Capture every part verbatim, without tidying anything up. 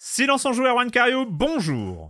Silence en joue, Erwan Cario, bonjour.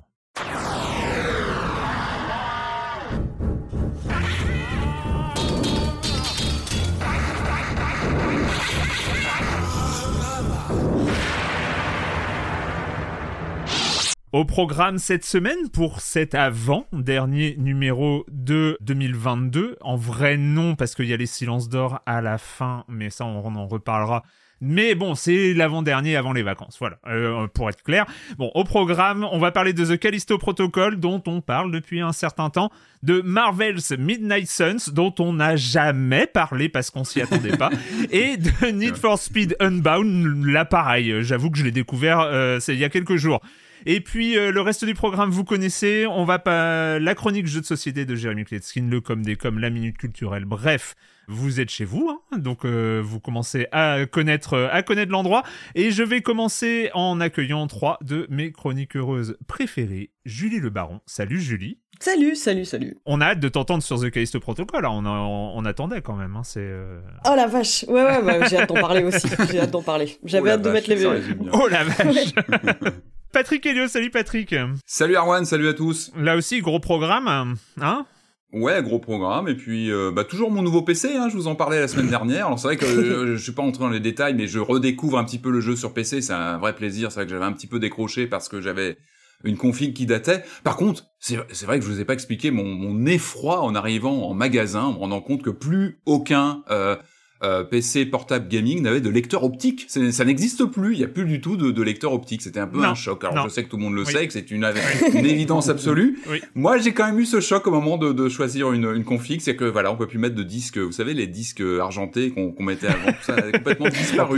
Au programme cette semaine, pour cet avant-dernier numéro de deux mille vingt-deux, en vrai non, parce qu'il y a les silences d'or à la fin, mais ça on en reparlera. Mais bon, c'est l'avant-dernier avant les vacances, voilà, euh, pour être clair. Bon, au programme, on va parler de The Callisto Protocol, dont on parle depuis un certain temps, de Marvel's Midnight Suns, dont on n'a jamais parlé parce qu'on s'y attendait pas, et de Need for Speed Unbound, là pareil, j'avoue que je l'ai découvert euh, c'est il y a quelques jours. Et puis euh, le reste du programme, vous connaissez, on va pas la chronique jeux de société de Jérémy Kletskin, le com des com, la minute culturelle, bref, vous êtes chez vous, hein, donc euh, vous commencez à connaître à connaître l'endroit, et je vais commencer en accueillant trois de mes chroniques heureuses préférées, Julie Le Baron. Salut Julie. Salut, salut, salut. On a hâte de t'entendre sur The Callisto Protocol, hein. on, on, on attendait quand même, hein, c'est... Euh... Oh la vache, ouais ouais, ouais j'ai hâte d'en parler aussi, j'ai hâte d'en parler, j'avais oh hâte de vache, mettre les... Oh la vache. Patrick Helio, salut Patrick. Salut Erwan, salut à tous. Là aussi, gros programme, hein? Ouais, gros programme, et puis euh, bah toujours mon nouveau P C, hein, je vous en parlais la semaine dernière. Alors c'est vrai que euh, je suis pas entré dans les détails, mais je redécouvre un petit peu le jeu sur P C, c'est un vrai plaisir. C'est vrai que j'avais un petit peu décroché parce que j'avais une config qui datait. Par contre, c'est, c'est vrai que je vous ai pas expliqué mon, mon effroi en arrivant en magasin, en me rendant compte que plus aucun... Euh, Euh, P C portable gaming n'avait de lecteur optique. C'est, ça n'existe plus. Il y a plus du tout de, de lecteur optique. C'était un peu non, un choc. Alors non. je sais que tout le monde le oui. sait, que c'est une, une évidence absolue. Oui. Moi, j'ai quand même eu ce choc au moment de, de choisir une, une config. C'est que voilà, on peut plus mettre de disques. Vous savez, les disques argentés qu'on, qu'on mettait avant, tout ça a complètement disparu.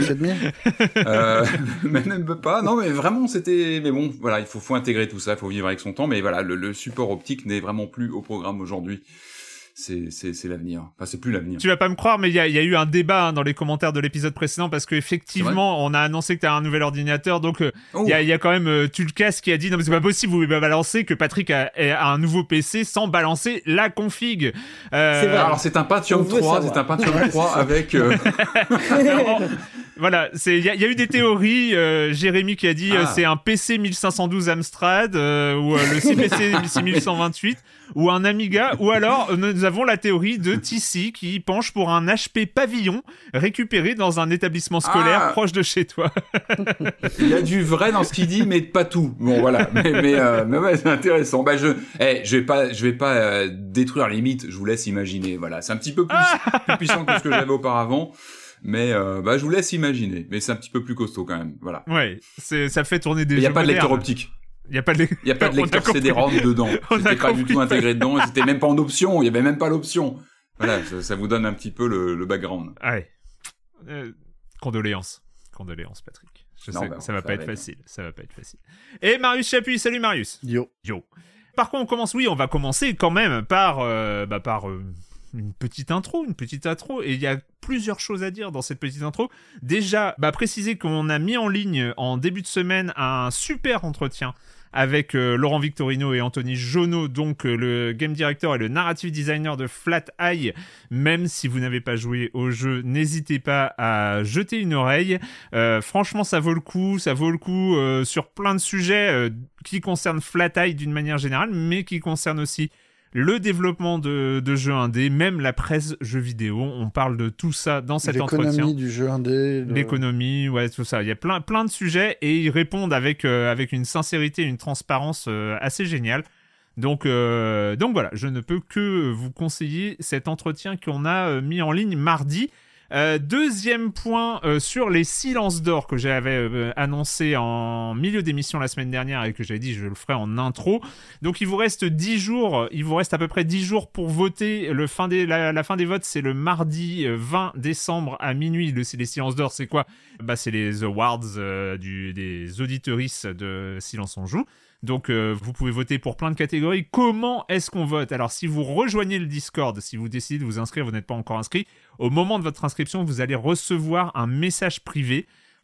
euh, mais même pas. Non, mais vraiment, c'était. Mais bon, voilà, il faut, faut intégrer tout ça. Il faut vivre avec son temps. Mais voilà, le, le support optique n'est vraiment plus au programme aujourd'hui. C'est, c'est, c'est l'avenir. Enfin, c'est plus l'avenir. Tu vas pas me croire, mais il y a, y a eu un débat hein, dans les commentaires de l'épisode précédent parce qu'effectivement, on a annoncé que t'as un nouvel ordinateur, donc il euh, oh. y, a, y a quand même euh, Tulkas qui a dit non mais c'est pas possible, vous pouvez pas balancer que Patrick a, a un nouveau P C sans balancer la config. Euh... C'est vrai. Alors c'est un Pentium trois, c'est un Pentium trois avec. Euh... Alors, voilà, c'est il y, y a eu des théories. Euh, Jérémy qui a dit ah. euh, c'est un P C mille cinq cent douze Amstrad euh, ou euh, le C P C six mille cent vingt-huit ou un Amiga, ou alors euh, nous avons la théorie de T C qui penche pour un H P Pavillon récupéré dans un établissement scolaire ah. proche de chez toi. Il y a du vrai dans ce qu'il dit, mais pas tout. Bon voilà, mais mais, euh, mais ouais, c'est intéressant. Bah je, eh, je vais pas, je vais pas euh, détruire les mythes. Je vous laisse imaginer. Voilà, c'est un petit peu plus, ah. plus puissant que ce que j'avais auparavant. Mais euh, bah je vous laisse imaginer, mais c'est un petit peu plus costaud quand même, voilà. Ouais, c'est ça fait tourner des jeux. Il y a pas modernes. de lecteur optique. Il y a pas de Il y a pas de lecteur C D-ROM dedans. C'était pas du tout intégré dedans, c'était même pas en option, il y avait même pas l'option. Voilà, ça, ça vous donne un petit peu le, le background. Ouais. Euh, condoléances. Condoléances Patrick. Je non, sais bah, ça va ça pas être facile, bien. ça va pas être facile. Et Marius Chapuis, salut Marius. Yo. Yo. Par contre, on commence oui, on va commencer quand même par euh, bah par euh, une petite intro, une petite intro, et il y a plusieurs choses à dire dans cette petite intro. Déjà, bah, préciser qu'on a mis en ligne en début de semaine un super entretien avec euh, Laurent Victorino et Anthony Jonot, donc euh, le game director et le narrative designer de Flat Eye. Même si vous n'avez pas joué au jeu, n'hésitez pas à jeter une oreille. Euh, franchement, ça vaut le coup, ça vaut le coup euh, sur plein de sujets euh, qui concernent Flat Eye d'une manière générale, mais qui concernent aussi le développement de, de jeux indés, même la presse jeux vidéo, on parle de tout ça dans cet l'économie entretien. L'économie du jeu indé. Le... L'économie, ouais, tout ça. Il y a plein, plein de sujets et ils répondent avec, euh, avec une sincérité, une transparence euh, assez géniale. Donc, euh, donc voilà, je ne peux que vous conseiller cet entretien qu'on a euh, mis en ligne mardi. Euh, deuxième point euh, sur les silences d'or que j'avais euh, annoncé en milieu d'émission la semaine dernière et que j'avais dit je le ferai en intro. Donc il vous reste dix jours, il vous reste à peu près dix jours pour voter. Le fin des, la, la fin des votes c'est le mardi vingt décembre à minuit. Le, c'est les silences d'or, c'est quoi ? Bah c'est les awards euh, du, des auditeuristes de Silence on joue. Donc euh, vous pouvez voter pour plein de catégories. Comment est-ce qu'on vote ? Alors si vous rejoignez le Discord, si vous décidez de vous inscrire, vous n'êtes pas encore inscrit, au moment de votre inscription, vous allez recevoir un message privé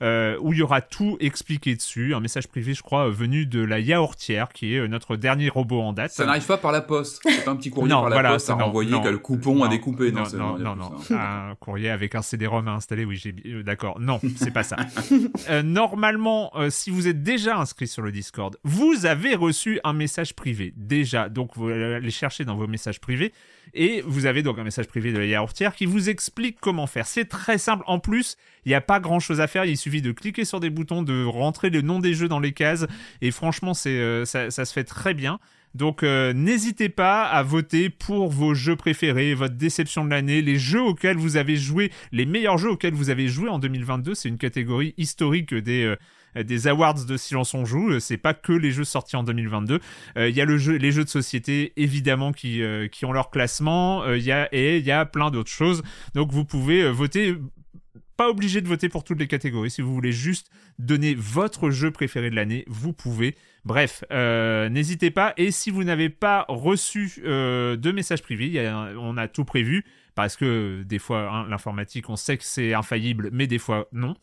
euh, où il y aura tout expliqué dessus. Un message privé, je crois, venu de la yaourtière, qui est notre dernier robot en date. Ça n'arrive pas par la poste. C'est pas un petit courrier non, par la voilà, poste à non, renvoyer, non, qu'a le coupon non, à découper. Non, Non, non, non, non. non. Un courrier avec un C D-ROM à installer, oui, j'ai euh, d'accord. Non, c'est pas ça. euh, normalement, euh, si vous êtes déjà inscrit sur le Discord, vous avez reçu un message privé déjà. Donc vous allez chercher dans vos messages privés et vous avez donc un message privé de la yaourtière qui vous explique comment faire. C'est très simple. En plus, il n'y a pas grand chose à faire. Il suffit de cliquer sur des boutons, de rentrer le nom des jeux dans les cases et franchement, c'est euh, ça, ça se fait très bien. Donc euh, n'hésitez pas à voter pour vos jeux préférés, votre déception de l'année, les jeux auxquels vous avez joué, les meilleurs jeux auxquels vous avez joué en deux mille vingt-deux. C'est une catégorie historique des euh, des awards de Silence on Joue. C'est pas que les jeux sortis en deux mille vingt-deux. Il euh, y a le jeu, les jeux de société évidemment qui euh, qui ont leur classement. Il euh, y a et il y a plein d'autres choses. Donc vous pouvez euh, voter. Pas obligé de voter pour toutes les catégories. Si vous voulez juste donner votre jeu préféré de l'année, vous pouvez. Bref, euh, n'hésitez pas. Et si vous n'avez pas reçu euh, de message privé, y a, on a tout prévu. Parce que des fois, hein, l'informatique, on sait que c'est infaillible, mais des fois, non.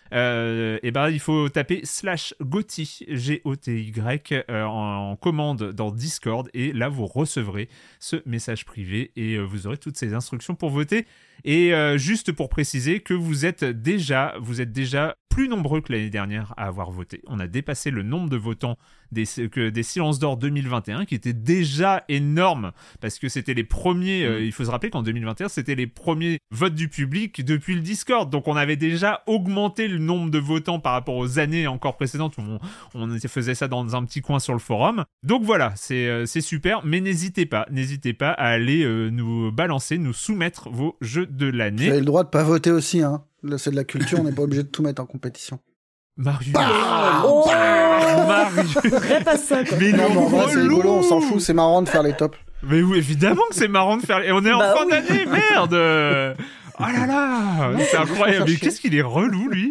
Euh, et ben il faut taper slash Goty G O T Y euh, en, en commande dans Discord et là vous recevrez ce message privé et euh, vous aurez toutes ces instructions pour voter. Et euh, juste pour préciser que vous êtes déjà vous êtes déjà plus nombreux que l'année dernière à avoir voté. On a dépassé le nombre de votants des, que, des Silences d'Or deux mille vingt et un qui était déjà énorme parce que c'était les premiers, euh, il faut se rappeler qu'en deux mille vingt et un c'était les premiers votes du public depuis le Discord, donc on avait déjà augmenté le nombre de votants par rapport aux années encore précédentes où on, on faisait ça dans un petit coin sur le forum. Donc voilà, c'est, euh, c'est super, mais n'hésitez pas, n'hésitez pas à aller euh, nous balancer, nous soumettre vos jeux de l'année. Vous avez le droit de pas voter aussi, hein. Là, c'est de la culture, on n'est pas obligé de tout mettre en compétition. Marius. Bah oh Marius. Répasse ça, quoi. Mais non, le mais en vrai, c'est relou. rigolo, on s'en fout, c'est marrant de faire les tops. Mais oui, évidemment que c'est marrant de faire. Et on est en Bah fin oui. d'année, merde. Oh là là, Non, c'est c'est incroyable. juste Mais qu'est-ce qu'il est relou, lui.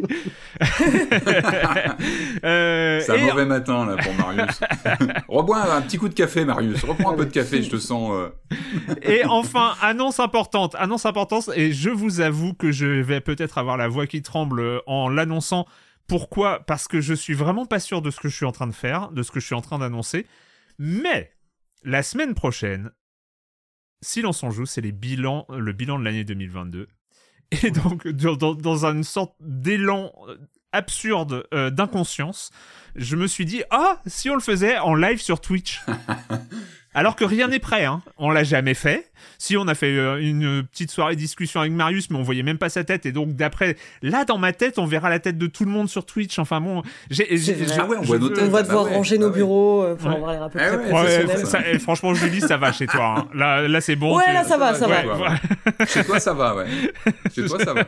euh, C'est un et- mauvais matin, là, pour Marius. Rebois un petit coup de café, Marius. Reprends un peu de café, je te sens... euh, Et enfin, annonce importante, annonce importante, et je vous avoue que je vais peut-être avoir la voix qui tremble en l'annonçant. Pourquoi ? Parce que je suis vraiment pas sûr de ce que je suis en train de faire, de ce que je suis en train d'annoncer. Mais la semaine prochaine, Silence on Joue, c'est les bilans, le bilan de l'année deux mille vingt-deux. Et donc, dans, dans une sorte d'élan absurde euh, d'inconscience, je me suis dit, ah, si on le faisait en live sur Twitch. Alors que rien n'est prêt, hein. On l'a jamais fait. Si, on a fait euh, une petite soirée discussion avec Marius, mais on voyait même pas sa tête. Et donc, d'après, là, dans ma tête, on verra la tête de tout le monde sur Twitch. Enfin bon, j'ai, j'ai, C'est vrai. j'ai- Ah ouais, on je voit nos veux- têtes. On va Bah devoir ouais, ranger bah nos ouais. bureaux euh, pour Ouais. avoir l'air à peu Ah près ouais, Ouais, professionnel. ça- et franchement, Julie, ça va chez toi. Hein. Là, là, c'est bon. Ouais, tu- là, ça va, ça va. Ouais, ouais, ouais. Chez toi, ça va, ouais. Chez toi, ça va.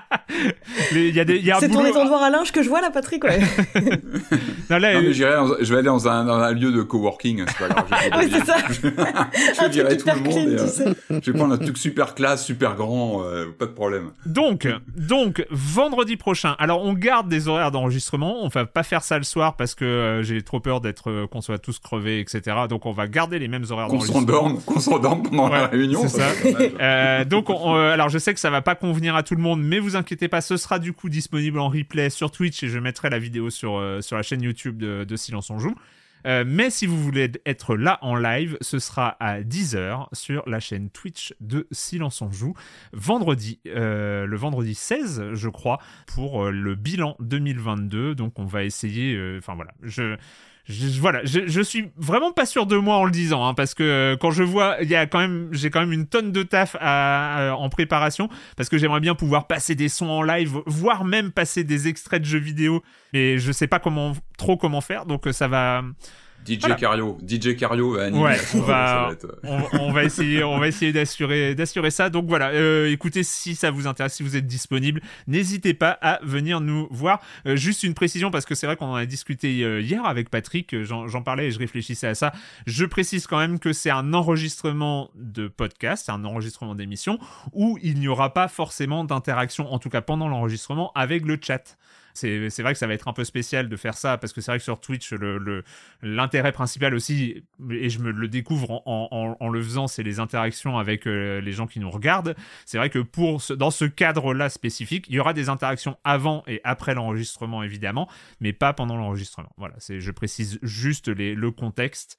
Les- Il y a des, il y a un C'est ton boulot. étendoir à linge que je vois là, Patrick, ouais. Non, là, Non, euh, mais j'irai dans- je vais aller dans un, dans un lieu de coworking, c'est pas grave. Je vais, Ah oui, c'est ça. je Un vais virer truc tout le hyper monde. clean, et, tu euh, sais. je vais prendre un truc super classe, super grand, euh, pas de problème. Donc, donc, vendredi prochain. Alors, on garde des horaires d'enregistrement. On va pas faire ça le soir parce que euh, j'ai trop peur d'être, euh, qu'on soit tous crevés, et cetera. Donc, on va garder les mêmes horaires Qu'on d'enregistrement. s'endorme, qu'on s'endorme pendant la Ouais, réunion. c'est ça ça. serait dommage. Euh, donc, on- euh, alors je sais que ça va pas convenir à tout le monde, mais vous inquiétez pas, ce sera du coup disponible en replay sur Twitch et je mettrai la vidéo sur euh, sur la chaîne YouTube de, de Silence on Joue. Euh, mais si vous voulez être là en live, ce sera à dix heures sur la chaîne Twitch de Silence on Joue, vendredi, euh, le vendredi seize, je crois, pour euh, le bilan deux mille vingt-deux. Donc on va essayer, enfin voilà, je... Je, voilà, je, je suis vraiment pas sûr de moi en le disant, hein, parce que euh, quand je vois, il y a quand même, j'ai quand même une tonne de taf à, à- en préparation, parce que j'aimerais bien pouvoir passer des sons en live, voire même passer des extraits de jeux vidéo, mais je sais pas comment, trop comment faire, donc euh, ça va. D J Voilà. Cario, D J Cario va animer Ouais, la on soirée, va- ça va être, euh, On, on va essayer, on va essayer d'assurer, d'assurer ça. Donc voilà, euh, écoutez, si ça vous intéresse, si vous êtes disponible, n'hésitez pas à venir nous voir. Euh, juste une précision, parce que c'est vrai qu'on en a discuté euh, hier avec Patrick, euh, j'en, j'en parlais et je réfléchissais à ça. Je précise quand même que c'est un enregistrement de podcast, c'est un enregistrement d'émission, où il n'y aura pas forcément d'interaction, en tout cas pendant l'enregistrement, avec le chat. c'est, c'est vrai que ça va être un peu spécial de faire ça, parce que c'est vrai que sur Twitch, le, le, l'intérêt principal aussi, et je me le découvre en, en, en le faisant, c'est les interactions avec euh, les gens qui nous regardent. C'est vrai que pour ce, dans ce cadre-là spécifique, il y aura des interactions avant et après l'enregistrement, évidemment, mais pas pendant l'enregistrement. Voilà, c'est, je précise juste les, le contexte.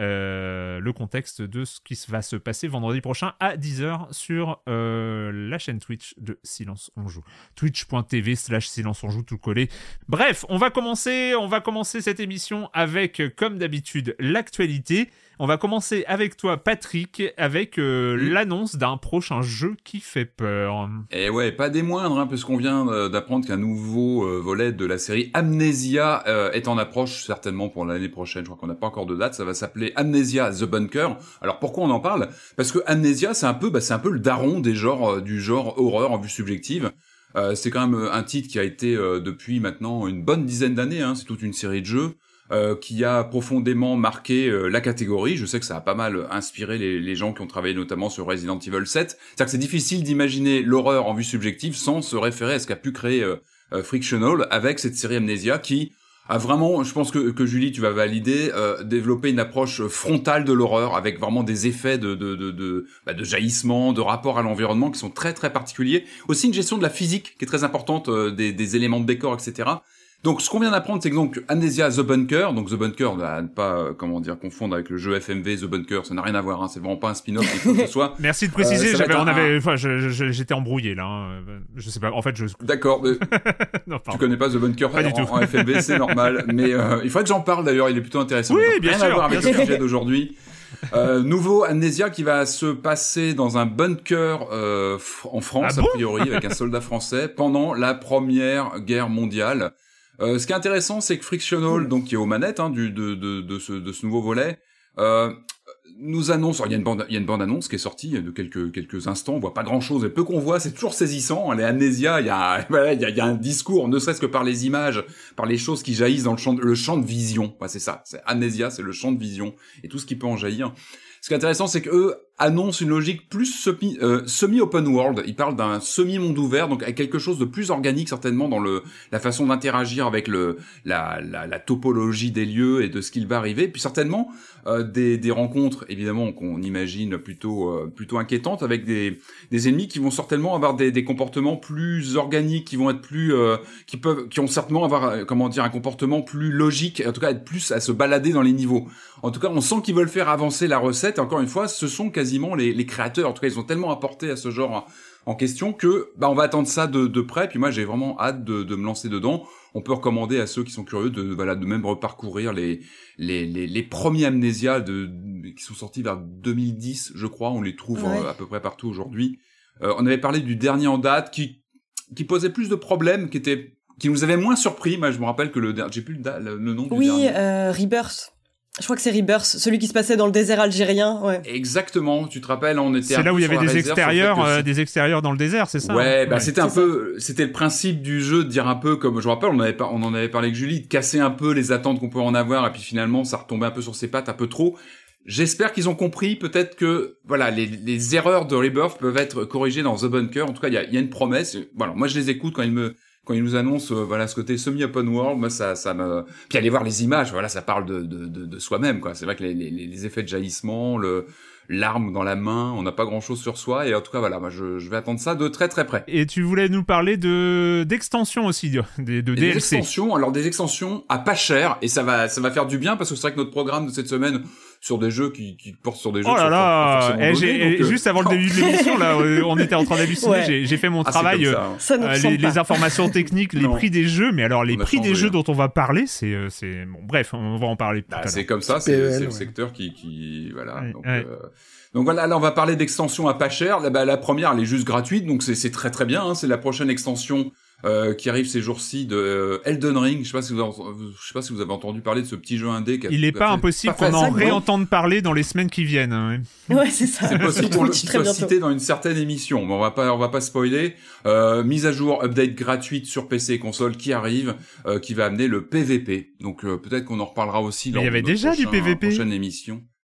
Euh, le contexte de ce qui va se passer vendredi prochain à dix heures sur euh, la chaîne Twitch de Silence on Joue, twitch.tv slash Silence on Joue tout collé. Bref, on va commencer on va commencer cette émission avec, comme d'habitude, l'actualité. On va commencer avec toi, Patrick, avec euh, mmh. l'annonce d'un prochain jeu qui fait peur. Et ouais, pas des moindres, hein, puisqu'on vient euh, d'apprendre qu'un nouveau euh, volet de la série Amnesia euh, est en approche, certainement pour l'année prochaine. Je crois qu'on n'a pas encore de date. Ça va s'appeler Amnesia The Bunker. Alors pourquoi on en parle ? Parce que Amnesia, c'est un peu, bah, c'est un peu le daron des genres, euh, du genre horreur en vue subjective. Euh, c'est quand même un titre qui a été euh, depuis maintenant une bonne dizaine d'années. Hein, c'est toute une série de jeux. Euh, qui a profondément marqué euh, la catégorie. Je sais que ça a pas mal inspiré les, les gens qui ont travaillé notamment sur Resident Evil sept. C'est-à-dire que c'est difficile d'imaginer l'horreur en vue subjective sans se référer à ce qu'a pu créer euh, euh, Frictional avec cette série Amnesia qui a vraiment, je pense que, que Julie, tu vas valider, euh, développé une approche frontale de l'horreur avec vraiment des effets de, de, de, de, bah, de jaillissement, de rapport à l'environnement qui sont très très particuliers. Aussi une gestion de la physique qui est très importante, euh, des, des éléments de décor, et cetera. Donc, ce qu'on vient d'apprendre, c'est que donc Amnesia The Bunker, donc The Bunker, à ne pas, euh, comment dire, confondre avec le jeu F M V The Bunker, ça n'a rien à voir, hein, c'est vraiment pas un spin-off, il faut que ce soit. Merci de préciser, euh, j'avais, on un... avait, enfin, je, je, j'étais embrouillé là, hein. Je sais pas, en fait, je. D'accord, mais non, tu connais pas The Bunker pas en, du tout. En F M V, c'est normal, mais euh, il faudrait que j'en parle d'ailleurs, il est plutôt intéressant. Oui, donc, bien rien sûr. Rien à voir avec le sujet d'aujourd'hui. Euh, nouveau Amnesia qui va se passer dans un bunker euh, en France, ah bon a priori, avec un soldat français, pendant la Première Guerre mondiale. Euh, ce qui est intéressant, c'est que Frictional, donc qui est aux manettes hein, du, de, de, de, ce, de ce nouveau volet, euh, nous annonce. Alors, il y a une bande, il y a une bande annonce qui est sortie de quelques quelques instants. On voit pas grand chose, et peu qu'on voit, c'est toujours saisissant. Les Amnesia, il y a voilà, il y a, il y a un discours, ne serait-ce que par les images, par les choses qui jaillissent dans le champ, de, le champ de vision. Ouais, c'est ça. C'est Amnesia, c'est le champ de vision et tout ce qui peut en jaillir. Ce qui est intéressant, c'est que eux annoncent une logique plus semi, euh, semi-open world. Ils parlent d'un semi-monde ouvert, donc avec quelque chose de plus organique certainement dans le la façon d'interagir avec le la, la, la topologie des lieux et de ce qu'il va arriver. Puis certainement euh, des, des rencontres, évidemment, qu'on imagine plutôt euh, plutôt inquiétantes avec des des ennemis qui vont certainement avoir des, des comportements plus organiques, qui vont être plus euh, qui peuvent qui ont certainement avoir euh, comment dire un comportement plus logique, en tout cas être plus à se balader dans les niveaux. En tout cas, on sent qu'ils veulent faire avancer la recette. Et encore une fois, ce sont quasiment les, les créateurs. En tout cas, ils ont tellement apporté à ce genre en question que bah on va attendre ça de, de près. Puis moi, j'ai vraiment hâte de, de me lancer dedans. On peut recommander à ceux qui sont curieux de voilà de même reparcourir les les les, les premiers Amnesia de, de qui sont sortis vers deux mille dix, je crois. On les trouve ouais. euh, à peu près partout aujourd'hui. Euh, on avait parlé du dernier en date qui qui posait plus de problèmes, qui était qui nous avait moins surpris. Moi, je me rappelle que le j'ai plus le, le, le nom du oui, dernier. Oui, euh, Rebirth. Je crois que c'est Rebirth, celui qui se passait dans le désert algérien, ouais. Exactement, tu te rappelles, on était. C'est là où il y avait des extérieurs, que euh, des extérieurs dans le désert, c'est ça? Ouais, hein bah ouais. c'était un ça. peu, c'était le principe du jeu de dire un peu comme, je me rappelle, on avait pas, on en avait parlé avec Julie, de casser un peu les attentes qu'on peut en avoir, et puis finalement, ça retombait un peu sur ses pattes, un peu trop. J'espère qu'ils ont compris, peut-être que, voilà, les, les erreurs de Rebirth peuvent être corrigées dans The Bunker. En tout cas, il y a, il y a une promesse. Voilà, moi je les écoute quand ils me. Quand ils nous annoncent euh, voilà ce côté semi-open world, moi ça ça me puis aller voir les images, voilà, ça parle de de de, de soi-même quoi. C'est vrai que les, les les effets de jaillissement, le l'arme dans la main, on n'a pas grand-chose sur soi et en tout cas voilà, moi je je vais attendre ça de très très près. Et tu voulais nous parler de d'extensions aussi, de, de, de D L C. Des extensions, alors des extensions à pas cher et ça va ça va faire du bien parce que c'est vrai que notre programme de cette semaine sur des jeux qui, qui portent sur des jeux. Oh là là, eh, j'ai, donné, donc, juste avant le début de l'émission, là, on était en train d'halluciner. Ouais. J'ai, j'ai fait mon ah, travail, euh, ça, hein. euh, les, les informations techniques, les prix des jeux, mais alors les prix changé, des jeux hein. dont on va parler, c'est, c'est, bon, bref, on va en parler. Bah, c'est comme ça, c'est, P E L, c'est ouais. le secteur qui, qui, voilà. Ouais, donc, ouais. Euh... Donc voilà, là on va parler d'extensions à pas cher. Là, bah, la première, elle est juste gratuite, donc c'est, c'est très très bien. Hein. C'est la prochaine extension. Euh, qui arrive ces jours-ci de euh, Elden Ring. Je sais pas si vous avez, je sais pas si vous avez entendu parler de ce petit jeu indé. Qui a, Il est pas impossible pas qu'on en réentende parler dans les semaines qui viennent. Hein. Ouais, c'est ça. C'est possible qu'on le soit cité dans une certaine émission, mais on va pas, on va pas spoiler. Euh, mise à jour, update gratuite sur P C et console qui arrive, euh, qui va amener le P V P. Donc euh, peut-être qu'on en reparlera aussi. Mais il y avait déjà prochain, du P V P. Prochaine émission.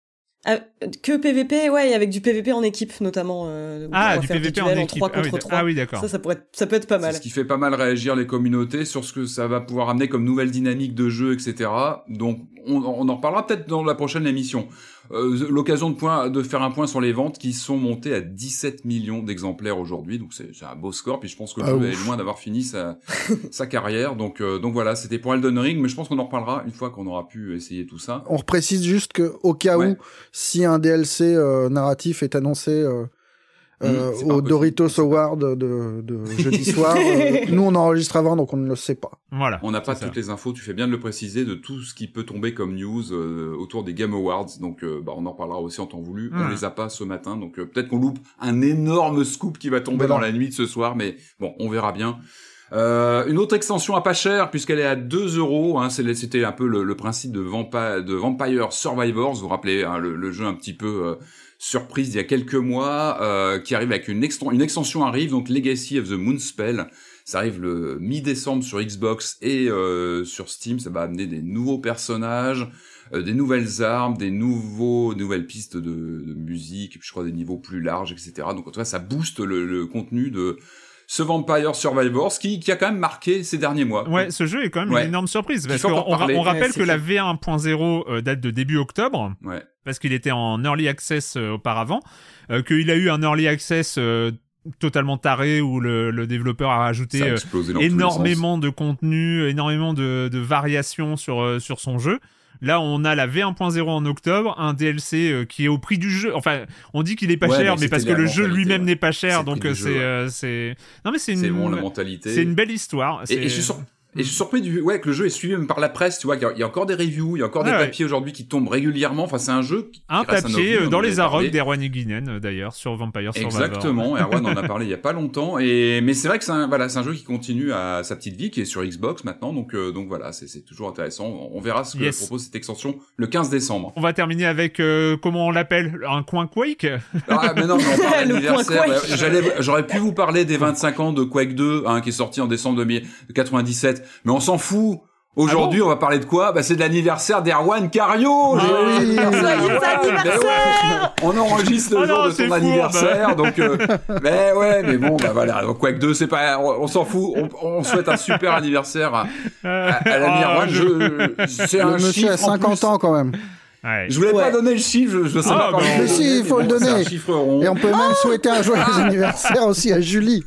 Ah, que P V P, ouais, et avec du P V P en équipe notamment. Euh, ah, du P V P en équipe. trois ah, oui, contre trois. Ah oui, d'accord. Ça, ça pourrait, être, ça peut être pas mal. C'est ce qui fait pas mal réagir les communautés sur ce que ça va pouvoir amener comme nouvelle dynamique de jeu, et cetera. Donc, on, on en reparlera peut-être dans la prochaine émission. Euh, l'occasion de, point, de faire un point sur les ventes qui sont montées à dix-sept millions d'exemplaires aujourd'hui. Donc, c'est, c'est un beau score. Puis, je pense que le ah, jeu ouf. est loin d'avoir fini sa, sa carrière. Donc, euh, donc voilà, c'était pour Elden Ring. Mais je pense qu'on en reparlera une fois qu'on aura pu essayer tout ça. On reprécise juste que au cas ouais. où, si un D L C euh, narratif est annoncé euh, euh, mmh, au Doritos Award de, de, de jeudi soir, euh, nous on enregistre avant, donc on ne le sait pas. Voilà. On n'a pas toutes les infos. Tu fais bien de le préciser de tout ce qui peut tomber comme news euh, autour des Game Awards. Donc, euh, bah, on en parlera aussi en temps voulu. Mmh. On les a pas ce matin, donc euh, peut-être qu'on loupe un énorme scoop qui va tomber voilà. dans la nuit de ce soir, mais bon, on verra bien. Euh, une autre extension à pas cher puisqu'elle est à deux euros. Hein, c'est, c'était un peu le, le principe de, Vampa, de Vampire Survivors. Vous vous rappelez hein, le, le jeu un petit peu euh, surprise d'il y a quelques mois, euh, qui arrive avec une, exten- une extension arrive donc Legacy of the Moonspell. Ça arrive le mi-décembre sur Xbox et euh, sur Steam. Ça va amener des nouveaux personnages, euh, des nouvelles armes, des nouveaux nouvelles pistes de, de musique, et puis je crois des niveaux plus larges, et cetera. Donc en tout cas, ça booste le, le contenu de ce Vampire Survivors qui, qui a quand même marqué ces derniers mois. Ouais, ce jeu est quand même ouais. une énorme surprise. Parce qu'on on, on rappelle ouais, que la V un point zéro euh, date de début octobre. Ouais. Parce qu'il était en Early Access euh, auparavant. Euh, qu'il a eu un Early Access euh, totalement taré où le, le développeur a rajouté euh, énormément de contenu, énormément de, de variations sur, euh, sur son jeu. Là, on a la V un point zéro en octobre, un D L C euh, qui est au prix du jeu. Enfin, on dit qu'il est pas ouais, cher, mais, mais parce que le jeu lui-même ouais. n'est pas cher, c'est donc c'est, jeu, ouais. euh, c'est. Non, mais c'est une. C'est bon la mentalité. C'est une belle histoire. Et, et je suis sûr. Et je suis surpris du, ouais, que le jeu est suivi même par la presse, tu vois, qu'il y a encore des reviews, il y a encore des ah, papiers ouais. aujourd'hui qui tombent régulièrement. Enfin, c'est un jeu qui, un qui reste papier un ovni, dans les Arocs d'Erwan Eguinen, d'ailleurs, sur Vampire Survivor. Exactement. Erwan en a parlé il y a pas longtemps. Et, mais c'est vrai que c'est un, voilà, c'est un jeu qui continue à sa petite vie, qui est sur Xbox maintenant. Donc, euh, donc voilà, c'est, c'est toujours intéressant. On verra ce que yes. propose cette extension le quinze décembre. On va terminer avec, euh, comment on l'appelle? Un coin Quake? Ah, mais non, mais on parle d'anniversaire. Ouais, j'allais, j'aurais pu vous parler des vingt-cinq ans de Quake deux, hein, qui est sorti en décembre quatre-vingt-dix-sept. Mais on s'en fout. Aujourd'hui, ah bon on va parler de quoi? Bah, c'est de l'anniversaire d'Erwan Cario! Ah oui, joyeux anniversaire! On enregistre le oh jour non, de ton fou, anniversaire, bah. donc, euh, mais ouais, mais bon, bah voilà. Donc, Quake deux, c'est pas, on, on s'en fout. On, on souhaite un super anniversaire à, à, à l'ami oh, Erwan. Je... Je, c'est le un monsieur a cinquante ans quand même. Ouais. Je voulais ouais. pas donner le chiffre, je, je sais ah, pas. Bah, mais si, il faut le donner. Et on peut même oh souhaiter un joyeux anniversaire aussi à Julie.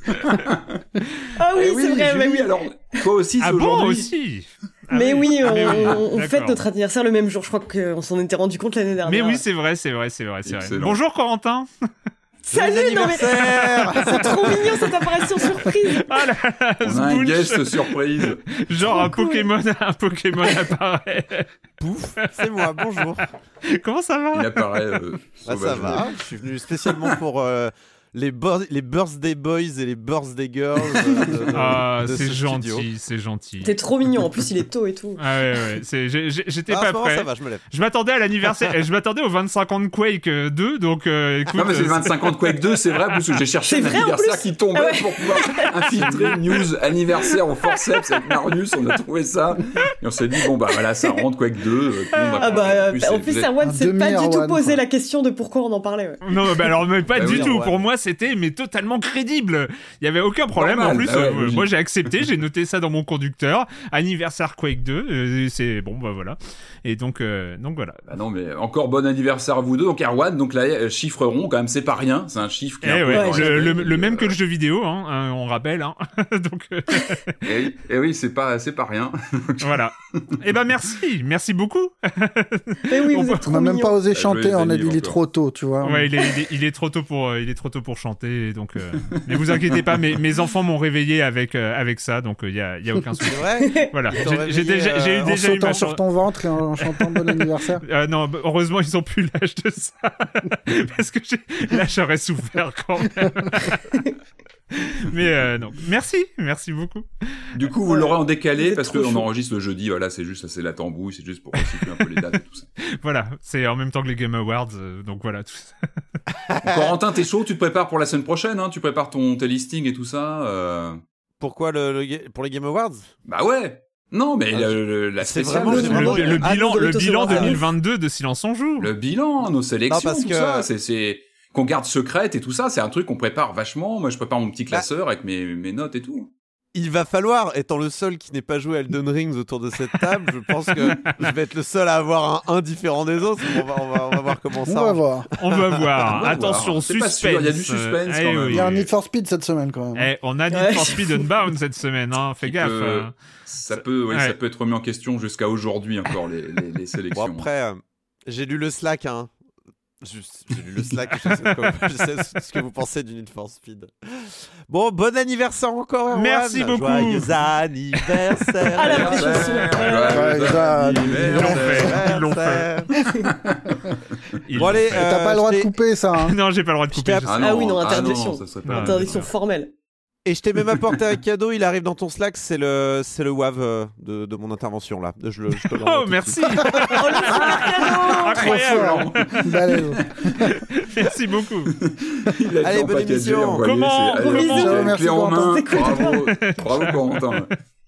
Ah oui, oui c'est vrai. Julie, oui. Alors, toi aussi, c'est ah aujourd'hui. Bon aussi. Ah mais oui, on, ah, on, on fête notre anniversaire le même jour. Je crois qu'on s'en était rendu compte l'année dernière. Mais oui, c'est vrai, c'est vrai, c'est vrai, c'est vrai. Bonjour Corentin. Salut, non mais c'est trop mignon cette apparition surprise. Ah là là, on a un guest surprise. Genre trop un cool. Pokémon, un Pokémon apparaît. Pouf, c'est moi. Bonjour. Comment ça va? Il apparaît. Euh, bah, ça va. Je suis venu spécialement pour. Euh... Les, bo- les Birthday Boys et les Birthday Girls de, de, ah, de c'est ce gentil, studio. c'est gentil. T'es trop mignon, en plus il est tôt et tout. Ah ouais, ouais, c'est, j'ai, j'étais ah, pas moment, prêt. Ça va, je me lève. Je m'attendais à l'anniversaire, et je m'attendais aux vingt-cinq ans de Quake deux, donc euh, écoute... Non mais c'est les vingt-cinq ans de Quake deux, c'est vrai, parce que j'ai cherché c'est un vrai, anniversaire qui tombait ah ouais. pour pouvoir infiltrer une news anniversaire au forceps avec Marius, on a trouvé ça, et on s'est dit, bon bah voilà, ça rentre Quake deux. Euh, ah bah, euh, plus, en plus, Erwan s'est pas du tout posé la question de pourquoi on en parlait. Ouais. Non, bah alors, mais pas bah du oui, tout, ouais. pour moi c'était mais totalement crédible. Il y avait aucun problème. Normal, en plus, bah ouais, euh, moi j'ai accepté, j'ai noté ça dans mon conducteur. Anniversaire Quake deux, euh, c'est bon, bah voilà. Et donc, euh, donc voilà. Bah non, mais encore bon anniversaire à vous deux. Donc Erwan, donc là, chiffre rond, quand même, c'est pas rien. C'est un chiffre qui est eh un ouais, peu le, le, le même que le jeu vidéo, hein, hein, on rappelle. Hein. donc. Euh... et, oui, et oui, c'est pas, c'est pas rien. voilà. Et ben merci, merci beaucoup. Et oui, vous êtes trop on n'a même pas osé bah, chanter, on a dit il est trop tôt, tu vois. Ouais, il est, il est, il est trop tôt pour, il est trop tôt pour chanter, donc. Euh... Mais vous inquiétez pas, mes, mes enfants m'ont réveillé avec euh, avec ça, donc il euh, y a y a aucun souci. C'est vrai. Voilà. J'ai, j'ai déjà, euh, j'ai eu en déjà sautant eu ma sur ton ventre et en, en chantant bon anniversaire. Euh, non, heureusement ils ont plus l'âge de ça, parce que j'ai... là j'aurais souffert quand même. Mais euh, non, merci, merci beaucoup. Du coup, vous l'aurez en décalé parce qu'on chaud. enregistre le jeudi. Voilà, c'est juste, ça, c'est la tambouille, c'est juste pour recycler un peu les dates et tout ça. Voilà, c'est en même temps que les Game Awards, euh, donc voilà tout ça. Corentin, t'es chaud, tu te prépares pour la semaine prochaine, hein, tu prépares ton tes listings et tout ça. Euh... Pourquoi le, le pour les Game Awards? Bah ouais. Non, mais Ah, le, le- la c'est spéciale, vraiment- le, c'est Le, vraiment- le Ah, bilan, le Doritos bilan Award. deux mille vingt-deux de Silence on joue. le bilan, nos sélections, Non, parce tout que- ça, c'est, c'est qu'on garde secrète et tout ça, c'est un truc qu'on prépare vachement. Moi, je prépare mon petit classeur avec mes, mes notes et tout. Il va falloir, étant le seul qui n'est pas joué à Elden Rings autour de cette table, je pense que je vais être le seul à avoir un, un différent des autres. On va, on va, on va voir comment On ça va marche. voir. On va voir. On va Attention, voir. C'est pas suspense. sûr, il y a du suspense Eh quand même. oui. Il y a un Need for Speed cette semaine quand même. Eh, on a Need Ouais. for Speed Unbound cette semaine, hein. Fais Qui gaffe. peut- hein. Ça peut, oui, Ouais. ça peut être remis en question jusqu'à aujourd'hui encore les, les, les sélections. Bon, après, euh, j'ai lu le Slack, hein. Juste, j'ai lu le Slack, je sais, quoi- je sais ce que vous pensez du Need for Speed. Bon, bon anniversaire encore, Erwan. Merci beaucoup. Joyeux anniversaire. Ah, la petite chanson. Joyeux Ouais, ça, anniversaire. Ils l'ont fait. Ils Bon, l'ont allez, fait. euh, T'as pas le droit de je t'ai- couper ça. Hein. Non, j'ai pas le droit de couper. Je je t'ai- sais. Ah oui, non, ah interdiction. ça serait pas Non. Interdiction formelle. Et je t'ai même apporté un cadeau, il arrive dans ton Slack, c'est le, c'est le W A V euh, de, de mon intervention là. Je, le, je te l'envoie Oh, tout de merci. suite. Trop Incroyable. fort. Balèze. Merci beaucoup. Il a Allez, été bonne empaquetagé, émission. envoyé, Comment- c'est- comment- allez, Bisous. j'ai Merci, clé en Corentin. main. C'est cool. Bravo, bravo Corentin.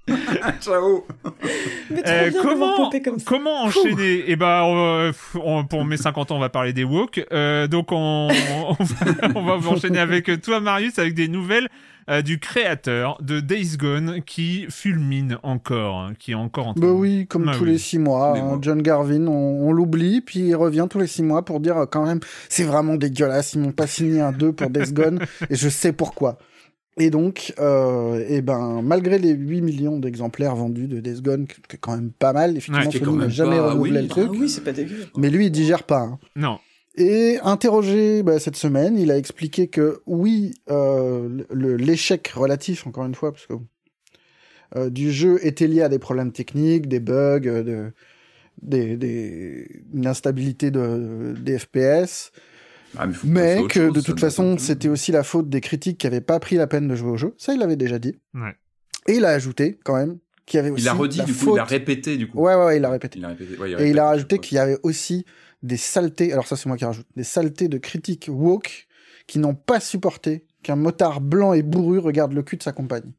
Ciao. Mais trop Euh, bien comment, comment popé comme ça. comment enchaîner Eh ben, on va- on- pour mes cinquante ans, on va parler des woke. Euh, donc, on, on, va, on va enchaîner avec toi, Marius, avec des nouvelles euh, du créateur de Days Gone qui fulmine encore, hein, qui est encore en train. Bah oui, comme Ah tous oui. les six mois. Tous les hein, mois. John Garvin, on, on l'oublie, puis il revient tous les six mois pour dire euh, quand même, c'est vraiment dégueulasse, ils m'ont pas signé un deux pour Days Gone, et je sais pourquoi. Et donc, euh, et ben, malgré les huit millions d'exemplaires vendus de Days Gone, qui qui est quand même pas mal, effectivement, Ouais, qui est Sony quand n'a même jamais pas- renouvelé oui. le truc, Ah oui, c'est pas dégueu. mais lui, il digère pas. hein. Non. Et interrogé bah, cette semaine, il a expliqué que oui, euh, le- l'échec relatif, encore une fois, parce que euh, du jeu était lié à des problèmes techniques, des bugs, euh, de, des, des, une instabilité de, des F P S, Ah, mais faut mais passer à autre que chose, de ça toute doit façon, pas- c'était aussi la faute des critiques qui n'avaient pas pris la peine de jouer au jeu. Ça, il l'avait déjà dit. Ouais. Et il a ajouté, quand même, qu'il y avait aussi Il a redit, la du coup, faute... il a répété, du coup. Ouais, ouais, ouais, il a répété. Il a répété. ouais, Et répété, il a je rajouté sais qu'il y avait aussi des saletés, alors ça c'est moi qui rajoute, des saletés de critiques woke qui n'ont pas supporté qu'un motard blanc et bourru regarde le cul de sa compagne.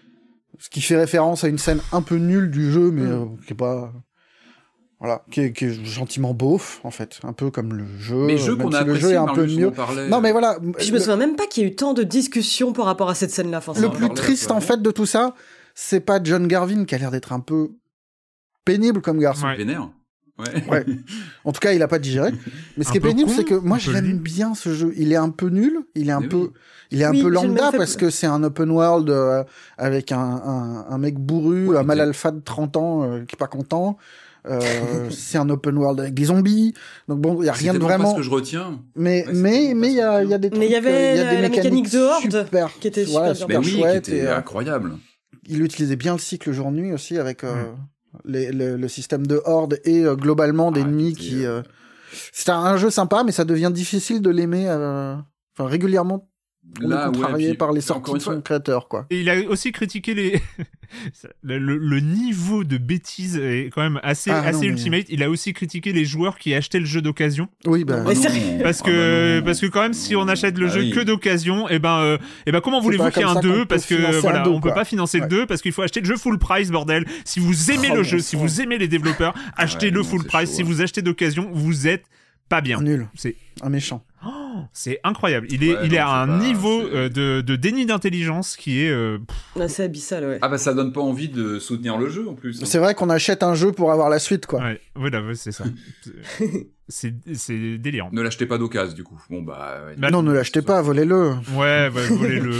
Ce qui fait référence à une scène un peu nulle du jeu, mais euh, qui est pas... Voilà, qui est, qui est gentiment beauf, en fait. Un peu comme le jeu. Mais jeu même qu'on si a le apprécié, jeu est un peu Marius, on mieux. en parlait. Non mais voilà. Puis je me le- souviens même pas qu'il y a eu tant de discussions par rapport à cette scène-là. Enfin, Le ça- plus parlait, triste ouais. en fait de tout ça, c'est pas John Garvin qui a l'air d'être un peu pénible comme garçon. Ouais. Vénère. Ouais. Ouais. En tout cas, il a pas digéré. Mais ce Un qui est peu pénible, con, c'est que moi, un je peu l'aime nul. bien ce jeu. Il est un peu nul. Il est un Mais peu, oui. il est un Oui, peu j'ai le même lambda fait- parce que c'est un open world euh, avec un, un, un mec bourru, Ouais, un mal mais- alpha de trente ans euh, qui est pas content. Euh, c'est un open world avec des zombies. Donc bon, il y a C'est rien de tellement pas vraiment. ce que je retiens. Mais Ouais, c'est mais tellement mais il y a pas ce il y a des Mais il y trucs, avait euh, il y a la- des la mécanique de horde super, qui était voilà, super Mais super oui, qui chouette. était et, euh, incroyable. il utilisait bien le cycle jour-nuit aussi avec euh, Mm. les, le, le système de horde et euh, globalement d'ennemis c'était, qui. euh, euh, C'est un jeu sympa, mais ça devient difficile de l'aimer. euh, Enfin, régulièrement, on Là, est ouais, contrarié puis, par les encore sorties une de son fois- créateur, quoi. Et il a aussi critiqué les le, le- le niveau de bêtise est quand même assez Ah, assez non, mais- ultimate. Il a aussi critiqué les joueurs qui achetaient le jeu d'occasion Oui, bah. Ah Mais non, c'est- parce ah que bah non. parce que quand même si on achète le Bah jeu oui. que d'occasion, et ben euh, et ben comment C'est voulez-vous pas qu'il y ait comme un ça qu'on deux peut parce que financer un voilà, deux, on peut quoi. pas financer Ouais. le deux parce qu'il faut acheter le jeu full price bordel. Si vous aimez Oh, le mon jeu, si sang. vous aimez les développeurs, achetez le non, full c'est price. chaud, Si ouais. vous achetez d'occasion, vous êtes pas bien. Nul. C'est Un méchant. c'est incroyable. Il est Ouais, il est non, à un c'est pas- niveau c'est- euh, de de déni d'intelligence qui est euh, pff, Ah, c'est abyssal, ouais. Ah bah ça donne pas envie de soutenir le jeu en plus. hein. C'est vrai qu'on achète un jeu pour avoir la suite, quoi. ouais, voilà, ouais, c'est ça. C'est- C'est c'est délirant. Ne l'achetez pas d'occasion du coup. Bon bah. ouais. Bah, Non, ne l'achetez pas, volez-le. Ouais, bah, volez-le.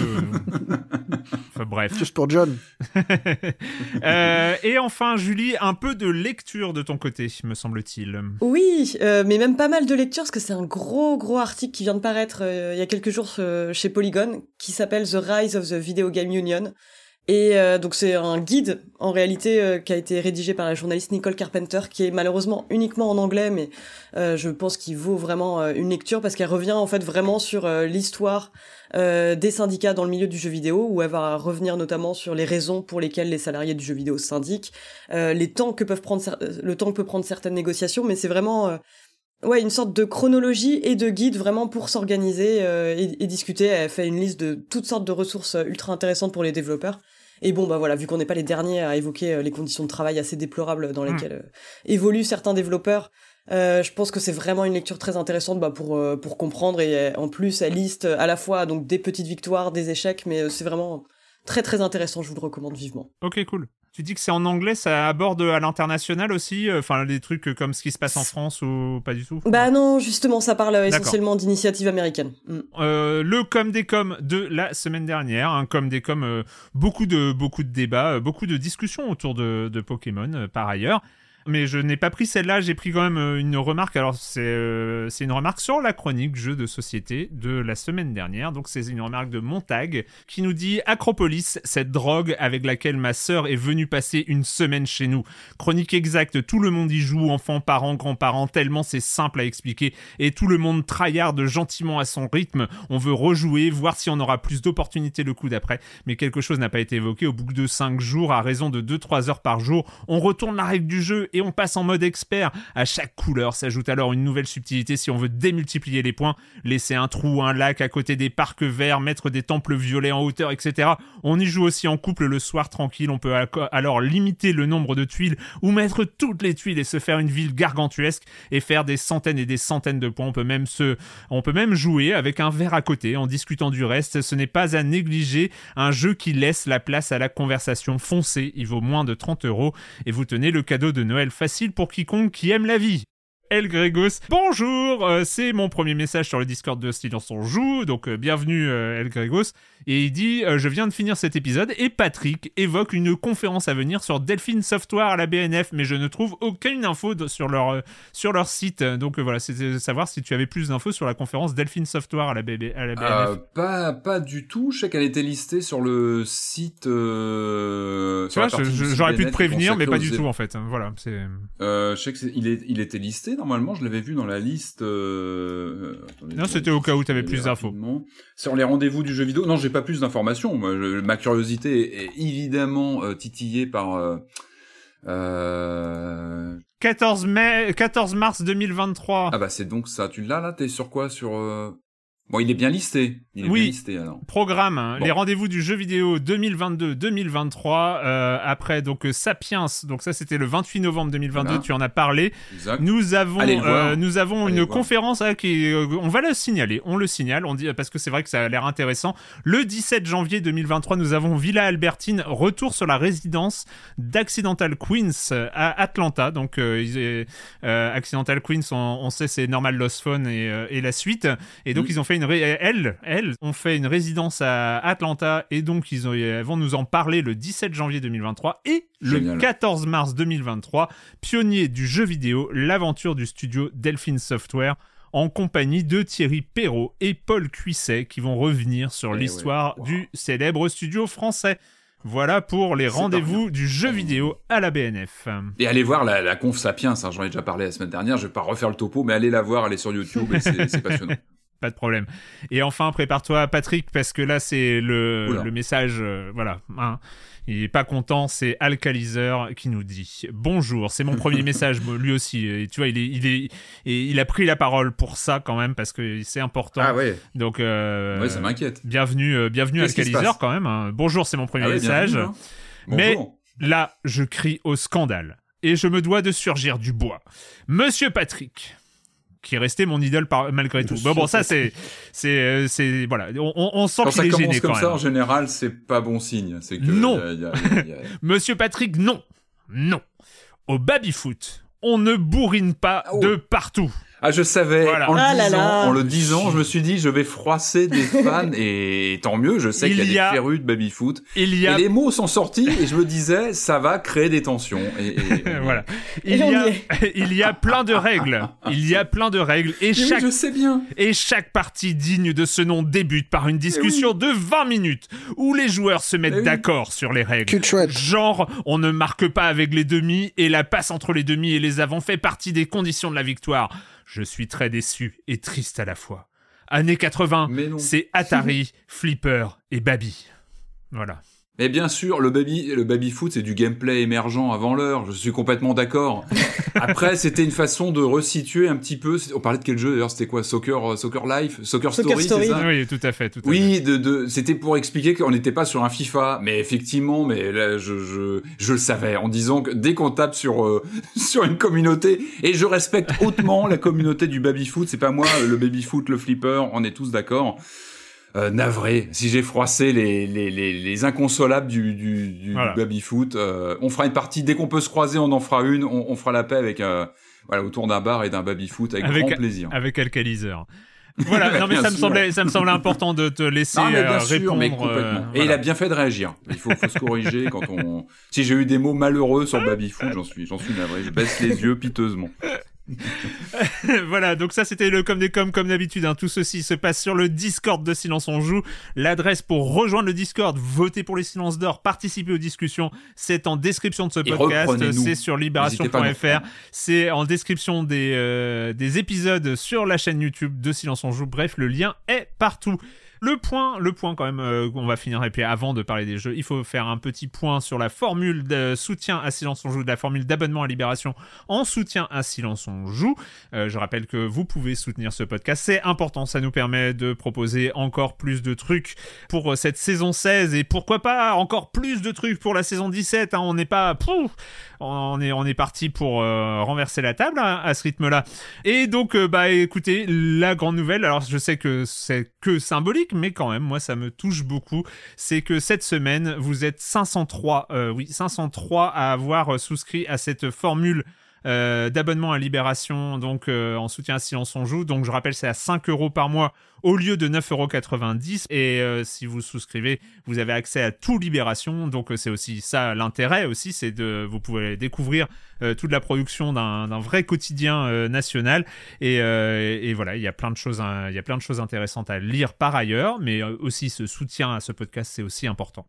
Enfin bref. Juste pour John. Euh, et enfin, Julie, un peu de lecture de ton côté, me semble-t-il. Oui, euh, mais même pas mal de lectures, parce que c'est un gros, gros article qui vient de paraître euh, il y a quelques jours euh, chez Polygon, qui s'appelle The Rise of the Video Game Union. Et euh, donc c'est un guide, en réalité, euh, qui a été rédigé par la journaliste Nicole Carpenter, qui est malheureusement uniquement en anglais, mais euh, je pense qu'il vaut vraiment euh, une lecture, parce qu'elle revient en fait vraiment sur euh, l'histoire euh, des syndicats dans le milieu du jeu vidéo, où elle va revenir notamment sur les raisons pour lesquelles les salariés du jeu vidéo syndiquent, euh, les temps que peuvent prendre cer- le temps que peut prendre certaines négociations, mais c'est vraiment... Euh, Ouais, une sorte de chronologie et de guide vraiment pour s'organiser euh, et, et discuter. Elle fait une liste de toutes sortes de ressources euh, ultra intéressantes pour les développeurs. Et bon, bah voilà, vu qu'on n'est pas les derniers à évoquer euh, les conditions de travail assez déplorables dans lesquelles euh, évoluent certains développeurs, euh, je pense que c'est vraiment une lecture très intéressante bah, pour euh, pour comprendre. Et euh, en plus, elle liste à la fois donc des petites victoires, des échecs, mais euh, c'est vraiment très très intéressant. Je vous le recommande vivement. Ok, cool. Tu dis que c'est en anglais, ça aborde à l'international aussi, enfin des trucs comme ce qui se passe en France ou pas du tout? Bah non, justement, ça parle D'accord. essentiellement d'initiatives américaines. Mm. Euh, le com des com de la semaine dernière, un com des com, euh, beaucoup de beaucoup de débats, euh, beaucoup de discussions autour de, de Pokémon euh, par ailleurs. Mais je n'ai pas pris celle-là, j'ai pris quand même euh, une remarque. Alors c'est euh, c'est une remarque sur la chronique jeu de société de la semaine dernière. Donc c'est une remarque de Montag qui nous dit: Acropolis, cette drogue avec laquelle ma sœur est venue passer une semaine chez nous. Chronique exacte, tout le monde y joue, enfants, parents, grands-parents, tellement c'est simple à expliquer et tout le monde tryhard gentiment à son rythme. On veut rejouer, voir si on aura plus d'opportunités le coup d'après. Mais quelque chose n'a pas été évoqué. Au bout de cinq jours, à raison de deux à trois heures par jour, on retourne la règle du jeu et on passe en mode expert. À chaque couleur s'ajoute alors une nouvelle subtilité si on veut démultiplier les points, laisser un trou, un lac à côté des parcs verts, mettre des temples violets en hauteur, et cetera. On y joue aussi en couple le soir tranquille, on peut alors limiter le nombre de tuiles ou mettre toutes les tuiles et se faire une ville gargantuesque et faire des centaines et des centaines de points. On peut même se, on peut même jouer avec un verre à côté en discutant du reste. Ce n'est pas à négliger, un jeu qui laisse la place à la conversation. Foncez, il vaut moins de trente euros et vous tenez le cadeau de Noël facile pour quiconque qui aime la vie. El Gregos, bonjour, euh, c'est mon premier message sur le Discord de Silence on Joue, donc euh, bienvenue euh, El Gregos, et il dit euh, je viens de finir cet épisode et Patrick évoque une conférence à venir sur Delphine Software à la B N F, mais je ne trouve aucune info de, sur, leur, euh, sur leur site, donc euh, voilà, c'était de savoir si tu avais plus d'infos sur la conférence Delphine Software à la, B- à la B N F. Euh, pas, pas du tout, je sais qu'elle était listée sur le site... Euh, tu sur vois, la partie je, du site j'aurais pu te B N F prévenir, mais pas du consacrée aux- tout en fait, voilà, c'est... Euh, je sais qu'il est, il était listé, normalement, je l'avais vu dans la liste... Euh... Attendez, Non, je c'était vais au cas où t'avais aller plus d'infos. rapidement. Sur les rendez-vous du jeu vidéo, non, j'ai pas plus d'informations. Moi, je- ma curiosité est évidemment euh, titillée par... Euh... Euh... quatorze mai, quatorze mars deux mille vingt-trois. Ah bah c'est donc ça, tu l'as là, t'es sur quoi? Sur... Euh... Bon, il est bien listé. Il est Oui. bien listé, alors. Programme, hein, Bon. les rendez-vous du jeu vidéo deux mille vingt-deux deux mille vingt-trois, euh, après donc euh, Sapiens, donc ça c'était le vingt-huit novembre deux mille vingt-deux, Voilà. tu en as parlé. Exact. Nous avons, Allez le voir. euh, nous avons Allez une le voir. conférence hein, qui est, euh, on va le signaler, on le signale, on dit parce que c'est vrai que ça a l'air intéressant. Le dix-sept janvier deux mille vingt-trois, nous avons Villa Albertine, retour sur la résidence d'Accidental Queens à Atlanta. Donc euh, ils, euh, Accidental Queens, on, on sait c'est Normal Lost Phone et, euh, et la suite. Et donc Mm. ils ont fait une ré- elles, elles ont fait une résidence à Atlanta et donc ils, ont, ils vont nous en parler le dix-sept janvier deux mille vingt-trois et Génial. le quatorze mars deux mille vingt-trois, pionnier du jeu vidéo, l'aventure du studio Delphine Software, en compagnie de Thierry Perrault et Paul Cuisset qui vont revenir sur Eh l'histoire ouais. Wow. du célèbre studio français. Voilà pour les C'est rendez-vous du jeu vidéo à la B N F. Et allez voir la, la conf Sapiens, hein, j'en ai déjà parlé la semaine dernière, je vais pas refaire le topo, mais allez la voir, elle est sur YouTube et c'est, c'est passionnant. Pas de problème. Et enfin, prépare-toi, Patrick, parce que là, c'est le, Oula. le message, euh, voilà, hein. Il est pas content, c'est Alcalizer qui nous dit « Bonjour, c'est mon premier message, moi, lui aussi. » Et tu vois, il, est, il, est, et il a pris la parole pour ça quand même, parce que c'est important. Ah ouais, Donc, euh, ouais, ça m'inquiète. bienvenue, euh, bienvenue Qu'est-ce qui se Alcalizer passe quand même. Hein. Bonjour, c'est mon premier Ah ouais, message. bienvenue, hein. Mais Bonjour. là, je crie au scandale. Et je me dois de surgir du bois. Monsieur Patrick, qui est resté mon idole par, malgré tout. Bon, bon, ça, c'est, c'est, euh, c'est, voilà. On, on, on sent Quand qu'il ça est commence gêné comme quand ça, même. en général, c'est pas bon signe. C'est que Non. y a- y a- y a- y a- Monsieur Patrick, non. Non. Au baby-foot, on ne bourrine pas Oh. de partout. Ah, je savais. Voilà. En, le Ah là disant, là. en le disant, je me suis dit, je vais froisser des fans et tant mieux. Je sais Il qu'il y y a a- des férus de baby-foot. Il y Et a... les mots sont sortis et je me disais, ça va créer des tensions. Et, et- voilà. Et Il y, on a, y est. il y a plein de règles. Il y a plein de règles. Et Mais oui, chaque je sais bien. Et chaque partie digne de ce nom débute par une discussion de vingt minutes où les joueurs se mettent Eh oui. d'accord sur les règles. Cul chouette. Genre, on ne marque pas avec les demi et la passe entre les demi et les avants fait partie des conditions de la victoire. Je suis très déçu et triste à la fois. Années quatre-vingts, Mais non. c'est Atari, Flipper et Baby. Voilà. Mais bien sûr, le baby, le baby-foot, c'est du gameplay émergent avant l'heure. Je suis complètement d'accord. Après, c'était une façon de resituer un petit peu. On parlait de quel jeu d'ailleurs? C'était quoi? Soccer, Soccer Life, Soccer, Soccer Story, Story. c'est ça? Oui, tout à fait, tout à oui, fait. de, de, c'était pour expliquer qu'on n'était pas sur un FIFA. Mais effectivement, mais là, je, je, je le savais en disant que dès qu'on tape sur, euh, sur une communauté, et je respecte hautement la communauté du baby-foot. C'est pas moi, le baby-foot, le flipper. On est tous d'accord. Euh, navré, si j'ai froissé les, les, les, les inconsolables du, du, du, voilà. du baby-foot, euh, on fera une partie, dès qu'on peut se croiser, on en fera une, on, on fera la paix avec, euh, voilà, autour d'un bar et d'un baby-foot avec, avec grand plaisir. Avec Alcaliseur. Voilà, non mais ça me semblait, ça me semblait important de te laisser non, mais bien euh, sûr, répondre. Mais complètement. Euh, et voilà. il a bien fait de réagir. Il faut, faut se corriger quand on. Si j'ai eu des mots malheureux sur le baby-foot, j'en suis, j'en suis navré. Je baisse les yeux piteusement. Voilà, donc ça c'était le Comme des Coms comme d'habitude, hein. Tout ceci se passe sur le Discord de Silence on Joue. L'adresse pour rejoindre le Discord, voter pour les Silences d'Or, participer aux discussions, c'est en description de ce Et podcast, c'est sur libération point f r, c'est en description des, euh, des épisodes sur la chaîne YouTube de Silence on Joue, bref le lien est partout. Le point, le point quand même, euh, on va finir, et puis avant de parler des jeux, il faut faire un petit point sur la formule de soutien à Silence on Joue, de la formule d'abonnement à Libération en soutien à Silence on Joue. Euh, je rappelle que vous pouvez soutenir ce podcast, c'est important, ça nous permet de proposer encore plus de trucs pour cette saison seize, et pourquoi pas encore plus de trucs pour la saison dix-sept, hein, on n'est pas... Pouf, on est, on est parti pour euh, renverser la table hein, à ce rythme-là. Et donc, euh, bah écoutez, la grande nouvelle, alors je sais que c'est que symbolique, mais quand même, moi, ça me touche beaucoup. C'est que cette semaine, vous êtes cinq cent trois, euh, oui, cinq cent trois à avoir souscrit à cette formule euh, d'abonnement à Libération, donc euh, en soutien à Silence on Joue. Donc, je rappelle, c'est à cinq euros par mois au lieu de neuf euros quatre-vingt-dix. Et euh, si vous souscrivez, vous avez accès à tout Libération. Donc, euh, c'est aussi ça l'intérêt aussi, c'est de vous pouvez découvrir euh, toute la production d'un, d'un vrai quotidien euh, national. Et, euh, et voilà, il y a plein de choses, hein, il y a plein de choses intéressantes à lire par ailleurs, mais euh, aussi ce soutien à ce podcast, c'est aussi important.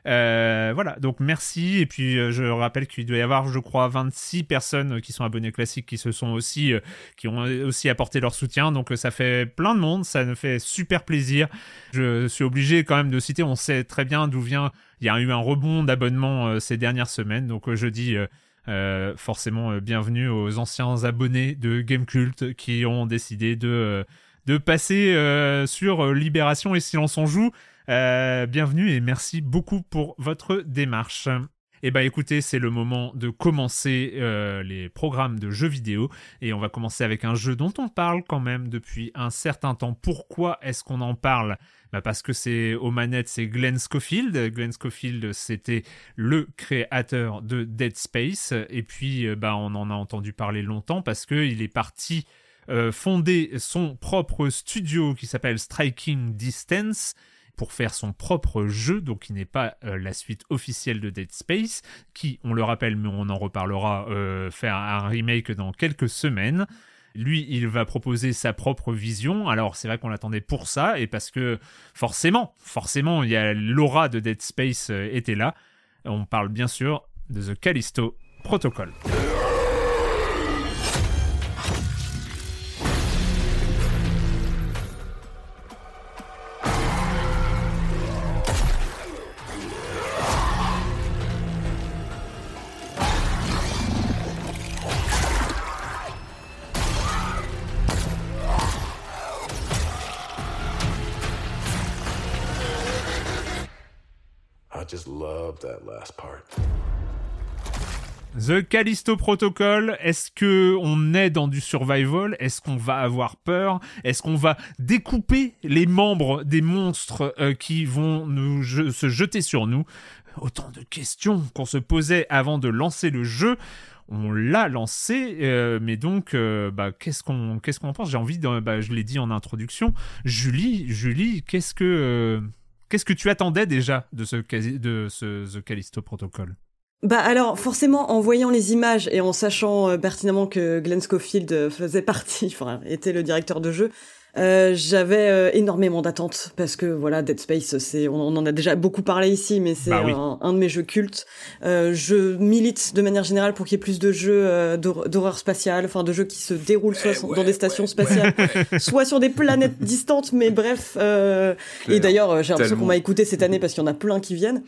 Euh, voilà, donc merci. Et puis euh, je rappelle qu'il doit y avoir, je crois, vingt-six personnes qui sont abonnés classiques qui se sont aussi, euh, qui ont aussi apporté leur soutien. Donc euh, ça fait plein de monde, ça nous fait super plaisir. Je suis obligé quand même de citer, on sait très bien d'où vient. Il y a eu un rebond d'abonnements euh, ces dernières semaines. Donc euh, je dis euh, euh, forcément euh, bienvenue aux anciens abonnés de Gamecult qui ont décidé de euh, de passer euh, sur Libération et Silence on Joue. Euh, bienvenue et merci beaucoup pour votre démarche. Et bah écoutez, c'est le moment de commencer euh, les programmes de jeux vidéo et on va commencer avec un jeu dont on parle quand même depuis un certain temps. Pourquoi est-ce qu'on en parle ? Bah parce que c'est aux manettes, c'est Glenn Schofield. Glenn Schofield, c'était le créateur de Dead Space et puis bah on en a entendu parler longtemps parce que il est parti euh, fonder son propre studio qui s'appelle Striking Distance pour faire son propre jeu, donc qui n'est pas euh, la suite officielle de Dead Space, qui, on le rappelle, mais on en reparlera, euh, faire un remake dans quelques semaines. Lui, il va proposer sa propre vision. Alors, c'est vrai qu'on l'attendait pour ça, et parce que forcément, forcément, il y a l'aura de Dead Space euh, était là. On parle bien sûr de The Callisto Protocol. Just love that last part. The Callisto Protocol, est-ce que on est dans du survival ? Est-ce qu'on va avoir peur ? Est-ce qu'on va découper les membres des monstres euh, qui vont nous je- se jeter sur nous ? Autant de questions qu'on se posait avant de lancer le jeu. On l'a lancé, euh, mais donc, euh, bah, qu'est-ce qu'on, qu'est-ce qu'on en pense ? J'ai envie de, bah, je l'ai dit en introduction. Julie, Julie, qu'est-ce que... Euh, Qu'est-ce que tu attendais déjà de ce, de ce The Callisto Protocol ? Bah alors forcément en voyant les images et en sachant euh, pertinemment que Glenn Schofield faisait partie, enfin était le directeur de jeu, euh, j'avais euh, énormément d'attentes parce que voilà Dead Space, c'est on, on en a déjà beaucoup parlé ici, mais c'est bah oui. un, un de mes jeux cultes. Euh, je milite de manière générale pour qu'il y ait plus de jeux euh, d'hor- d'horreur spatiale, enfin de jeux qui se déroulent soit ouais, dans des stations ouais, spatiales, ouais. soit sur des planètes distantes, mais bref. Euh, et d'ailleurs j'ai l'impression qu'on m'a écouté cette année parce qu'il y en a plein qui viennent.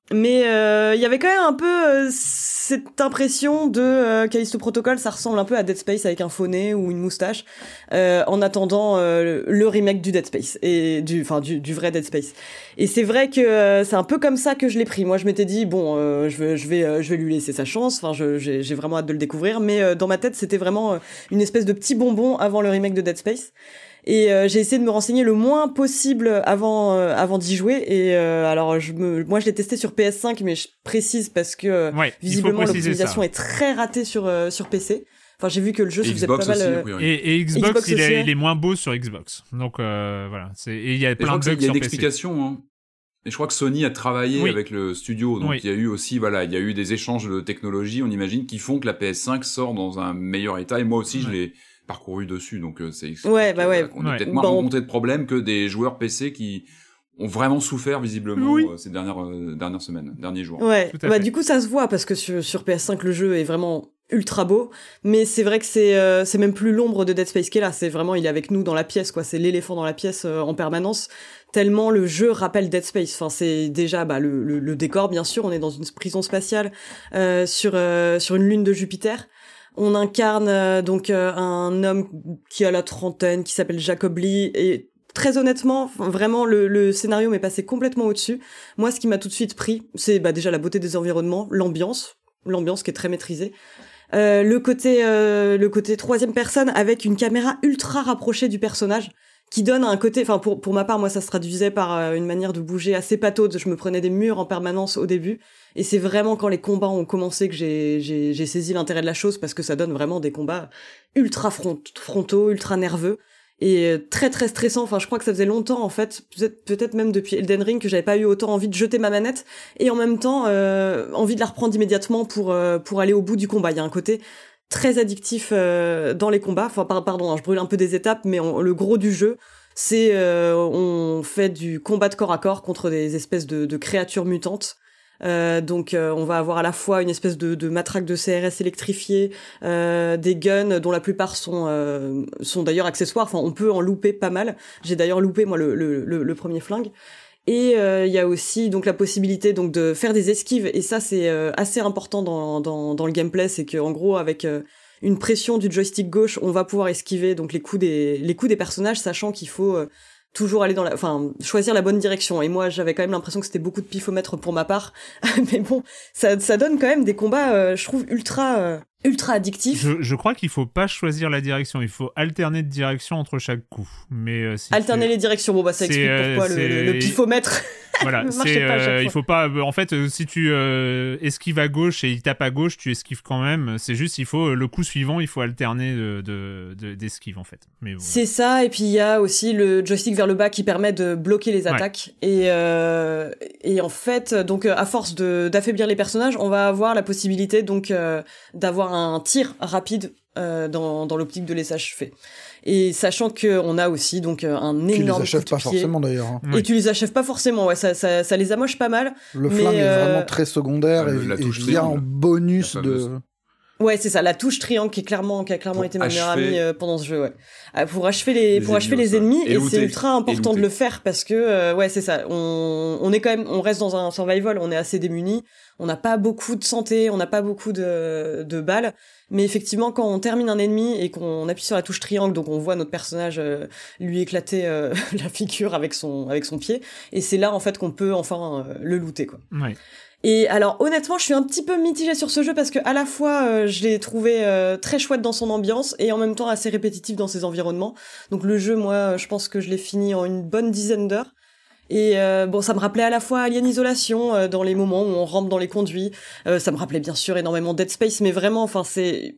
Mais il euh, y avait quand même un peu euh, cette impression de euh, Callisto Protocol, ça ressemble un peu à Dead Space avec un faux nez ou une moustache, euh, en attendant euh, le remake du Dead Space et du, enfin du, du vrai Dead Space. Et c'est vrai que euh, c'est un peu comme ça que je l'ai pris. Moi, je m'étais dit bon, euh, je vais, je vais, euh, je vais lui laisser sa chance. Enfin, je, j'ai, j'ai vraiment hâte de le découvrir. Mais euh, dans ma tête, c'était vraiment euh, une espèce de petit bonbon avant le remake de Dead Space. Et euh, j'ai essayé de me renseigner le moins possible avant euh, avant d'y jouer. Et euh, alors je me, moi je l'ai testé sur P S cinq, mais je précise parce que euh, ouais, visiblement l'optimisation est très ratée sur euh, sur P C. Enfin, j'ai vu que le jeu se faisait Xbox pas mal. aussi, euh... et, et Xbox, Xbox il, aussi, est, hein. il est moins beau sur Xbox. Donc euh, voilà, c'est et il y a Et plein de bugs sur Il y a P C. d'explications. Hein. Et je crois que Sony a travaillé oui. avec le studio, donc oui. il y a eu aussi, voilà, il y a eu des échanges de technologie, on imagine, qui font que la P S cinq sort dans un meilleur état. Et moi aussi, ouais. je l'ai parcouru dessus, donc euh, c'est ouais, bah ouais. on est ouais. peut-être moins bon. rencontré de problèmes que des joueurs P C qui ont vraiment souffert visiblement oui. euh, ces dernières euh, dernières semaines, derniers jours. Ouais, bah fait. du coup ça se voit parce que sur, sur P S cinq le jeu est vraiment ultra beau, mais c'est vrai que c'est euh, c'est même plus l'ombre de Dead Space qui est là, c'est vraiment il est avec nous dans la pièce quoi, c'est l'éléphant dans la pièce euh, en permanence, tellement le jeu rappelle Dead Space. Enfin c'est déjà bah le, le le décor bien sûr, on est dans une prison spatiale euh, sur euh, sur une lune de Jupiter. On incarne euh, donc euh, un homme qui a la trentaine, qui s'appelle Jacob Lee, et très honnêtement, vraiment le, le scénario m'est passé complètement au-dessus. Moi, ce qui m'a tout de suite pris, c'est bah, déjà la beauté des environnements, l'ambiance, l'ambiance qui est très maîtrisée, euh, le côté euh, le côté troisième personne avec une caméra ultra rapprochée du personnage, qui donne un côté, enfin pour pour ma part, moi ça se traduisait par euh, une manière de bouger assez pataude. Je me prenais des murs en permanence au début, et c'est vraiment quand les combats ont commencé que j'ai j'ai j'ai saisi l'intérêt de la chose, parce que ça donne vraiment des combats ultra front, frontaux, ultra nerveux et très très stressant. Enfin je crois que ça faisait longtemps en fait, peut-être peut-être même depuis Elden Ring, que j'avais pas eu autant envie de jeter ma manette et en même temps euh, envie de la reprendre immédiatement pour euh, pour aller au bout du combat. Il y a un côté très addictif euh, dans les combats. Enfin pardon, hein, je brûle un peu des étapes, mais on, le gros du jeu, c'est euh, on fait du combat de corps à corps contre des espèces de, de créatures mutantes. Euh, donc euh, on va avoir à la fois une espèce de, de matraque de C R S électrifiée, euh, des guns dont la plupart sont euh, sont d'ailleurs accessoires. Enfin on peut en louper pas mal. J'ai d'ailleurs loupé moi le le, le, le premier flingue. Et il euh, y a aussi donc la possibilité donc de faire des esquives, et ça c'est euh, assez important dans dans dans le gameplay, c'est que en gros avec euh, une pression du joystick gauche, on va pouvoir esquiver donc les coups des les coups des personnages, sachant qu'il faut euh, toujours aller dans la, enfin choisir la bonne direction. Et moi j'avais quand même l'impression que c'était beaucoup de pifomètre pour ma part, mais bon ça ça donne quand même des combats euh, je trouve ultra euh, ultra addictif. Je, je crois qu'il faut pas choisir la direction, il faut alterner de direction entre chaque coup. Mais euh, si alterner tu... les directions, bon bah ça explique euh, pourquoi le, le, le pifomètre. Voilà, ne c'est, pas à chaque euh, fois. il faut pas. En fait, euh, si tu euh, esquives à gauche et il tape à gauche, tu esquives quand même. C'est juste, il faut le coup suivant, il faut alterner de, de, de d'esquive en fait. Mais bon. C'est ça, et puis il y a aussi le joystick vers le bas qui permet de bloquer les attaques. Ouais. Et euh, et en fait, donc à force de d'affaiblir les personnages, on va avoir la possibilité donc euh, d'avoir un tir rapide euh, dans dans l'optique de les achever. Et sachant que on a aussi donc un énorme tu les achèves coup de pas pied. forcément d'ailleurs. Hein. Et oui. Tu les achèves pas forcément, ouais, ça ça ça les amoche pas mal. Le flingue mais est euh... vraiment très secondaire ah, et, et vient en bonus de. Ouais, c'est ça, la touche triangle qui est clairement qui a clairement pour été ma meilleure amie euh, pendant ce jeu, ouais. Euh, pour achever les, les pour achever les ennemis, et, et c'est ultra important de le faire parce que euh, ouais, c'est ça. On on est quand même on reste dans un survival, on est assez démunis, on n'a pas beaucoup de santé, on n'a pas beaucoup de de balles, mais effectivement quand on termine un ennemi et qu'on appuie sur la touche triangle, donc on voit notre personnage euh, lui éclater euh, la figure avec son avec son pied, et c'est là en fait qu'on peut enfin euh, le looter quoi. Ouais. Et alors honnêtement, je suis un petit peu mitigée sur ce jeu parce que à la fois euh, je l'ai trouvé euh, très chouette dans son ambiance et en même temps assez répétitif dans ses environnements. Donc le jeu, moi, je pense que je l'ai fini en une bonne dizaine d'heures. Et euh, bon, ça me rappelait à la fois Alien Isolation euh, dans les moments où on rampe dans les conduits. Euh, ça me rappelait bien sûr énormément Dead Space, mais vraiment, enfin c'est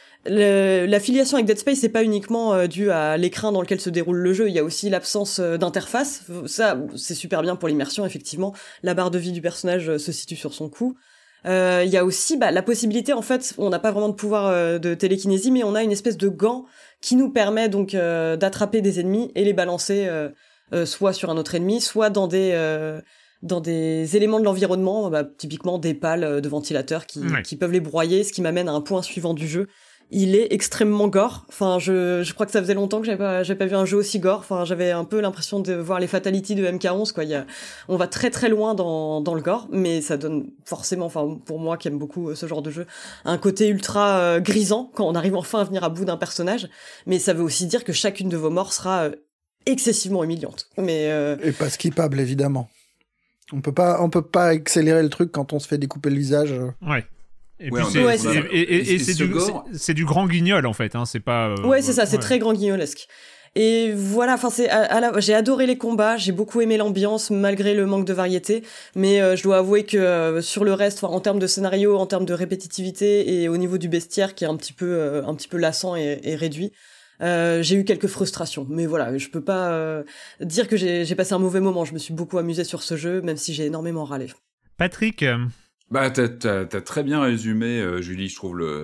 Le, la filiation avec Dead Space, c'est pas uniquement euh, dû à l'écran dans lequel se déroule le jeu, il y a aussi l'absence euh, d'interface. Ça, c'est super bien pour l'immersion, effectivement. La barre de vie du personnage euh, se situe sur son cou. Euh, il y a aussi bah, la possibilité, en fait, on n'a pas vraiment de pouvoir euh, de télékinésie, mais on a une espèce de gant qui nous permet donc euh, d'attraper des ennemis et les balancer euh, euh, soit sur un autre ennemi, soit dans des... Euh, dans des éléments de l'environnement, bah, typiquement des pales de ventilateurs qui, ouais. qui peuvent les broyer, ce qui m'amène à un point suivant du jeu, il est extrêmement gore. Enfin, je, je crois que ça faisait longtemps que j'avais pas, j'avais pas vu un jeu aussi gore. Enfin, j'avais un peu l'impression de voir les fatalities de M K onze, quoi. Il y a, on va très très loin dans, dans le gore, mais ça donne forcément, enfin, pour moi qui aime beaucoup ce genre de jeu, un côté ultra euh, grisant quand on arrive enfin à venir à bout d'un personnage. Mais ça veut aussi dire que chacune de vos morts sera euh, excessivement humiliante. Mais, euh... Et pas skippable, évidemment. On peut pas, on peut pas accélérer le truc quand on se fait découper le visage. Ouais. Et ouais, puis c'est, ouais, c'est, c'est et, et, et, et c'est, du, gore... c'est, c'est du grand guignol en fait, hein, c'est pas. Euh, ouais, c'est ça, c'est ouais. très grand guignolesque. Et voilà, enfin c'est, à, à la, j'ai adoré les combats, j'ai beaucoup aimé l'ambiance malgré le manque de variété, mais euh, je dois avouer que euh, sur le reste, en termes de scénario, en termes de répétitivité et au niveau du bestiaire qui est un petit peu, euh, un petit peu lassant et, et réduit. Euh, j'ai eu quelques frustrations, mais voilà, je peux pas euh, dire que j'ai, j'ai passé un mauvais moment. Je me suis beaucoup amusé sur ce jeu, même si j'ai énormément râlé. Patrick, euh... bah t'as, t'as, t'as très bien résumé, euh, Julie, je trouve le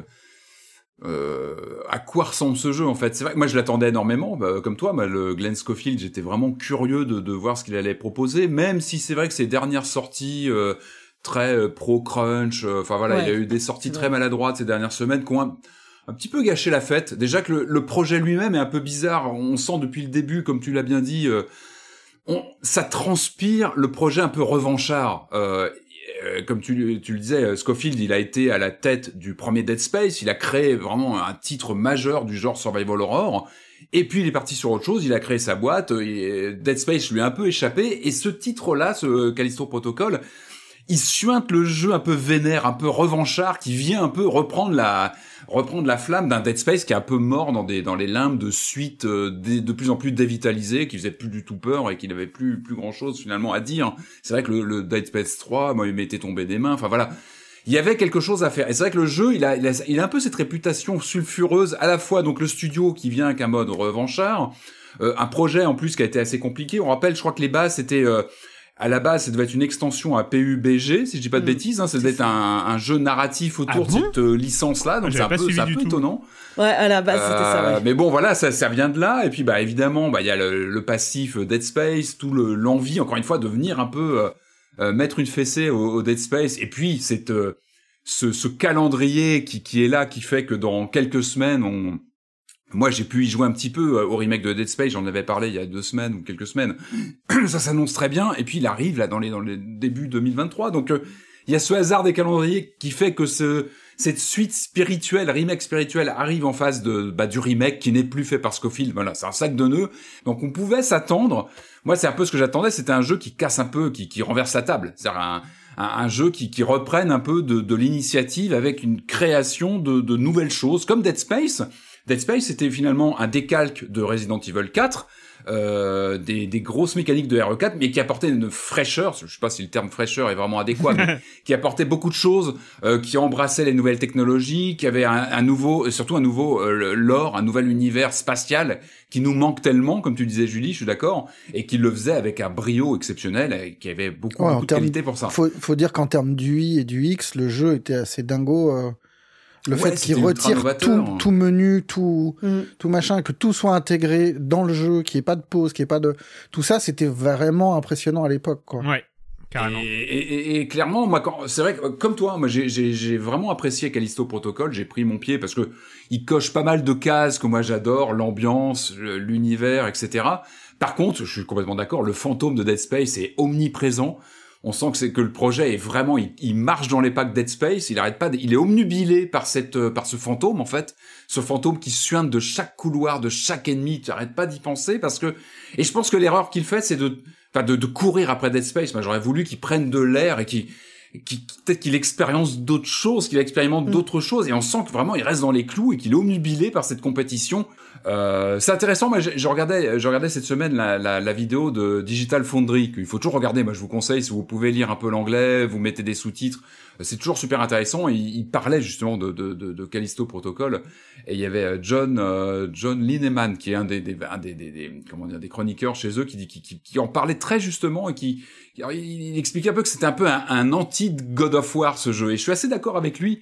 euh, à quoi ressemble ce jeu en fait. C'est vrai que moi je l'attendais énormément, bah, comme toi, bah, le Glenn Scofield, j'étais vraiment curieux de, de voir ce qu'il allait proposer, même si c'est vrai que ses dernières sorties euh, très euh, pro crunch, enfin euh, voilà, ouais, il y a eu des sorties très maladroites ces dernières semaines qui ont un, un petit peu gâché la fête. Déjà que le, le projet lui-même est un peu bizarre. On sent depuis le début, comme tu l'as bien dit, euh, on, ça transpire le projet un peu revanchard. Euh, euh, comme tu, tu le disais, Scofield, il a été à la tête du premier Dead Space. Il a créé vraiment un titre majeur du genre survival horror. Et puis il est parti sur autre chose. Il a créé sa boîte. Et Dead Space lui a un peu échappé. Et ce titre-là, ce Callisto Protocol, il suinte le jeu un peu vénère, un peu revanchard, qui vient un peu reprendre la reprendre la flamme d'un Dead Space qui est un peu mort dans des dans les limbes de suites euh, de, de plus en plus dévitalisées, qui faisait plus du tout peur et qui n'avait plus plus grand chose finalement à dire. C'est vrai que le, le Dead Space trois, moi, il m'était tombé des mains. Enfin voilà, il y avait quelque chose à faire. Et c'est vrai que le jeu, il a il a, il a un peu cette réputation sulfureuse, à la fois donc le studio qui vient avec un mode revanchard, euh, un projet en plus qui a été assez compliqué. On rappelle, je crois que les bases c'était euh, à la base, ça devait être une extension à P U B G, si je dis pas de mmh, bêtises, hein, ça devait être un, un jeu narratif autour ah bon de cette euh, licence-là, donc c'est un peu, c'est un peu étonnant. Ouais, à la base, euh, c'était ça, ouais. Mais bon, voilà, ça, ça vient de là, et puis, bah, évidemment, bah, il y a le, le passif Dead Space, tout le, l'envie, encore une fois, de venir un peu, euh, euh, mettre une fessée au, au Dead Space, et puis, cette, euh, ce, ce calendrier qui, qui est là, qui fait que dans quelques semaines, on, moi, j'ai pu y jouer un petit peu au remake de Dead Space, j'en avais parlé il y a deux semaines ou quelques semaines. Ça s'annonce très bien, et puis il arrive là dans les dans les débuts deux mille vingt-trois. Donc euh, il y a ce hasard des calendriers qui fait que ce cette suite spirituelle, remake spirituel arrive en face de bah du remake qui n'est plus fait par Scofield. Voilà, c'est un sac de nœuds. Donc on pouvait s'attendre. Moi, c'est un peu ce que j'attendais, c'était un jeu qui casse un peu, qui qui renverse la table. C'est-à-dire un un, un jeu qui qui reprenne un peu de de l'initiative avec une création de de nouvelles choses comme Dead Space. Dead Space, c'était finalement un décalque de Resident Evil quatre, euh, des, des grosses mécaniques de R E quatre, mais qui apportait une fraîcheur, je sais pas si le terme fraîcheur est vraiment adéquat, mais qui apportait beaucoup de choses, euh, qui embrassaient les nouvelles technologies, qui avait un, un nouveau, surtout un nouveau euh, lore, un nouvel univers spatial qui nous manque tellement, comme tu disais Julie, je suis d'accord, et qui le faisait avec un brio exceptionnel, et qui avait beaucoup, ouais, beaucoup de termes, qualité pour ça. Faut, faut dire qu'en termes d'U I et du X, le jeu était assez dingo. Euh... Le ouais, fait qu'il retire tout, tout menu, tout, mm. tout machin, que tout soit intégré dans le jeu, qu'il n'y ait pas de pause, qu'il n'y ait pas de... Tout ça, c'était vraiment impressionnant à l'époque, quoi. Ouais, carrément. Et, et, et, et clairement, moi, quand, c'est vrai que, comme toi, moi, j'ai, j'ai, j'ai vraiment apprécié Callisto Protocol, j'ai pris mon pied parce que il coche pas mal de cases que moi j'adore, l'ambiance, l'univers, et cetera. Par contre, je suis complètement d'accord, le fantôme de Dead Space est omniprésent. On sent que c'est que le projet est vraiment, il, il marche dans les pas de Dead Space. Il arrête pas, de, il est omnubilé par cette, par ce fantôme en fait, ce fantôme qui suinte de chaque couloir, de chaque ennemi. Tu arrêtes pas d'y penser parce que, et je pense que l'erreur qu'il fait, c'est de, enfin, de, de courir après Dead Space. Moi, j'aurais voulu qu'il prenne de l'air et qu'il, qu'il peut-être qu'il expérience d'autres choses, qu'il expérimente mmh. d'autres choses. Et on sent que vraiment, il reste dans les clous et qu'il est omnubilé par cette compétition. Euh, c'est intéressant. Moi, je, je regardais, je regardais cette semaine la, la, la vidéo de Digital Foundry qu'il faut toujours regarder. Moi, je vous conseille si vous pouvez lire un peu l'anglais, vous mettez des sous-titres. C'est toujours super intéressant. Et il, il parlait justement de, de, de, de Callisto Protocol. Et il y avait John, euh, John Lineman, qui est un des, des, un des, des, des, comment dire, des chroniqueurs chez eux, qui, qui, qui, qui en parlait très justement et qui, il, il expliquait un peu que c'était un peu un, un anti God of War ce jeu. Et je suis assez d'accord avec lui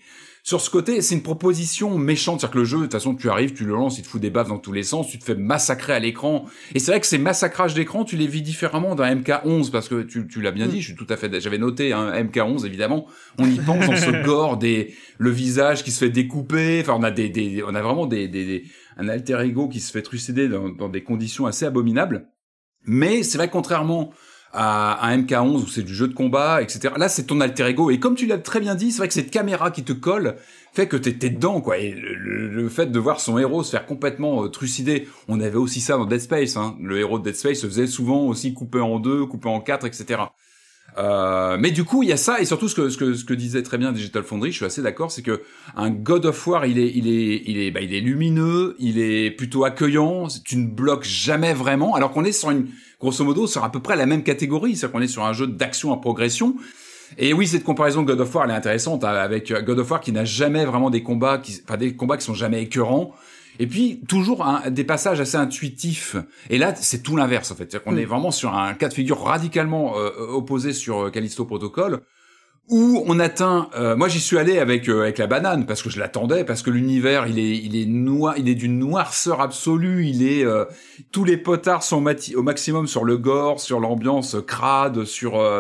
sur ce côté, c'est une proposition méchante. C'est-à-dire que le jeu, de toute façon, tu arrives, tu le lances, il te fout des baffes dans tous les sens, tu te fais massacrer à l'écran. Et c'est vrai que ces massacrages d'écran, tu les vis différemment d'un M K onze, parce que tu, tu l'as bien dit, je suis tout à fait, j'avais noté, hein, M K onze, évidemment. On y pense dans ce gore des, le visage qui se fait découper. Enfin, on a des, des, on a vraiment des, des, des un alter ego qui se fait trucider dans, dans des conditions assez abominables. Mais c'est vrai que contrairement à un M K onze où c'est du jeu de combat, et cetera. Là, c'est ton alter ego. Et comme tu l'as très bien dit, c'est vrai que cette caméra qui te colle fait que t'es, t'es dedans, quoi. Et le, le, le fait de voir son héros se faire complètement euh, trucider, on avait aussi ça dans Dead Space, hein. Le héros de Dead Space se faisait souvent aussi couper en deux, couper en quatre, et cetera. Euh, mais du coup, il y a ça, et surtout ce que, ce que, ce que disait très bien Digital Foundry, je suis assez d'accord, c'est que un God of War, il est, il est, il est, bah, il est lumineux, il est plutôt accueillant, tu ne bloques jamais vraiment, alors qu'on est sur une, grosso modo, sur à peu près la même catégorie, c'est-à-dire qu'on est sur un jeu d'action en progression. Et oui, cette comparaison de God of War, elle est intéressante, hein, avec God of War qui n'a jamais vraiment des combats, qui, enfin, des combats qui sont jamais écœurants. Et puis, toujours un, des passages assez intuitifs. Et là, c'est tout l'inverse, en fait. C'est-à-dire qu'on mmh. est vraiment sur un cas de figure radicalement euh, opposé sur Callisto Protocol, où on atteint... Euh, moi, j'y suis allé avec euh, avec la banane, parce que je l'attendais, parce que l'univers, il est il est noir, il est d'une noirceur absolue, il est... Euh, tous les potards sont mati- au maximum sur le gore, sur l'ambiance crade, sur... Euh,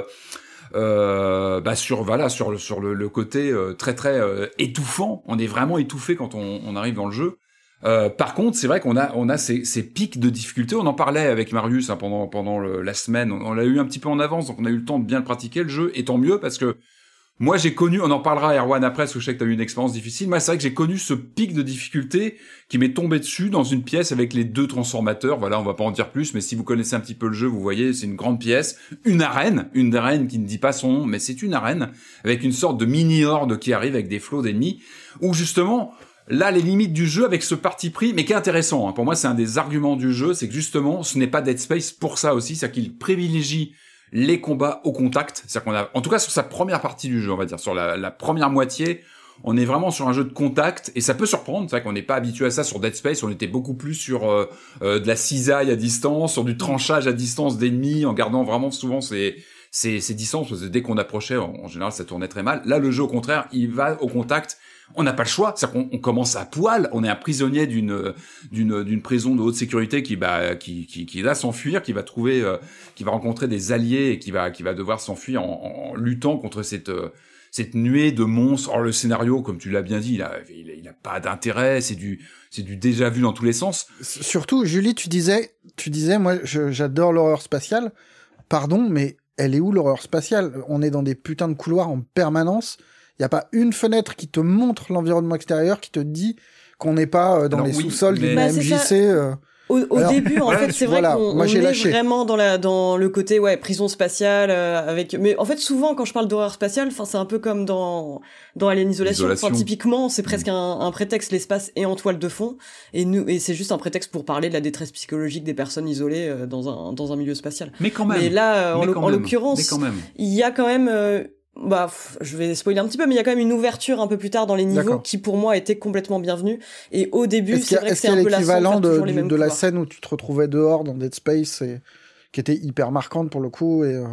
Euh, bah sur voilà sur le sur le, le côté euh, très très euh, étouffant. On est vraiment étouffé quand on, on arrive dans le jeu. Euh, par contre, c'est vrai qu'on a on a ces, ces pics de difficulté. On en parlait avec Marius hein, pendant pendant le, la semaine. On, on l'a eu un petit peu en avance, donc on a eu le temps de bien le pratiquer le jeu. Et tant mieux parce que moi j'ai connu, on en parlera Erwan après, parce que je sais que t'as eu une expérience difficile. Moi c'est vrai que j'ai connu ce pic de difficulté qui m'est tombé dessus dans une pièce avec les deux transformateurs. Voilà, on va pas en dire plus, mais si vous connaissez un petit peu le jeu, vous voyez, c'est une grande pièce, une arène, une arène qui ne dit pas son nom, mais c'est une arène avec une sorte de mini-horde qui arrive avec des flots d'ennemis, où justement, là, les limites du jeu avec ce parti pris, mais qui est intéressant, hein. Pour moi, c'est un des arguments du jeu, c'est que justement, ce n'est pas Dead Space pour ça aussi, c'est-à-dire qu'il privilégie les combats au contact, c'est-à-dire qu'on a, en tout cas sur sa première partie du jeu, on va dire, sur la, la première moitié, on est vraiment sur un jeu de contact, et ça peut surprendre, c'est vrai qu'on n'est pas habitué à ça sur Dead Space, on était beaucoup plus sur euh, euh, de la cisaille à distance, sur du tranchage à distance d'ennemis, en gardant vraiment souvent ces, ces, ces distances, parce que dès qu'on approchait, en, en général, ça tournait très mal. Là, le jeu, au contraire, il va au contact. On n'a pas le choix, c'est-à-dire qu'on on commence à poil, on est un prisonnier d'une d'une d'une prison de haute sécurité qui bah qui qui qui va s'enfuir, qui va trouver euh, qui va rencontrer des alliés et qui va qui va devoir s'enfuir en, en luttant contre cette euh, cette nuée de monstres. Or le scénario, comme tu l'as bien dit, il a il a, il a pas d'intérêt, c'est du c'est du déjà vu dans tous les sens. Surtout Julie, tu disais tu disais moi je, j'adore l'horreur spatiale. Pardon, mais elle est où l'horreur spatiale ? On est dans des putains de couloirs en permanence. Il n'y a pas une fenêtre qui te montre l'environnement extérieur, qui te dit qu'on n'est pas euh, dans Alors, les oui, sous-sols mais... d'une bah, M J C. Euh... Au, au Alors, début, en ouais, fait, c'est voilà, vrai qu'on moi, on j'ai est lâché. vraiment dans la dans le côté ouais prison spatiale euh, avec. Mais en fait, souvent quand je parle d'horreur spatiale, enfin c'est un peu comme dans dans Alien Isolation. Isolation. Enfin, typiquement, c'est presque un, un prétexte. L'espace est en toile de fond et nous et c'est juste un prétexte pour parler de la détresse psychologique des personnes isolées euh, dans un dans un milieu spatial. Mais quand même. Mais là, euh, Mais en, quand en même. l'occurrence, Mais quand même. il y a quand même. Euh, bah, pff, je vais spoiler un petit peu, mais il y a quand même une ouverture un peu plus tard dans les niveaux D'accord. qui, pour moi, était complètement bienvenue. Et au début, Est-ce qu'il c'est y a, vrai que est-ce c'est qu'il y a un peu lassant de l'équivalent faire de, toujours les du- mêmes de la couloirs. scène où tu te retrouvais dehors dans Dead Space et qui était hyper marquante pour le coup et euh,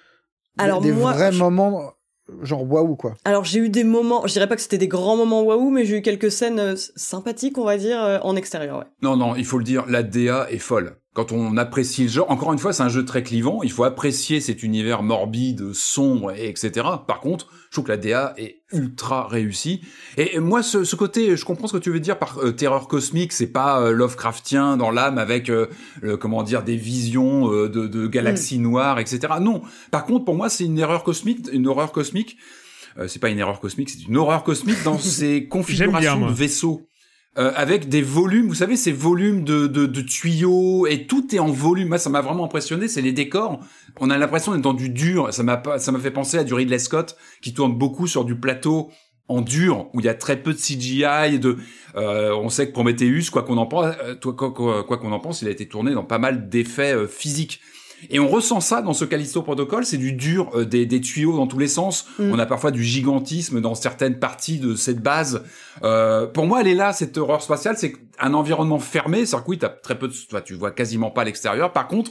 Alors, des, des moi, vrais je- moments genre waouh quoi. Alors j'ai eu des moments, je dirais pas que c'était des grands moments waouh, mais j'ai eu quelques scènes euh, sympathiques, on va dire, euh, en extérieur, ouais. Non, non, il faut le dire, la D A est folle. Quand on apprécie le jeu, encore une fois, c'est un jeu très clivant, il faut apprécier cet univers morbide, sombre, et etc. Par contre, je trouve que la D A est ultra réussie. Et moi, ce, ce côté, je comprends ce que tu veux dire par euh, terreur cosmique, c'est pas euh, Lovecraftien dans l'âme avec, euh, le, comment dire, des visions euh, de, de galaxies noires, et cetera. Non. Par contre, pour moi, c'est une erreur cosmique, une horreur cosmique. Euh, c'est pas une erreur cosmique, c'est une horreur cosmique dans ses configurations moi. de vaisseaux. Euh, avec des volumes, vous savez, ces volumes de, de, de tuyaux, et tout est en volume. Moi, ça m'a vraiment impressionné, c'est les décors. On a l'impression d'être dans du dur. Ça m'a pas, ça m'a fait penser à du Ridley Scott, qui tourne beaucoup sur du plateau en dur, où il y a très peu de C G I, de, euh, on sait que Prometheus, quoi qu'on en pense, euh, quoi, quoi, quoi qu'on en pense, il a été tourné dans pas mal d'effets euh, physiques. Et on ressent ça dans ce Callisto Protocol, c'est du dur, euh, des, des tuyaux dans tous les sens. Mm. On a parfois du gigantisme dans certaines parties de cette base. Euh, pour moi, elle est là, cette horreur spatiale, c'est un environnement fermé. C'est-à-dire que oui, t'as très peu de, toi, tu vois quasiment pas l'extérieur. Par contre,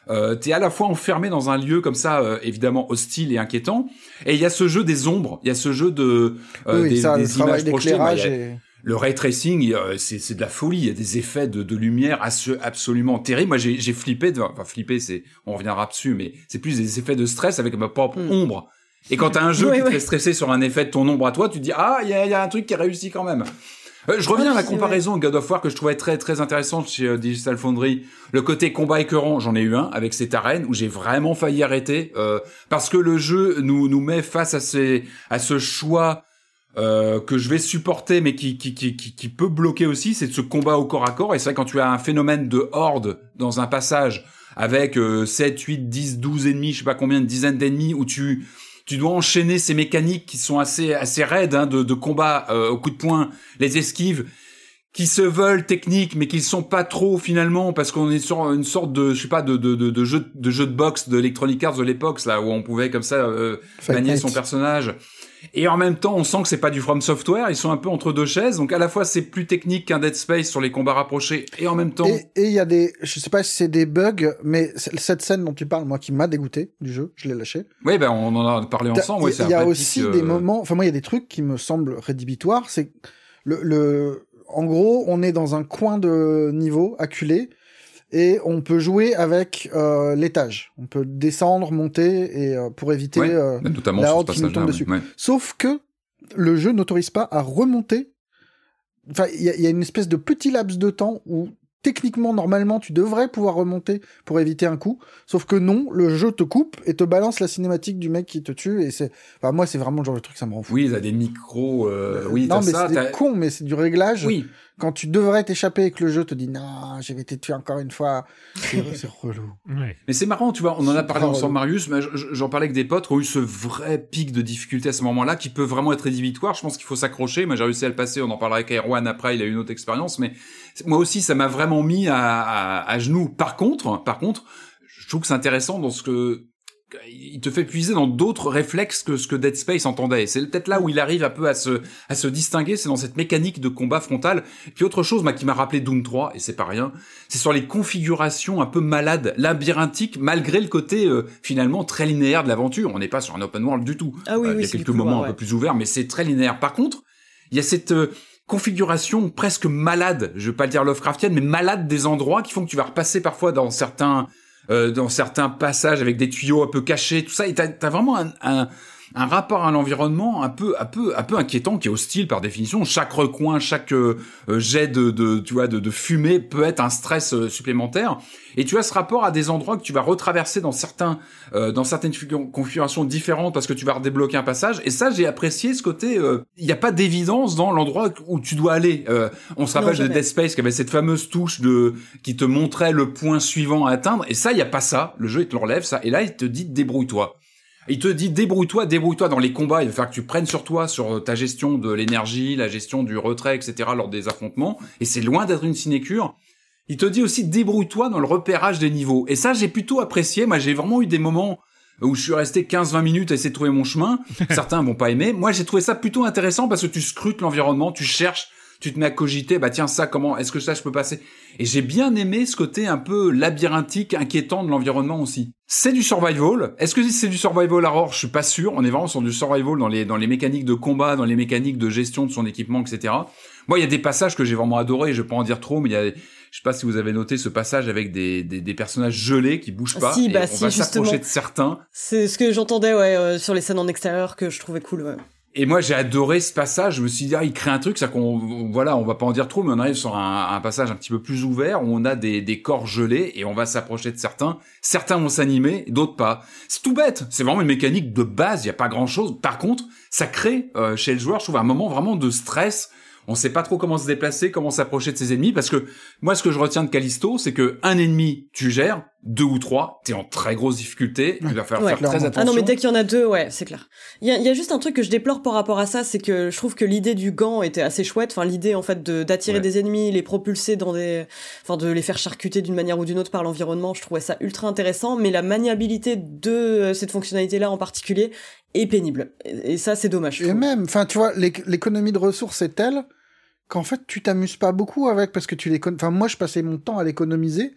Euh, t'es à la fois enfermé dans un lieu comme ça, euh, évidemment hostile et inquiétant, et il y a ce jeu des ombres, il y a ce jeu de euh, oui, des, ça, des images projetées. Bah, y a, et... Le ray tracing, euh, c'est, c'est de la folie. Il y a des effets de, de lumière asso- absolument terribles. Moi, j'ai, j'ai flippé. De, enfin, flippé, c'est, on reviendra dessus, mais c'est plus des effets de stress avec ma propre Mm. ombre. Et quand t'as un jeu Ouais, qui te ouais. fait stresser sur un effet de ton ombre à toi, tu te dis ah, il y a, y a un truc qui a réussi quand même. Euh, je reviens Ah, à la puis, comparaison avec God of War que je trouvais très très intéressante chez euh, Digital Foundry. Le côté combat écœurant, j'en ai eu un avec cette arène où j'ai vraiment failli arrêter euh, parce que le jeu nous nous met face à ces à ce choix euh, que je vais supporter mais qui qui qui qui, qui peut bloquer aussi, c'est de ce combat au corps à corps. Et c'est vrai quand tu as un phénomène de horde dans un passage avec euh, sept, huit, dix, douze ennemis, je sais pas combien de dizaines d'ennemis où tu tu dois enchaîner ces mécaniques qui sont assez assez raides hein, de, de combat euh, au coup de poing, les esquives qui se veulent techniques mais qui ne sont pas trop finalement parce qu'on est sur une sorte de je sais pas de de de, de jeu de jeu de boxe de Electronic Arts de l'époque là où on pouvait comme ça euh, manier son personnage. Et en même temps, on sent que c'est pas du From Software, ils sont un peu entre deux chaises, donc à la fois c'est plus technique qu'un Dead Space sur les combats rapprochés, et en même temps... Et il y a des... Je sais pas si c'est des bugs, mais cette scène dont tu parles, moi, qui m'a dégoûté du jeu, je l'ai lâché. Oui, ben on en a parlé ensemble, ouais, c'est un Il y a vrai aussi pic, euh... des moments... Enfin, moi, il y a des trucs qui me semblent rédhibitoires, c'est... Le, le... En gros, on est dans un coin de niveau, acculé, et on peut jouer avec euh, l'étage. On peut descendre, monter, et euh, pour éviter ouais, euh, notamment la sur horde ce qui nous tombe ouais, dessus. ouais. Sauf que le jeu n'autorise pas à remonter. Enfin, il y, y a une espèce de petit laps de temps où techniquement, normalement, tu devrais pouvoir remonter pour éviter un coup. Sauf que non, le jeu te coupe et te balance la cinématique du mec qui te tue. Et c'est, enfin, moi, c'est vraiment le genre de truc, ça me rend fou. Oui, t'as des micros. Euh... Oui, non, t'as mais ça. c'est t'as... con, mais c'est du réglage. Oui. Quand tu devrais t'échapper et que le jeu te dit non, j'ai été tué encore une fois, c'est, c'est relou. Ouais. Mais c'est marrant, tu vois, on en a C'est parlé pas ensemble, relou. Marius, mais j'en parlais avec des potes qui ont eu ce vrai pic de difficulté à ce moment-là, qui peut vraiment être rédhibitoire. Je pense qu'il faut s'accrocher. Moi, j'ai réussi à le passer. On en parlera avec Erwan après. Il a eu une autre expérience, mais moi aussi, ça m'a vraiment mis à, à, à genoux. Par contre, par contre, je trouve que c'est intéressant dans ce que il te fait puiser dans d'autres réflexes que ce que Dead Space entendait. Et c'est peut-être là où il arrive un peu à se, à se distinguer, c'est dans cette mécanique de combat frontal. Et puis autre chose, moi, qui m'a rappelé Doom trois, et c'est pas rien, c'est sur les configurations un peu malades, labyrinthiques, malgré le côté, euh, finalement, très linéaire de l'aventure. On n'est pas sur un open world du tout. Ah oui, Euh, oui, il y a c'est quelques du couloir, moments ouais. un peu plus ouverts, mais c'est très linéaire. Par contre, il y a cette, euh, configuration presque malade, je vais pas le dire Lovecraftienne, mais malade des endroits qui font que tu vas repasser parfois dans certains, euh, dans certains passages avec des tuyaux un peu cachés, tout ça, et t'as, t'as vraiment un, un, un rapport à l'environnement un peu, un peu, un peu inquiétant, qui est hostile par définition. Chaque recoin, chaque euh, jet de, de, tu vois, de, de fumée peut être un stress euh, supplémentaire. Et tu as ce rapport à des endroits que tu vas retraverser dans certains, euh, dans certaines configurations différentes parce que tu vas redébloquer un passage. Et ça, j'ai apprécié ce côté. Il euh, n'y a pas d'évidence dans l'endroit où tu dois aller. Euh, on se rappelle de Dead Space qui avait cette fameuse touche de qui te montrait le point suivant à atteindre. Et ça, il y a pas ça. Le jeu, il te l'enlève ça. Et là, il te dit débrouille-toi. Il te dit débrouille-toi, débrouille-toi dans les combats. Il va falloir que tu prennes sur toi, sur ta gestion de l'énergie, la gestion du retrait, et cetera lors des affrontements. Et c'est loin d'être une sinécure. Il te dit aussi débrouille-toi dans le repérage des niveaux. Et ça, j'ai plutôt apprécié. Moi, j'ai vraiment eu des moments où je suis resté quinze vingt minutes à essayer de trouver mon chemin. Certains vont pas aimer. Moi, j'ai trouvé ça plutôt intéressant parce que tu scrutes l'environnement, tu cherches, tu te mets à cogiter. Bah tiens, ça, comment, est-ce que ça, je peux passer? Et j'ai bien aimé ce côté un peu labyrinthique, inquiétant de l'environnement aussi. C'est du survival. Est-ce que c'est du survival horror? Je suis pas sûr. On est vraiment sur du survival dans les, dans les mécaniques de combat, dans les mécaniques de gestion de son équipement, et cetera. Moi, il y a des passages que j'ai vraiment adorés. Je vais pas en dire trop, mais il y a, je sais pas si vous avez noté ce passage avec des, des, des personnages gelés qui bougent pas. Si, et bah on si, va justement. s'approcher de certains. C'est ce que j'entendais, ouais, euh, sur les scènes en extérieur que je trouvais cool, ouais. Et moi, j'ai adoré ce passage. Je me suis dit, ah, il crée un truc, c'est qu'on, voilà, on va pas en dire trop, mais on arrive sur un, un passage un petit peu plus ouvert où on a des, des corps gelés et on va s'approcher de certains. Certains vont s'animer, d'autres pas. C'est tout bête. C'est vraiment une mécanique de base. Il y a pas grand chose. Par contre, ça crée, euh, chez le joueur, je trouve un moment vraiment de stress. On sait pas trop comment se déplacer, comment s'approcher de ses ennemis, parce que moi, ce que je retiens de Callisto, c'est que un ennemi, tu gères, deux ou trois, t'es en très grosse difficulté, il va falloir Ouais, faire très clairement. attention. Ah non, mais dès qu'il y en a deux, ouais, c'est clair. Il y a, il y a juste un truc que je déplore par rapport à ça, c'est que je trouve que l'idée du gant était assez chouette. Enfin, l'idée, en fait, de, d'attirer Ouais. des ennemis, les propulser dans des, enfin, de les faire charcuter d'une manière ou d'une autre par l'environnement, je trouvais ça ultra intéressant, mais la maniabilité de euh, cette fonctionnalité-là en particulier est pénible. Et, et ça, c'est dommage. je Et trouve. même, enfin, tu vois, l'éc- l'économie de ressources est telle qu'en fait, tu t'amuses pas beaucoup avec parce que tu l'économises. Enfin, moi, je passais mon temps à l'économiser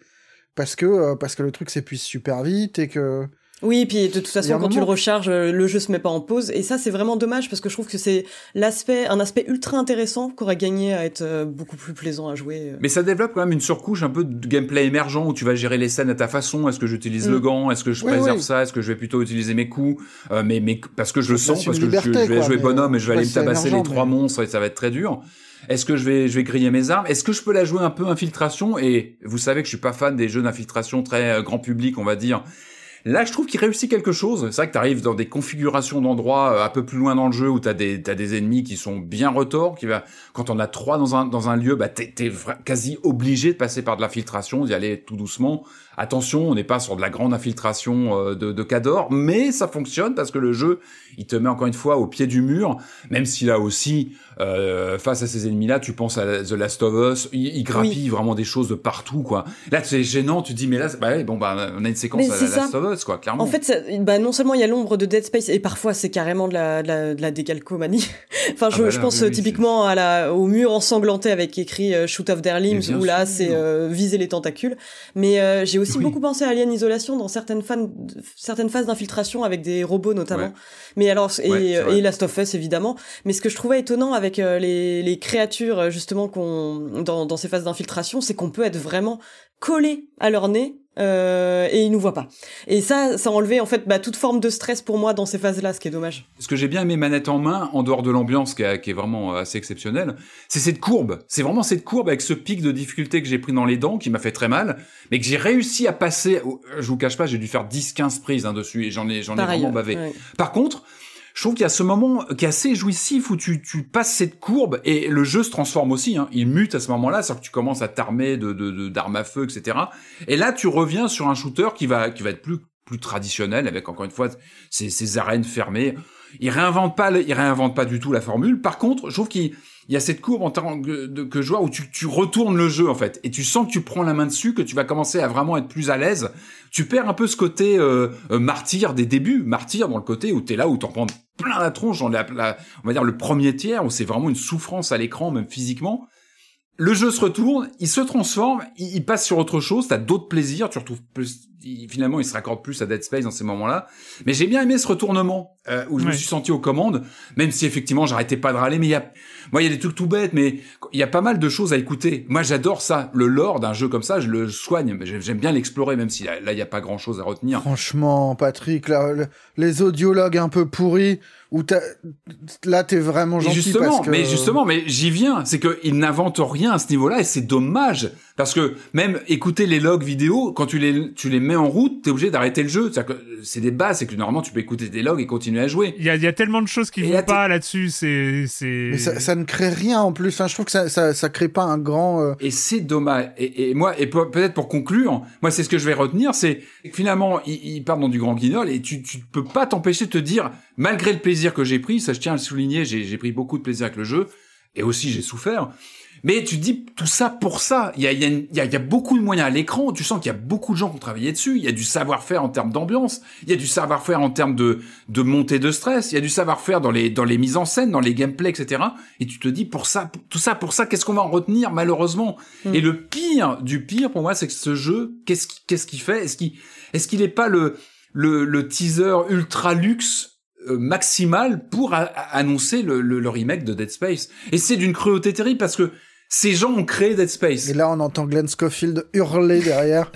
parce que euh, parce que le truc s'épuise super vite et que Oui, puis de toute Il y a façon, un quand moment- tu le recharges, euh, le jeu se met pas en pause. Et ça, c'est vraiment dommage parce que je trouve que c'est l'aspect, un aspect ultra intéressant qu'aurait gagné à être euh, beaucoup plus plaisant à jouer. euh. Mais ça développe quand même une surcouche un peu de gameplay émergent où tu vas gérer les scènes à ta façon. Est-ce que j'utilise Mm. le gant? Est-ce que je Oui, préserve oui. ça? Est-ce que je vais plutôt utiliser mes coups? euh, mais, mais parce que je le Ça te sens, laisse parce une que je- liberté, je, vais quoi, jouer mais, bonhomme et je vais ouais, aller me c'est tabasser les émergent, trois mais- monstres et ça va être très dur. Est-ce que je vais, je vais griller mes armes? Est-ce que je peux la jouer un peu infiltration? Et vous savez que je suis pas fan des jeux d'infiltration très euh, grand public, on va dire. Là, je trouve qu'il réussit quelque chose. C'est vrai que t'arrives dans des configurations d'endroits euh, un peu plus loin dans le jeu où t'as des, t'as des ennemis qui sont bien retors, qui va, quand on a trois dans un, dans un lieu, bah, t'es, t'es vra- quasi obligé de passer par de l'infiltration, d'y aller tout doucement. Attention, on n'est pas sur de la grande infiltration euh, de, de Cador, mais ça fonctionne parce que le jeu, il te met encore une fois au pied du mur, même si là aussi, euh, face à ces ennemis-là, tu penses à The Last of Us, il, il grappille vraiment des choses de partout, quoi. Là, c'est gênant, tu te dis, mais là, c'est- bah, ouais, bon, bah, on a une séquence Mais à c'est la Last ça. of Us, quoi, clairement. En fait, ça- bah, non seulement il y a l'ombre de Dead Space, et parfois c'est carrément de la, de la, de la décalcomanie. enfin, Ah je, bah je là, pense oui, euh, oui, typiquement à la, au mur ensanglanté avec écrit euh, Shoot off their limbs, Mais bien où là sûr. c'est euh, viser les tentacules. Mais euh, j'ai aussi Oui. beaucoup pensé à Alien Isolation dans certaines, fan, certaines phases d'infiltration avec des robots notamment. Ouais. Mais alors, et, Ouais, c'est vrai. et Last of Us évidemment. Mais ce que je trouvais étonnant avec euh, les, les créatures euh, justement qu'on dans, dans ces phases d'infiltration, c'est qu'on peut être vraiment collé à leur nez. Euh, et ils nous voient pas. Et ça, ça enlevait en fait bah, toute forme de stress pour moi dans ces phases-là, ce qui est dommage. Ce que j'ai bien aimé manette en main, en dehors de l'ambiance qui, est- qui est vraiment assez exceptionnelle, c'est cette courbe. C'est vraiment cette courbe avec ce pic de difficulté que j'ai pris dans les dents, qui m'a fait très mal, mais que j'ai réussi à passer. Je vous cache pas, j'ai dû faire dix quinze prises hein, dessus et j'en ai, j'en ai Pareil. vraiment bavé. Ouais. Par contre, je trouve qu'il y a ce moment qui est assez jouissif où tu, tu passes cette courbe et le jeu se transforme aussi. Hein. Il mute à ce moment-là, c'est-à-dire que tu commences à t'armer de, de, de, d'armes à feu, et cetera. Et là, tu reviens sur un shooter qui va, qui va être plus, plus traditionnel, avec encore une fois ces, ces arènes fermées. Il réinvente pas, le- il réinvente pas du tout la formule. Par contre, je trouve qu'il il y a cette courbe en tant que, de, que je vois où tu, tu retournes le jeu en fait et tu sens que tu prends la main dessus, que tu vas commencer à vraiment être plus à l'aise. Tu perds un peu ce côté euh, euh, martyr des débuts, martyr dans le côté où t'es là où t'en prends plein la tronche dans la, la, on va dire le premier tiers où c'est vraiment une souffrance à l'écran même physiquement. Le jeu se retourne, il se transforme, il, il passe sur autre chose, t'as d'autres plaisirs, tu retrouves plus, il- finalement il se raccorde plus à Dead Space dans ces moments-là. Mais j'ai bien aimé ce retournement euh, où je me Ouais. suis senti aux commandes, même si effectivement j'arrêtais pas de râler. Mais il y a, moi il y a des trucs tout bêtes, mais il y a pas mal de choses à écouter. Moi j'adore ça, le lore d'un jeu comme ça, je le soigne, j'aime j'aime bien l'explorer, même si là là, il y a pas grand-chose à retenir. Franchement, Patrick, là, le- les audiologues un peu pourris, où t'as, là, t'es vraiment Mais gentil justement, parce que... mais justement, mais j'y viens. C'est qu'ils n'inventent rien à ce niveau-là et c'est dommage. Parce que même écouter les logs vidéo, quand tu les, tu les mets en route, t'es obligé d'arrêter le jeu. C'est-à-dire que c'est des bases, c'est que normalement tu peux écouter des logs et continuer à jouer. Il y a, il y a tellement de choses qui Et vont là, t'es- pas là-dessus, c'est, c'est... Mais ça, ça ne crée rien en plus. Enfin, je trouve que ça, ça, ça crée pas un grand. euh, Et c'est dommage. Et, et moi, et pe- peut-être pour conclure, moi c'est ce que je vais retenir, c'est que finalement ils, ils partent dans du grand guignol et tu, tu peux pas t'empêcher de te dire, malgré le plaisir que j'ai pris, ça je tiens à le souligner, j'ai, j'ai pris beaucoup de plaisir avec le jeu et aussi j'ai souffert. Mais tu te dis tout ça pour ça. Il y a, il y a, une- il y a, il y a beaucoup de moyens à l'écran. Tu sens qu'il y a beaucoup de gens qui ont travaillé dessus. Il y a du savoir-faire en termes d'ambiance. Il y a du savoir-faire en termes de, de montée de stress. Il y a du savoir-faire dans les, dans les mises en scène, dans les gameplays, et cetera. Et tu te dis pour ça, pour- tout ça, pour ça, qu'est-ce qu'on va en retenir malheureusement. Mm. Et le pire du pire pour moi, c'est que ce jeu, qu'est-ce qu'il, qu'est-ce qu'il fait Est-ce qu'il, est-ce qu'il est pas le, le, le teaser ultra luxe euh, maximal pour a- a- annoncer le, le, le remake de Dead Space? Et c'est d'une cruauté terrible parce que ces gens ont créé Dead Space. Et là, on entend Glenn Schofield hurler derrière.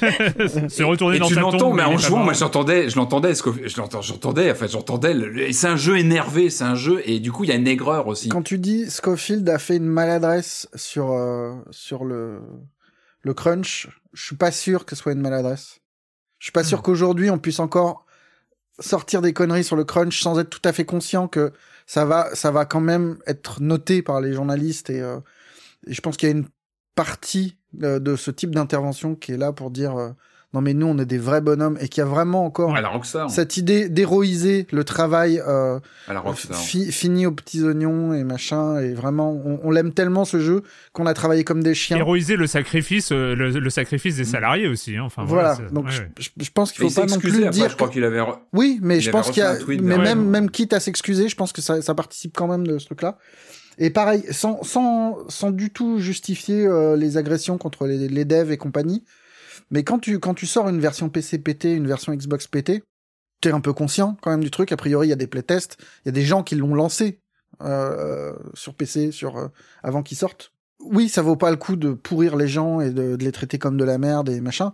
se retourner Et dans tu sa l'entends, tombe, mais il en est pas jouant, mort. moi j'entendais, je l'entendais, ce que- je l'entends, j'entendais, enfin j'entendais. le- et c'est un jeu énervé, c'est un jeu, et du coup il y a une aigreur aussi. Quand tu dis Schofield a fait une maladresse sur euh, sur le le crunch, je suis pas sûr que ce soit une maladresse. Je suis pas sûr Hmm. qu'aujourd'hui on puisse encore sortir des conneries sur le crunch sans être tout à fait conscient que ça va ça va quand même être noté par les journalistes et, euh, et je pense qu'il y a une partie euh, de ce type d'intervention qui est là pour dire euh, non mais nous on est des vrais bonhommes et qu'il y a vraiment encore À la Rockstar. cette idée d'héroïser le travail euh, À la Rockstar. fi- fini aux petits oignons et machin, et vraiment, on, on l'aime tellement ce jeu qu'on a travaillé comme des chiens. Héroïser le sacrifice, euh, le, le sacrifice des salariés aussi. Hein. Enfin, Voilà, c'est- donc ouais, je, ouais. je- je pense qu'il Mais faut il s'est pas non excusé plus après, dire. je crois que- qu'il avait. re- Oui, mais il je avait pense qu'il y a, reçu un tweet mais derrière. même même quitte à s'excuser, je pense que ça, ça participe quand même de ce truc-là. Et pareil, sans sans sans du tout justifier euh, les agressions contre les, les devs et compagnie. Mais quand tu, quand tu sors une version P C pétée, une version Xbox pétée, t'es un peu conscient quand même du truc. A priori, il y a des playtests, il y a des gens qui l'ont lancé euh, sur P C, sur euh, avant qu'ils sortent. Oui, ça vaut pas le coup de pourrir les gens et de, de les traiter comme de la merde et machin.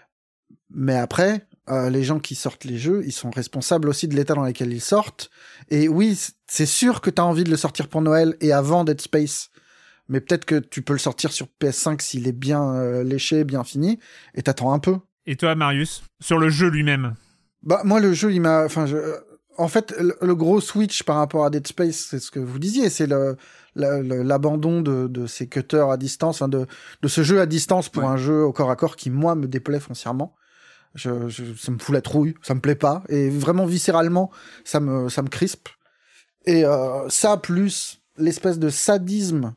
Mais après, euh, les gens qui sortent les jeux, ils sont responsables aussi de l'état dans lequel ils sortent. Et oui, c'est sûr que t'as envie de le sortir pour Noël et avant Dead Space. Mais peut-être que tu peux le sortir sur P S cinq s'il est bien euh, léché, bien fini, et t'attends un peu. Et toi, Marius, sur le jeu lui-même? Bah moi, le jeu, il m'a... Enfin, je... En fait, le, le gros switch par rapport à Dead Space, c'est ce que vous disiez, c'est le, le, le l'abandon de, de ces cutters à distance, enfin de, de ce jeu à distance pour ouais. un jeu au corps à corps qui, moi, me déplaît foncièrement. Je, je, ça me fout la trouille, ça me plaît pas, et vraiment viscéralement, ça me, ça me crispe. Et euh, ça, plus l'espèce de sadisme.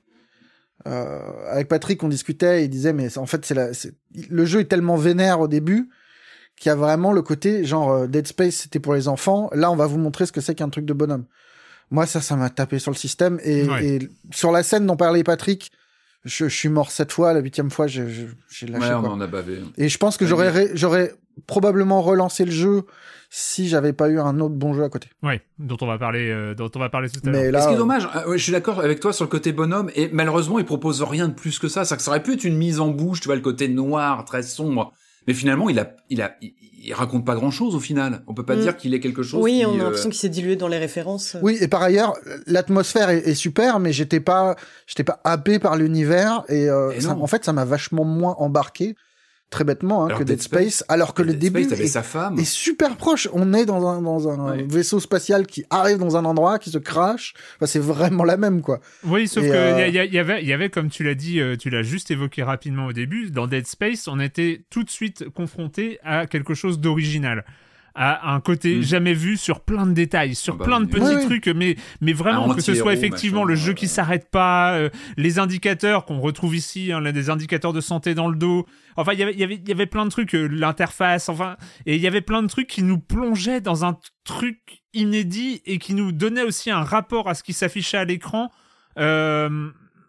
Euh, avec Patrick, on discutait, il disait, mais en fait, c'est la, c'est... le jeu est tellement vénère au début qu'il y a vraiment le côté, genre, euh, Dead Space, c'était pour les enfants, là, on va vous montrer ce que c'est qu'un truc de bonhomme. Moi, ça, ça m'a tapé sur le système, et, ouais. et sur la scène dont parlait Patrick, je, je suis mort sept fois, la huitième fois, je, je, j'ai lâché. Ouais, on quoi. en a bavé. Et je pense que j'aurais, ré... j'aurais probablement relancé le jeu si j'avais pas eu un autre bon jeu à côté. Oui, dont on va parler, euh, dont on va parler tout à Mais l'heure. là, ce qui est dommage, euh, ouais, je suis d'accord avec toi sur le côté bonhomme, et malheureusement, il propose rien de plus que ça. Ça, ça aurait pu être une mise en bouche, tu vois, le côté noir, très sombre. Mais finalement, il a, il a, il, il raconte pas grand chose au final. On peut pas mmh. dire qu'il est quelque chose. Oui, qui, on a euh... l'impression qu'il s'est dilué dans les références. Oui, et par ailleurs, l'atmosphère est, est super, mais j'étais pas, j'étais pas happé par l'univers, et, euh, et ça, en fait, ça m'a vachement moins embarqué. Très bêtement, hein, que Dead Space, Space, alors que le Dead début Space, est, sa femme. est super proche. On est dans un, dans un ouais. vaisseau spatial qui arrive dans un endroit, qui se crache. Enfin, c'est vraiment la même, quoi. Oui, sauf et que euh... y, y, y, avait, y avait, comme tu l'as dit, euh, tu l'as juste évoqué rapidement au début, dans Dead Space, on était tout de suite confronté à quelque chose d'original. À un côté mmh. jamais vu sur plein de détails, sur ah bah, plein de petits oui, trucs, mais, mais vraiment que ce soit effectivement machin, le jeu euh... qui s'arrête pas, euh, les indicateurs qu'on retrouve ici, hein, des indicateurs de santé dans le dos. Enfin, y avait, y avait, y avait plein de trucs, euh, l'interface, enfin, et il y avait plein de trucs qui nous plongeaient dans un truc inédit et qui nous donnaient aussi un rapport à ce qui s'affichait à l'écran. Euh,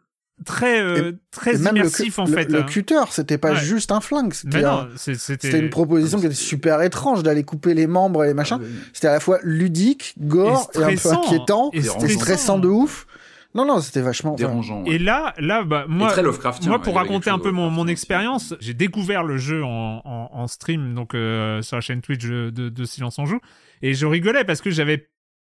très euh, et, très et immersif le, en fait. Le, hein. le cutter, c'était pas ouais. juste un flingue, c'était, non, un, c'est, c'était... c'était une proposition qui était super étrange d'aller couper les membres et les machins. Ah, oui. C'était à la fois ludique, gore et, et un peu inquiétant, et c'était stressant de ouf. Non, non, c'était vachement dérangeant. Ouais. Et là, là, bah, moi, très Lovecraftien, moi, pour raconter un peu mon, mon expérience, j'ai découvert le jeu en, en, en stream, donc euh, sur la chaîne Twitch de, de Silence on Joue, et je rigolais parce que j'avais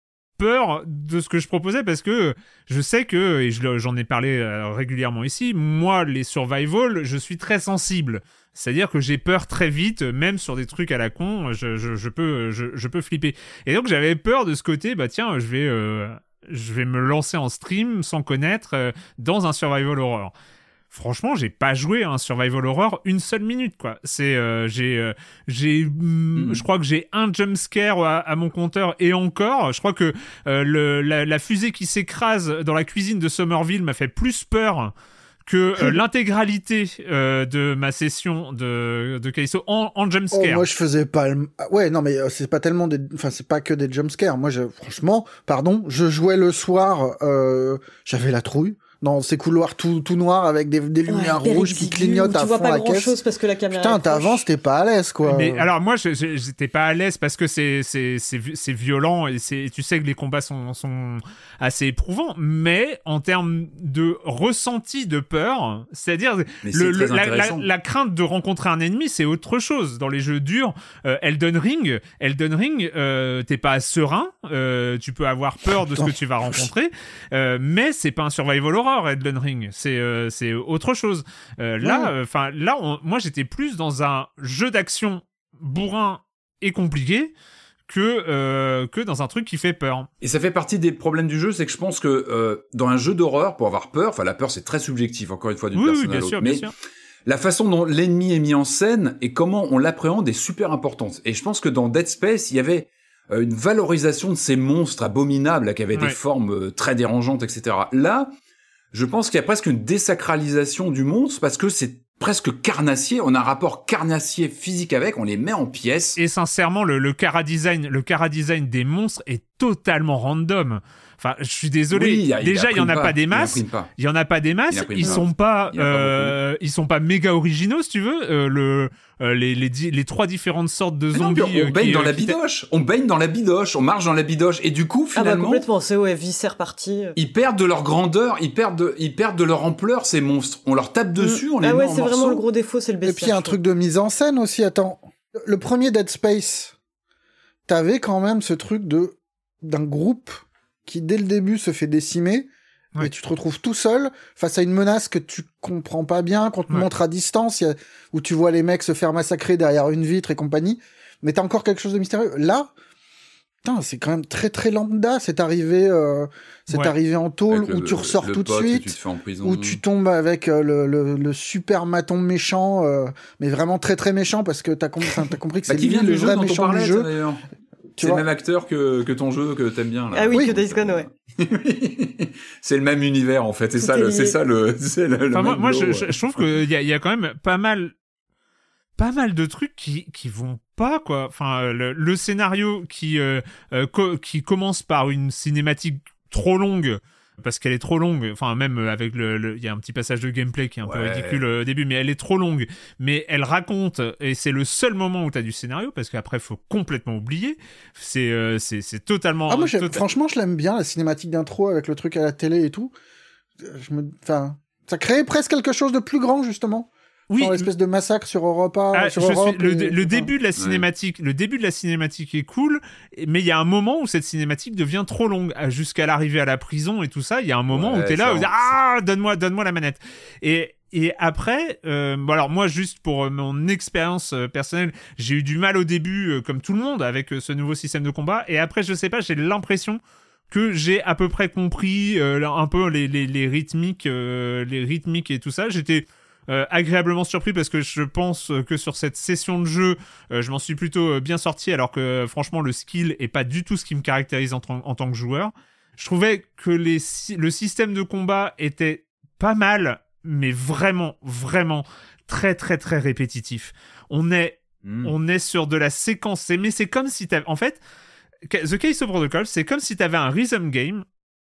peur de ce que je proposais, parce que je sais que, et je, j'en ai parlé euh, régulièrement ici, moi, les survival, je suis très sensible. C'est-à-dire que j'ai peur très vite, même sur des trucs à la con, je, je, je, peux, je, je peux flipper. Et donc, j'avais peur de ce côté, bah tiens, je vais... Euh, je vais me lancer en stream sans connaître euh, dans un survival horror. Franchement, j'ai pas joué à un survival horror une seule minute, quoi. C'est, euh, j'ai, euh, j'ai, mm, mmh. je crois que j'ai un jump scare à, à mon compteur et encore. Je crois que euh, le, la, la fusée qui s'écrase dans la cuisine de Somerville m'a fait plus peur que euh, l'intégralité euh, de ma session de de Callisto en, en jumpscare. Oh, moi je faisais pas le... ouais non mais euh, c'est pas tellement des enfin c'est pas que des jumpscares. Moi je franchement pardon, je jouais le soir euh, j'avais la trouille dans ces couloirs tout tout noirs avec des des lumières ouais, rouges qui clignotent à fond la caisse. Tu vois pas grand-chose parce que la caméra Putain, t'avances, t'es pas à l'aise quoi. Mais alors moi je, je, j'étais pas à l'aise parce que c'est c'est c'est c'est violent et c'est tu sais que les combats sont sont assez éprouvants, mais en termes de ressenti de peur, c'est-à-dire mais le, c'est le la, la, la crainte de rencontrer un ennemi, c'est autre chose dans les jeux durs. euh, Elden Ring, Elden Ring, euh, t'es pas serein, euh, tu peux avoir peur de ce que tu vas rencontrer, euh, mais c'est pas un survival horror. Elden Ring, c'est euh, c'est autre chose. Euh, là, enfin ouais. euh, là, on, moi j'étais plus dans un jeu d'action bourrin et compliqué que euh, que dans un truc qui fait peur. Et ça fait partie des problèmes du jeu, c'est que je pense que euh, dans un jeu d'horreur, pour avoir peur, enfin la peur c'est très subjectif encore une fois d'une oui, personne oui, bien à l'autre, sûr, mais bien sûr. La façon dont l'ennemi est mis en scène et comment on l'appréhende est super importante. Et je pense que dans Dead Space, il y avait euh, une valorisation de ces monstres abominables là, qui avaient ouais. des formes euh, très dérangeantes, et cetera. Là, je pense qu'il y a presque une désacralisation du monstre parce que c'est presque carnassier. On a un rapport carnassier physique avec, on les met en pièces. Et sincèrement, le, le chara design, le chara design des monstres est totalement random. Enfin, je suis désolé. Oui, il y a- il Déjà, il y en a imprime pas des Il masses. imprime pas. Il y en a pas des masses. Il imprime Ils pas. sont pas, Il y en a pas euh, ils sont pas méga originaux, si tu veux. Euh, le, euh, les, les, di- les trois différentes sortes de Mais non, zombies. mais on euh, baigne qui, dans euh, la qui t'a- bidoche. On baigne dans la bidoche. On marche dans la bidoche. Et du coup, Ah bah finalement, complètement, c'est ouais, viscère partie. ils perdent de leur grandeur. Ils perdent de, ils perdent de leur ampleur, ces monstres. On leur tape dessus, on les Ah met ouais, en c'est vraiment morceaux. le gros défaut, c'est le Et bestiaire. puis il y a un je truc de mise en scène aussi. Attends, le premier Dead Space, t'avais quand même ce truc de d'un groupe qui dès le début se fait décimer. Ouais. Et tu te retrouves tout seul face à une menace que tu comprends pas bien, qu'on te Ouais. montre à distance, y a- où tu vois les mecs se faire massacrer derrière une vitre et compagnie. Mais t'as encore quelque chose de mystérieux. Là, putain, c'est quand même très très lambda. C'est arrivé, euh, c'est Ouais. arrivé en tôle Avec le- où tu ressors le tout de pote que suite. tu te fais en prison. Où tu tombes avec euh, le, le, le super maton méchant, euh, mais vraiment très très méchant parce que t'as com- enfin, t'as compris que Bah, c'est qui lui vient le du jeu vrai dont on méchant parlait, du ça, jeu. d'ailleurs. Tu C'est le vois. même acteur que, que ton jeu que t'aimes bien, là. Ah oui, Oui. que Days Gone, ouais. C'est le même univers, en fait. C'est Tout ça, est le, lié. c'est ça le, c'est le, le Enfin, moi, même moi lot, je, ouais. je, je trouve qu'il y a, il y a quand même pas mal, pas mal de trucs qui, qui vont pas, quoi. Enfin, euh, le, le scénario qui, euh, euh, co- qui commence par une cinématique trop longue, parce qu'elle est trop longue. Enfin, même avec le, le- il y a un petit passage de gameplay qui est un peu Ouais. ridicule euh, au début, mais elle est trop longue. Mais elle raconte, et c'est le seul moment où t'as du scénario, parce qu'après, faut complètement oublier. C'est, euh, c'est, c'est totalement. Ah moi, j'aime- tota- franchement, je l'aime bien la cinématique d'intro avec le truc à la télé et tout. Euh, Je me, enfin, ça crée presque quelque chose de plus grand justement. Oui, Genre l'espèce de massacre sur Europa, Ah, sur je Europe. suis, le, et- le enfin, début de la cinématique, le début de la cinématique est cool, mais il y a un moment où cette cinématique devient trop longue, à- jusqu'à l'arrivée à la prison et tout ça. Il y a un moment Ouais, où t'es là, ça, où on- t'es, ah, donne-moi, donne-moi la manette. Et et après, euh, bon alors moi juste pour euh, mon expérience euh, personnelle, j'ai eu du mal au début, euh, comme tout le monde, avec euh, ce nouveau système de combat. Et après, je sais pas, j'ai l'impression que j'ai à peu près compris euh, un peu les les, les rythmiques, euh, les rythmiques et tout ça. J'étais Euh, agréablement surpris parce que je pense que sur cette session de jeu, euh, je m'en suis plutôt euh, bien sorti, alors que euh, franchement le skill est pas du tout ce qui me caractérise en, tant- en tant que joueur. Je trouvais que les, sy- le système de combat était pas mal, mais vraiment, vraiment très très très répétitif. On est, Mm. on est sur de la séquence, c'est- mais c'est comme si t'avais, en fait, The Callisto Protocol, c'est comme si t'avais un rhythm game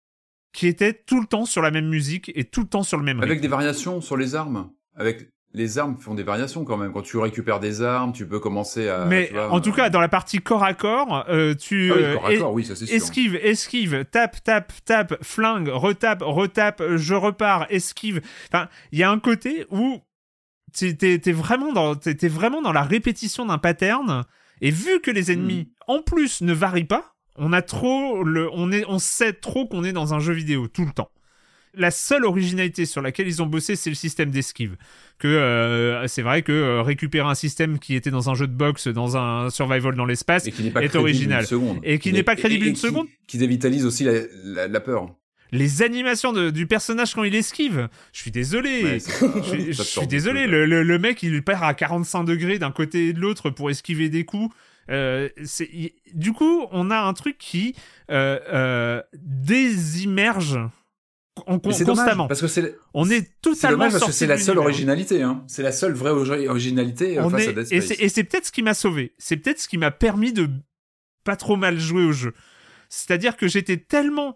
qui était tout le temps sur la même musique et tout le temps sur le même rythme. Avec des variations sur les armes. Avec les armes font des variations quand même. Quand tu récupères des armes, tu peux commencer à. Mais tu vois, en tout euh, cas, dans la partie corps à corps, euh, tu Ah oui, euh, corps à es- corps, oui, ça c'est sûr. esquive, esquive, tape, tape, tape, flingue, retape, retape, je repars, esquive. Enfin, il y a un côté où t'es, t'es, t'es vraiment dans, t'es, t'es vraiment dans la répétition d'un pattern. Et vu que les ennemis, en plus, ne varient pas, on a trop le, on est, on sait trop qu'on est dans un jeu vidéo tout le temps. La seule originalité sur laquelle ils ont bossé, c'est le système d'esquive. Que euh, c'est vrai que euh, récupérer un système qui était dans un jeu de boxe, dans un survival dans l'espace, Et qui n'est pas est crédible original. une seconde. Et qui n'est pas crédible et- et une qui- seconde. Qui dévitalise aussi la, la, la peur. les animations de- du personnage quand il esquive, je suis désolé. Ouais, c'est pas- je suis, je ça suis sort désolé. du truc. Le, le, le mec, il perd à quarante-cinq degrés d'un côté et de l'autre pour esquiver des coups. Euh, c'est, il- du coup, on a un truc qui euh, euh, désimmerge en, con- Mais c'est dommage, constamment. parce que c'est On est c'est totalement dommage parce que sorti c'est de la seule l'univers. originalité. Hein. C'est la seule vraie ori- originalité euh, On face est- à Dead et Space. c'est, et c'est peut-être ce qui m'a sauvé. C'est peut-être ce qui m'a permis de pas trop mal jouer au jeu. C'est-à-dire que j'étais tellement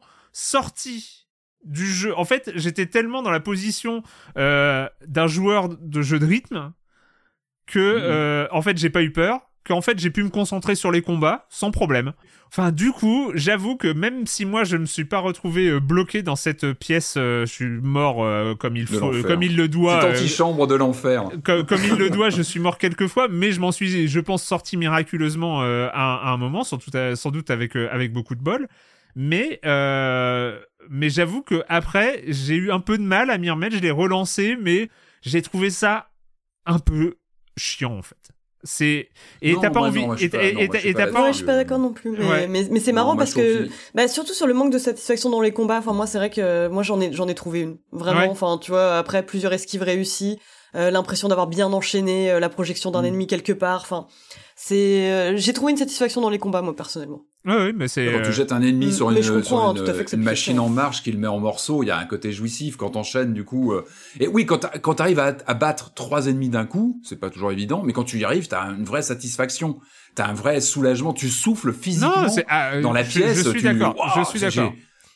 sorti du jeu. En fait, j'étais tellement dans la position euh, d'un joueur de jeu de rythme que, Mhm. euh, en fait, j'ai pas eu peur. Qu'en fait, j'ai pu me concentrer sur les combats sans problème. Enfin, du coup, j'avoue que même si moi, je me suis pas retrouvé euh, bloqué dans cette pièce, euh, je suis mort euh, comme il De faut, l'enfer. comme il le doit. Cette euh, antichambre de l'enfer. comme, comme il le doit, je suis mort quelques fois, mais je m'en suis, je pense, sorti miraculeusement euh, à, à un moment, sans, tout à- sans doute avec, euh, avec beaucoup de bol. Mais, euh, mais j'avoue que après, j'ai eu un peu de mal à m'y remettre. Je l'ai relancé, mais j'ai trouvé ça un peu chiant en fait. C'est et Non, t'as pas moi, envie non, moi, je et suis et- pas- et non, moi, t'as je suis et pas t'as pas là-dessus. Ouais, je suis pas d'accord non plus, mais, Ouais. mais, mais c'est Non, marrant moi, parce je trouve que, qu'il- bah, surtout sur le manque de satisfaction dans les combats. Enfin, moi, c'est vrai que moi, j'en ai, j'en ai trouvé une. Vraiment. Ouais. Enfin, tu vois, après plusieurs esquives réussies, euh, l'impression d'avoir bien enchaîné euh, la projection d'un Mm. ennemi quelque part. Enfin, c'est, euh, j'ai trouvé une satisfaction dans les combats, moi, personnellement. ouais, ouais, mais c'est Quand euh, tu jettes un ennemi Mm, sur mais une, je comprends, sur hein, une, tout à fait que c'est une plus machine chiant. en marche qui le met en morceaux, il y a un côté jouissif quand t'enchaînes du coup. euh, Et oui, quand t'a- quand t'arrives à, à battre trois ennemis d'un coup, c'est pas toujours évident, mais quand tu y arrives, t'as une vraie satisfaction, t'as un vrai soulagement, tu souffles physiquement non, c'est ah, dans la je- pièce. Je, suis tu- d'accord. Waouh, je suis c'est- d'accord. j'ai-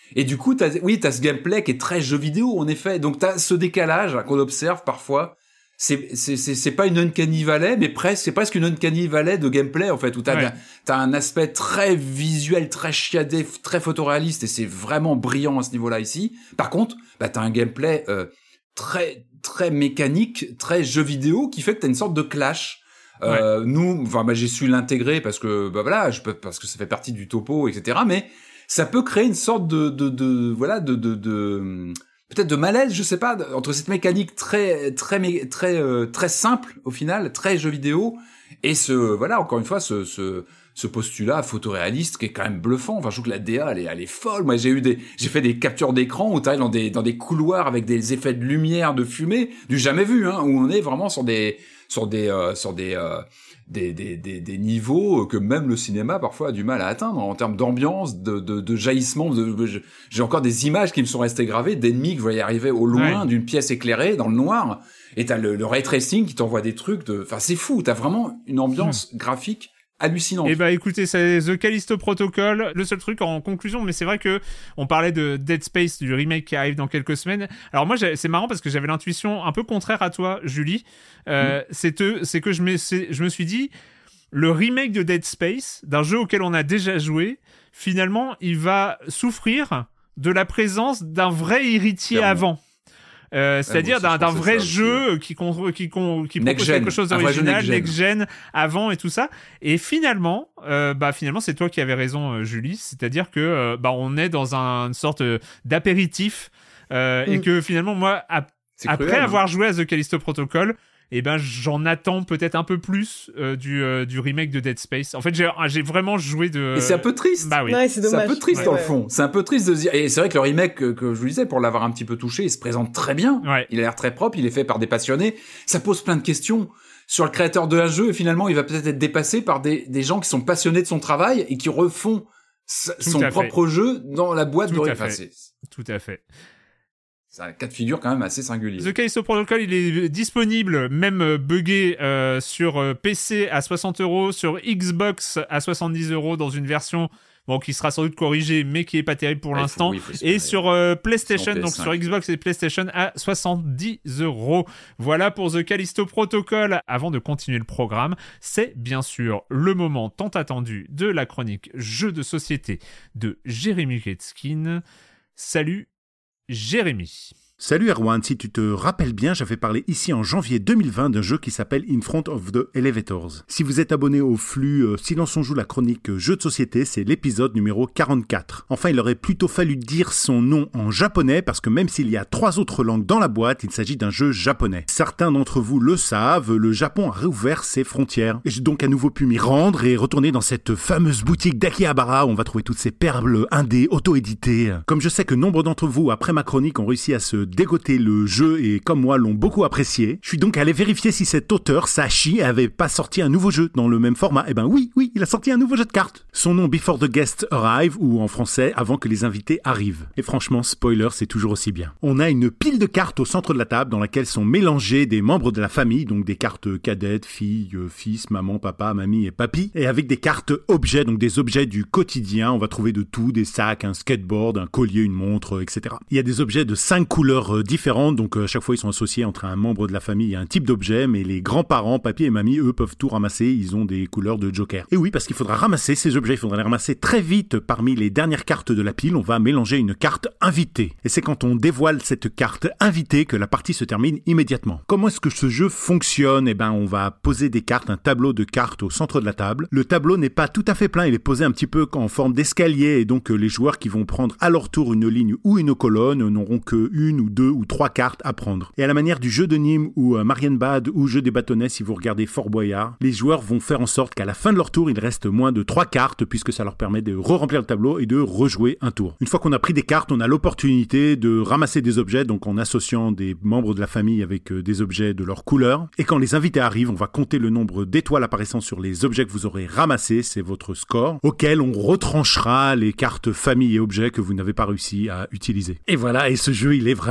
Et du coup, t'as, oui, t'as ce gameplay qui est très jeu vidéo, en effet. Donc t'as ce décalage qu'on observe parfois. C'est, c'est, c'est, c'est pas une Uncanny Valley, mais presque, c'est presque une Uncanny Valley de gameplay, en fait, où t'as, ouais. t'as un aspect très visuel, très chiadé, très photoréaliste, et c'est vraiment brillant à ce niveau-là ici. Par contre, bah, t'as un gameplay, euh, très, très mécanique, très jeu vidéo, qui fait que t'as une sorte de clash. Euh, ouais. Nous, enfin, bah, j'ai su l'intégrer parce que, bah, voilà, je peux, parce que ça fait partie du topo, et cetera, mais ça peut créer une sorte de, de, de, voilà, de, de, de, peut-être de malaise, je sais pas, entre cette mécanique très très très euh, très simple au final, très jeu vidéo, et ce voilà encore une fois ce ce ce postulat photoréaliste qui est quand même bluffant. Enfin, je trouve que la D A elle est elle est folle. Moi, j'ai eu des j'ai fait des captures d'écran où t'arrives dans des dans des couloirs avec des effets de lumière, de fumée, du jamais vu, hein, où on est vraiment sur des sur des euh, sur des euh, Des, des, des, des niveaux que même le cinéma parfois a du mal à atteindre en termes d'ambiance, de, de, de jaillissement. De, de, j'ai encore des images qui me sont restées gravées d'ennemis que je voyais arriver au loin, ouais. d'une pièce éclairée dans le noir. Et t'as le, le ray tracing qui t'envoie des trucs de, enfin c'est fou. T'as vraiment une ambiance mmh. graphique hallucinante. Et bah écoutez, c'est The Callisto Protocol, le seul truc en conclusion, mais c'est vrai que on parlait de Dead Space, du remake qui arrive dans quelques semaines. Alors moi, c'est marrant parce que j'avais l'intuition un peu contraire à toi, Julie. Euh, mmh. c'est, c'est que je me, je me suis dit, le remake de Dead Space, d'un jeu auquel on a déjà joué, finalement, il va souffrir de la présence d'un vrai héritier Clairement. avant. Euh, c'est-à-dire ah, d'un, d'un vrai jeu qui, con, qui, con, qui propose gen. quelque chose d'original, next-gen, avant et tout ça. Et finalement, euh, bah finalement, c'est toi qui avais raison, euh, Julie. C'est-à-dire que euh, bah on est dans un, une sorte d'apéritif euh, mm. et que finalement, moi, ap- après cruel, avoir hein. joué à The Callisto Protocol, eh ben j'en attends peut-être un peu plus euh, du euh, du remake de Dead Space. En fait, j'ai j'ai vraiment joué de. Et c'est un peu triste. Bah oui. Ouais, c'est dommage. C'est un peu triste ouais, dans ouais. le fond. C'est un peu triste de se dire. Et c'est vrai que le remake que, que je vous disais, pour l'avoir un petit peu touché, il se présente très bien. Ouais. Il a l'air très propre. Il est fait par des passionnés. Ça pose plein de questions sur le créateur de un jeu. Et finalement, il va peut-être être dépassé par des des gens qui sont passionnés de son travail et qui refont sa, son propre fait. jeu dans la boîte Tout de. À fait. Enfin, Tout à fait. C'est un cas de figure quand même assez singulier. The Callisto Protocol, il est disponible, même buggé, euh, sur P C à soixante euros, sur Xbox à soixante-dix euros dans une version bon, qui sera sans doute corrigée, mais qui est pas terrible pour ouais, l'instant. Faut, oui, et sur euh, PlayStation, donc sur Xbox et PlayStation à soixante-dix euros. Voilà pour The Callisto Protocol. Avant de continuer le programme, c'est bien sûr le moment tant attendu de la chronique jeux de société de Jérémy Ketskin. Salut Jérémy. Salut Erwan, si tu te rappelles bien, j'avais parlé ici en janvier deux mille vingt d'un jeu qui s'appelle In Front of the Elevators. Si vous êtes abonné au flux euh, Silence on joue la chronique euh, jeux de société, c'est l'épisode numéro quarante-quatre. Enfin, il aurait plutôt fallu dire son nom en japonais parce que même s'il y a trois autres langues dans la boîte, il s'agit d'un jeu japonais. Certains d'entre vous le savent, le Japon a réouvert ses frontières. Et j'ai donc à nouveau pu m'y rendre et retourner dans cette fameuse boutique d'Akihabara où on va trouver toutes ces perles indé auto-éditées. Comme je sais que nombre d'entre vous, après ma chronique, ont réussi à se dégoter le jeu et comme moi l'ont beaucoup apprécié. Je suis donc allé vérifier si cet auteur, Sashi, avait pas sorti un nouveau jeu dans le même format. Eh ben oui, oui, il a sorti un nouveau jeu de cartes. Son nom Before the Guests Arrive, ou en français, Avant que les invités arrivent. Et franchement, spoiler, c'est toujours aussi bien. On a une pile de cartes au centre de la table dans laquelle sont mélangés des membres de la famille, donc des cartes cadettes, filles, fils, maman, papa, mamie et papy, et avec des cartes objets, donc des objets du quotidien. On va trouver de tout, des sacs, un skateboard, un collier, une montre, et cetera. Il y a des objets de cinq couleurs différentes, donc à chaque fois ils sont associés entre un membre de la famille et un type d'objet, mais les grands-parents, papy et mamie, eux, peuvent tout ramasser, ils ont des couleurs de joker. Et oui, parce qu'il faudra ramasser ces objets, il faudra les ramasser très vite. Parmi les dernières cartes de la pile, on va mélanger une carte invitée. Et c'est quand on dévoile cette carte invitée que la partie se termine immédiatement. Comment est-ce que ce jeu fonctionne ? Eh ben, on va poser des cartes, un tableau de cartes au centre de la table. Le tableau n'est pas tout à fait plein, il est posé un petit peu en forme d'escalier, et donc les joueurs qui vont prendre à leur tour une ligne ou une colonne n'auront que une ou deux ou trois cartes à prendre. Et à la manière du jeu de Nîmes ou euh, Marienbad ou jeu des bâtonnets, si vous regardez Fort Boyard, les joueurs vont faire en sorte qu'à la fin de leur tour, il reste moins de trois cartes puisque ça leur permet de re-remplir le tableau et de rejouer un tour. Une fois qu'on a pris des cartes, on a l'opportunité de ramasser des objets, donc en associant des membres de la famille avec euh, des objets de leur couleur. Et quand les invités arrivent, on va compter le nombre d'étoiles apparaissant sur les objets que vous aurez ramassés, c'est votre score, auquel on retranchera les cartes famille et objets que vous n'avez pas réussi à utiliser. Et voilà, et ce jeu, il est vraiment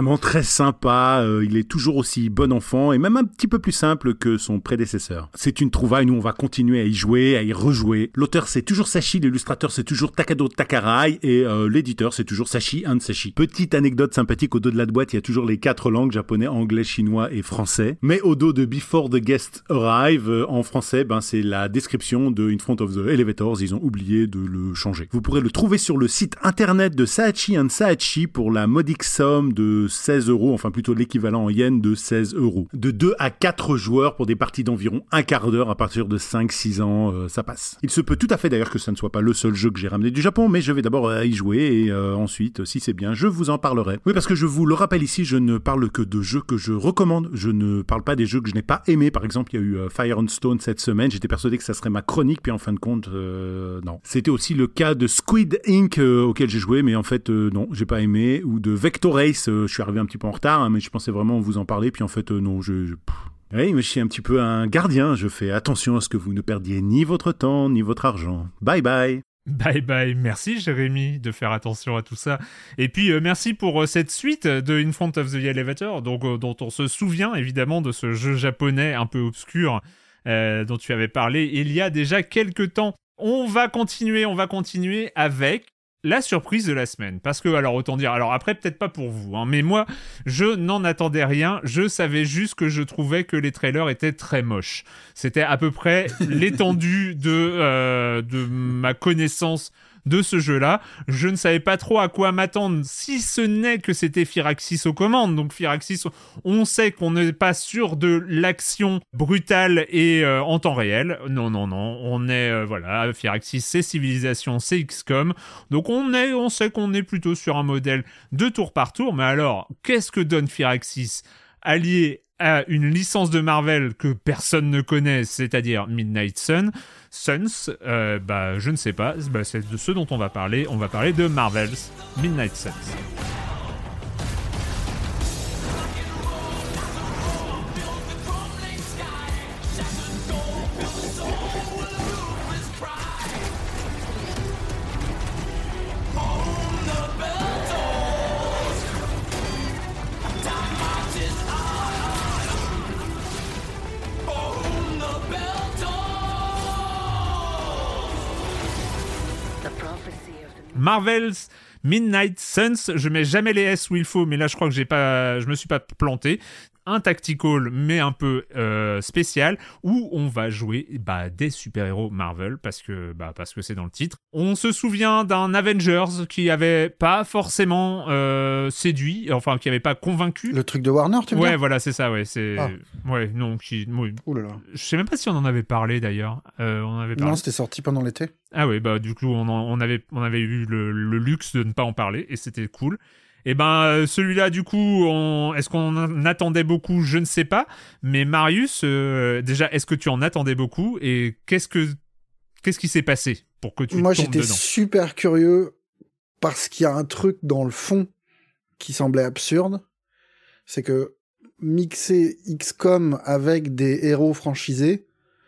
vraiment très sympa, euh, il est toujours aussi bon enfant et même un petit peu plus simple que son prédécesseur. C'est une trouvaille, nous on va continuer à y jouer, à y rejouer. L'auteur c'est toujours Sashi, l'illustrateur c'est toujours Takado Takarai et euh, l'éditeur c'est toujours Sashi and Sashi. Petite anecdote sympathique, au dos de la boîte il y a toujours les quatre langues, japonais, anglais, chinois et français. Mais au dos de Before the Guest Arrive, euh, en français, ben c'est la description de In Front of the Elevators, ils ont oublié de le changer. Vous pourrez le trouver sur le site internet de Saatchi and Saatchi pour la modique somme de seize euros, enfin plutôt l'équivalent en yens de seize euros. De deux à quatre joueurs pour des parties d'environ un quart d'heure à partir de cinq six ans, euh, ça passe. Il se peut tout à fait d'ailleurs que ça ne soit pas le seul jeu que j'ai ramené du Japon, mais je vais d'abord euh, y jouer et euh, ensuite, si c'est bien, je vous en parlerai. Oui, parce que je vous le rappelle ici, je ne parle que de jeux que je recommande, je ne parle pas des jeux que je n'ai pas aimés. Par exemple, il y a eu euh, Fire and Stone cette semaine, j'étais persuadé que ça serait ma chronique, puis en fin de compte, euh, non. C'était aussi le cas de Squid Inc euh, auquel j'ai joué, mais en fait, euh, non, j'ai pas aimé, ou de Vector Race, euh, je suis arrivé un petit peu en retard, hein, mais je pensais vraiment vous en parler, puis en fait, euh, non, je... je... Oui, mais je suis un petit peu un gardien, je fais attention à ce que vous ne perdiez ni votre temps, ni votre argent. Bye bye. Bye bye, merci Jérémy de faire attention à tout ça. Et puis euh, merci pour euh, cette suite de In Front of the Elevator, donc, euh, dont on se souvient évidemment de ce jeu japonais un peu obscur euh, dont tu avais parlé il y a déjà quelques temps. On va continuer, on va continuer avec la surprise de la semaine. Parce que, alors autant dire, alors après peut-être pas pour vous, hein, mais moi je n'en attendais rien, je savais juste que je trouvais que les trailers étaient très moches. C'était à peu près l'étendue de, euh, de ma connaissance de ce jeu-là. Je ne savais pas trop à quoi m'attendre, si ce n'est que c'était Firaxis aux commandes. Donc Firaxis, on sait qu'on n'est pas sûr de l'action brutale et euh, en temps réel. Non, non, non. On est, euh, voilà, Firaxis, c'est Civilisation, c'est X COM. Donc on est, on sait qu'on est plutôt sur un modèle de tour par tour. Mais alors, qu'est-ce que donne Firaxis allié à une licence de Marvel que personne ne connaît, c'est-à-dire Midnight Sun, Suns, euh, bah je ne sais pas, bah, c'est de ce dont on va parler, on va parler de Marvel's Midnight Suns. Marvel's Midnight Suns, je mets jamais les S où il faut, mais là je crois que j'ai pas, je me suis pas planté. Un tactical mais un peu euh, spécial où on va jouer bah, des super-héros Marvel parce que bah, parce que c'est dans le titre. On se souvient d'un Avengers qui avait pas forcément euh, séduit, enfin qui avait pas convaincu. Le truc de Warner, tu veux Ouais, dire voilà, c'est ça, ouais, c'est ah. ouais, non, qui oui. Ouh là là. Je sais même pas si on en avait parlé d'ailleurs. Euh, on en avait parlé. Non, c'était sorti pendant l'été. Ah oui, bah du coup on, en, on avait on avait eu le, le luxe de ne pas en parler et c'était cool. Et ben celui-là du coup, on... est-ce qu'on en attendait beaucoup? Je ne sais pas. Mais Marius, euh, déjà, est-ce que tu en attendais beaucoup et qu'est-ce que qu'est-ce qui s'est passé pour que tu Moi, tombes j'étais dedans? super curieux parce qu'il y a un truc dans le fond qui semblait absurde, c'est que mixer X COM avec des héros franchisés,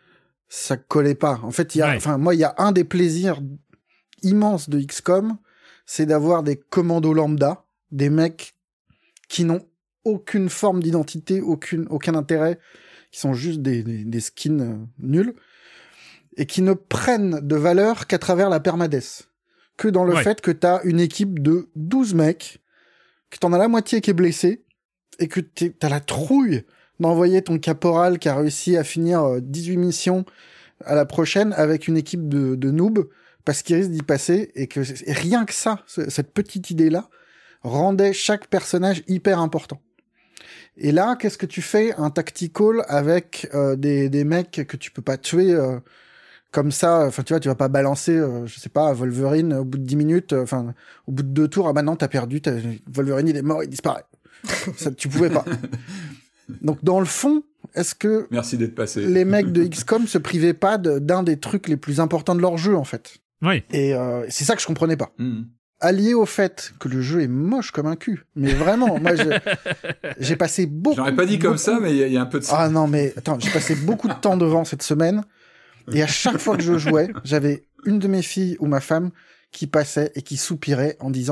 ça collait pas. En fait, il y a, enfin, ouais. moi, il y a un des plaisirs immenses de X COM, c'est d'avoir des commandos lambda, des mecs qui n'ont aucune forme d'identité, aucune, aucun intérêt, qui sont juste des, des, des skins euh, nuls, et qui ne prennent de valeur qu'à travers la permadesse. Que dans le ouais. fait que t'as une équipe de douze mecs, que t'en as la moitié qui est blessée, et que t'as la trouille d'envoyer ton caporal qui a réussi à finir euh, dix-huit missions à la prochaine avec une équipe de, de noobs, parce qu'il risque d'y passer, et que et rien que ça, c- cette petite idée-là, rendait chaque personnage hyper important. Et là, qu'est-ce que tu fais? Un tactical avec euh, des, des mecs que tu peux pas tuer euh, comme ça. Enfin, tu vois, tu vas pas balancer, euh, je sais pas, Wolverine au bout de dix minutes, enfin, euh, au bout de deux tours, ah bah non, t'as perdu, t'as... Wolverine, il est mort, il disparaît. Ça, tu pouvais pas. Donc, dans le fond, est-ce que Merci d'être passé. Les mecs de X COM se privaient pas de, d'un des trucs les plus importants de leur jeu, en fait? Oui. Et euh, c'est ça que je comprenais pas. Mmh. Allié au fait que le jeu est moche comme un cul. Mais vraiment, moi, je, j'ai passé beaucoup... J'aurais pas dit beaucoup... comme ça, mais il y, y a un peu de ça. Ah non, mais attends, j'ai passé beaucoup de temps devant cette semaine, et à chaque fois que je jouais, j'avais une de mes filles ou ma femme qui passait et qui soupirait en disant «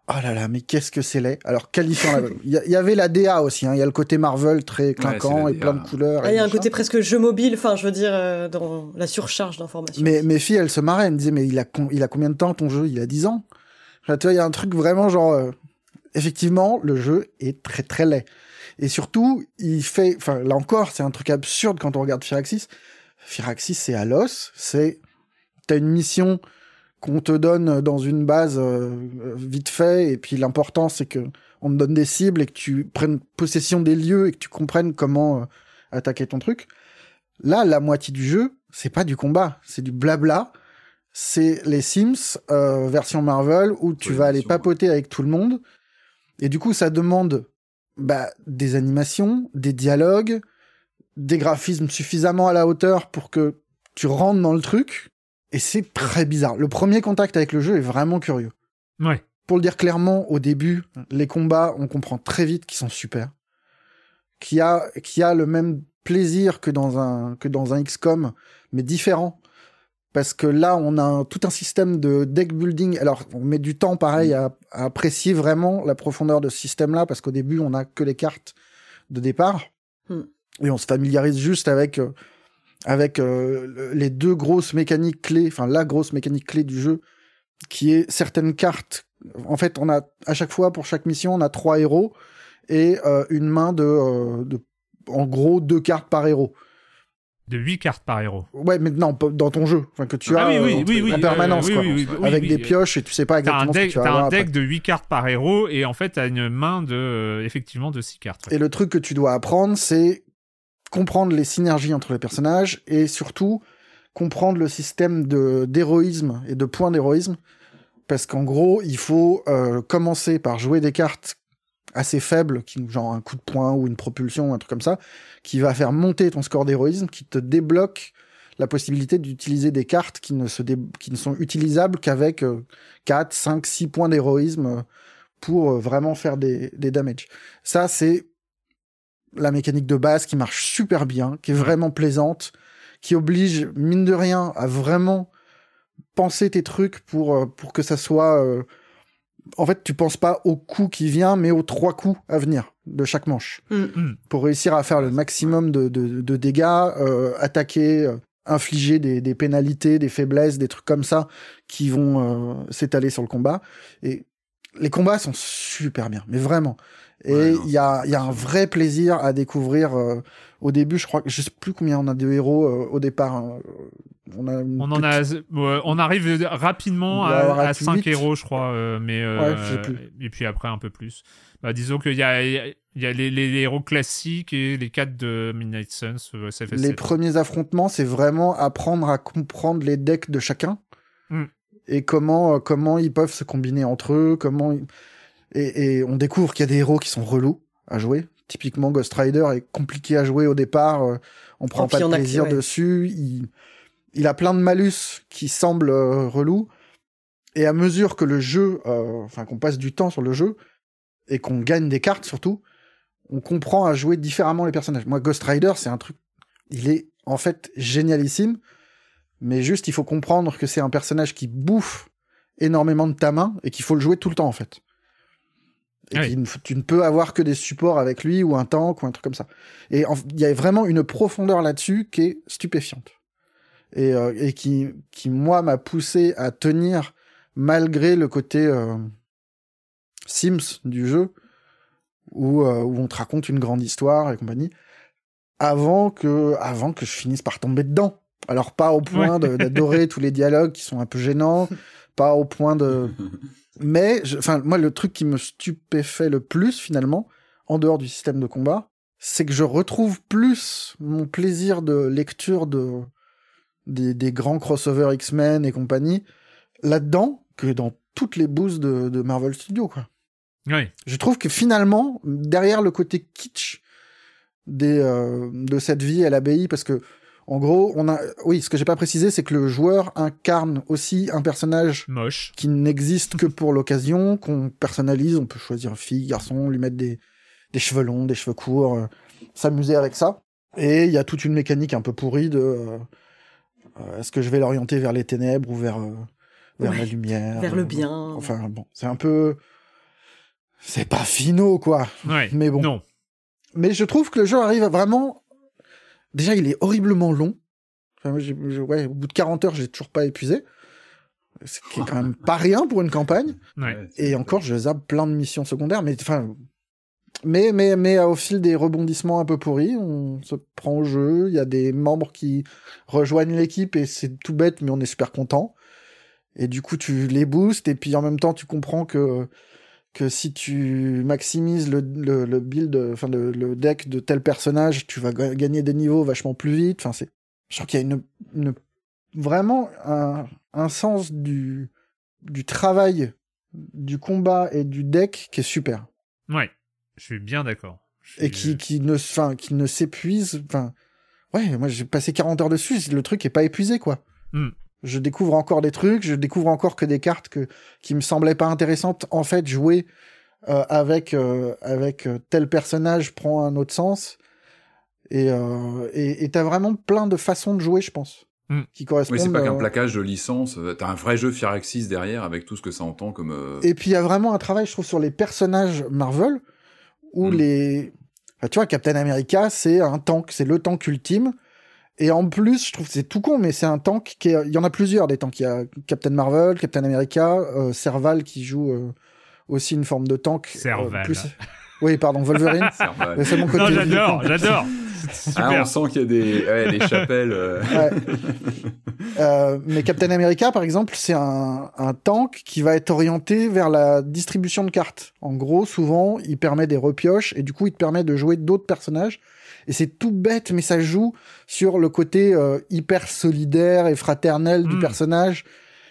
Oh là là, mais qu'est-ce que c'est laid. Alors, qualifiant la... Il y, a- il y avait la D A aussi, hein. Il y a le côté Marvel très clinquant c'est la et D A. plein de couleurs. Ah, et il y a un machin. côté presque jeu mobile, enfin, je veux dire, euh, dans la surcharge d'informations. Mais mes filles, elles se marraient, elles me disaient, mais il a, con- il a combien de temps ton jeu? Il a dix ans. Enfin, tu vois, il y a un truc vraiment genre, euh, effectivement, le jeu est très très laid. Et surtout, il fait, enfin, là encore, c'est un truc absurde quand on regarde Firaxis. Firaxis, c'est à l'os, c'est, t'as une mission qu'on te donne dans une base euh, vite fait, et puis l'important, c'est que on te donne des cibles et que tu prennes possession des lieux et que tu comprennes comment euh, attaquer ton truc. Là, la moitié du jeu, c'est pas du combat, c'est du blabla. C'est les Sims euh, version Marvel où tu Ouais, vas aller version, papoter avec tout le monde. Et du coup, ça demande bah, des animations, des dialogues, des graphismes suffisamment à la hauteur pour que tu rentres dans le truc. Et c'est très bizarre. Le premier contact avec le jeu est vraiment curieux. Ouais. Pour le dire clairement, au début, les combats, on comprend très vite qu'ils sont super. Qu'il y a, qu'il y a le même plaisir que dans un, que dans un X COM, mais différent. Parce que là, on a un- tout un système de deck building. Alors, on met du temps, pareil, à, à apprécier vraiment la profondeur de ce système-là, parce qu'au début, on n'a que les cartes de départ. Hmm. Et on se familiarise juste avec, euh, avec euh, le- les deux grosses mécaniques clés, enfin, la grosse mécanique clé du jeu, qui est certaines cartes. En fait, on a, à chaque fois, pour chaque mission, on a trois héros et euh, une main de, euh, de, en gros, deux cartes par héros. De huit cartes par héros. Ouais, mais non, pas dans ton jeu. Enfin, que tu Ah as oui, oui, euh, oui, oui, en permanence, euh, oui, quoi. oui, oui, oui, avec oui, des oui. pioches et tu sais pas T'as un exactement ce que deck, tu vas t'as avoir un après. deck de huit cartes par héros et en fait t'as une main de euh, effectivement de six cartes. Ouais. Et le truc que tu dois apprendre, c'est comprendre les synergies entre les personnages et surtout comprendre le système de d'héroïsme et de points d'héroïsme. Parce qu'en gros, il faut euh, commencer par jouer des cartes assez faibles, qui, genre un coup de poing ou une propulsion, un truc comme ça, qui va faire monter ton score d'héroïsme, qui te débloque la possibilité d'utiliser des cartes qui ne, se dé... qui ne sont utilisables qu'avec euh, quatre, cinq, six points d'héroïsme euh, pour euh, vraiment faire des, des damages. Ça, c'est la mécanique de base qui marche super bien, qui est vraiment plaisante, qui oblige, mine de rien, à vraiment penser tes trucs pour, euh, pour que ça soit... Euh... En fait, tu penses pas au coup qui vient, mais aux trois coups à venir de chaque manche. Mm. Pour réussir à faire le maximum de, de, de dégâts, euh, attaquer, euh, infliger des, des pénalités, des faiblesses, des trucs comme ça qui vont euh, s'étaler sur le combat. Et les combats sont super bien, mais vraiment. Et il Ouais, non, y a, c'est y a un vrai plaisir à découvrir. Euh, au début, je crois que je sais plus combien on a de héros euh, au départ. Hein. On, a une On en a, ouais, on arrive rapidement On doit à, avoir à à cinq huit. héros, je crois, euh, mais euh, Ouais, je sais plus. et puis après un peu plus. Bah, disons qu'il y a, il y a les, les, les héros classiques et les quatre de Midnight Suns. Euh, ça fait Les sept. premiers affrontements, c'est vraiment apprendre à comprendre les decks de chacun Mm. et comment euh, comment ils peuvent se combiner entre eux, comment ils- et, et on découvre qu'il y a des héros qui sont relous à jouer. Typiquement, Ghost Rider est compliqué à jouer au départ. euh, on prend Oh, pas puis de il y en a qui- plaisir ouais. dessus. Il, il a plein de malus qui semblent euh, relous. Et à mesure que le jeu, euh, enfin qu'on passe du temps sur le jeu et qu'on gagne des cartes surtout, on comprend à jouer différemment les personnages. Moi, Ghost Rider, c'est un truc, il est en fait génialissime, mais juste il faut comprendre que c'est un personnage qui bouffe énormément de ta main et qu'il faut le jouer tout le temps en fait. Et Oui. qu'il ne f- tu ne peux avoir que des supports avec lui ou un tank ou un truc comme ça. Et en- il y a vraiment une profondeur là-dessus qui est stupéfiante. Et, euh, et qui, qui, moi, m'a poussé à tenir malgré le côté euh, Sims du jeu, où, euh, où on te raconte une grande histoire et compagnie, avant que, avant que je finisse par tomber dedans. Alors, pas au point de- d'adorer tous les dialogues qui sont un peu gênants, pas au point de... Mais, je- enfin, moi, le truc qui me stupéfait le plus, finalement, en dehors du système de combat, c'est que je retrouve plus mon plaisir de lecture de, des, des grands crossovers X-Men et compagnie là-dedans que dans toutes les boosts de, de Marvel Studios, quoi. Oui. Je trouve que finalement, derrière le côté kitsch des, euh, de cette vie à l'abbaye, parce que, en gros, on a, oui, ce que j'ai pas précisé, c'est que le joueur incarne aussi un personnage Moche. qui n'existe que pour l'occasion, qu'on personnalise, on peut choisir fille, garçon, lui mettre des, des cheveux longs, des cheveux courts, euh, s'amuser avec ça. Et il y a toute une mécanique un peu pourrie de, euh, euh, est-ce que je vais l'orienter vers les ténèbres ou vers, euh, vers Ouais, la lumière? vers le euh, bien. Enfin, bon, c'est un peu, c'est pas finaux, quoi. Ouais. Mais bon. Non. Mais je trouve que le jeu arrive à vraiment... Déjà, il est horriblement long. Enfin, moi, j'ai- j'ai- ouais, au bout de quarante heures, j'ai toujours pas épuisé. Ce qui est quand même pas rien pour une campagne. Ouais. Et encore, je zappe plein de missions secondaires, mais enfin... Mais, mais, mais au fil des rebondissements un peu pourris, on se prend au jeu, il y a des membres qui rejoignent l'équipe et c'est tout bête, mais on est super content. Et du coup, tu les boostes et puis en même temps, tu comprends que, que si tu maximises le, le, le build, enfin le, le deck de tel personnage, tu vas ga- gagner des niveaux vachement plus vite. Enfin, c'est... Je trouve qu'il y a une, une, vraiment un, un sens du, du travail, du combat et du deck qui est super. Ouais. Je suis bien d'accord. Je suis- Et qui, qui ne, enfin, qui ne s'épuise, enfin, ouais, moi j'ai passé quarante heures dessus, le truc est pas épuisé, quoi. Hmm. Je découvre encore des trucs, je découvre encore que des cartes que, qui me semblaient pas intéressantes, en fait, jouer euh, avec, euh, avec euh, tel personnage prend un autre sens. Et euh, et et t'as vraiment plein de façons de jouer, je pense, Mm. qui correspondent. Oui, c'est pas qu'un euh, plaquage de licence. euh, T'as un vrai jeu Firaxis derrière avec tout ce que ça entend comme. euh, Et puis il y a vraiment un travail, je trouve, sur les personnages Marvel, où Mm. les... Enfin, tu vois, Captain America, c'est un tank, c'est le tank ultime. Et en plus, je trouve que c'est tout con, mais c'est un tank qui est... Il y en a plusieurs, des tanks. Il y a Captain Marvel, Captain America, euh, Serval qui joue euh, aussi une forme de tank. euh, Serval. plus... Oui, pardon, Wolverine. Serval. Mais c'est mon côté Non, vieux j'adore, con. j'adore. C'est super. Ah, on sent qu'il y a des, ouais, des chapelles. euh. Ouais. Euh, mais Captain America, par exemple, c'est un, un tank qui va être orienté vers la distribution de cartes. En gros, souvent, il permet des repioches et du coup, il te permet de jouer d'autres personnages. Et c'est tout bête, mais ça joue sur le côté euh, hyper solidaire et fraternel du Mm. personnage.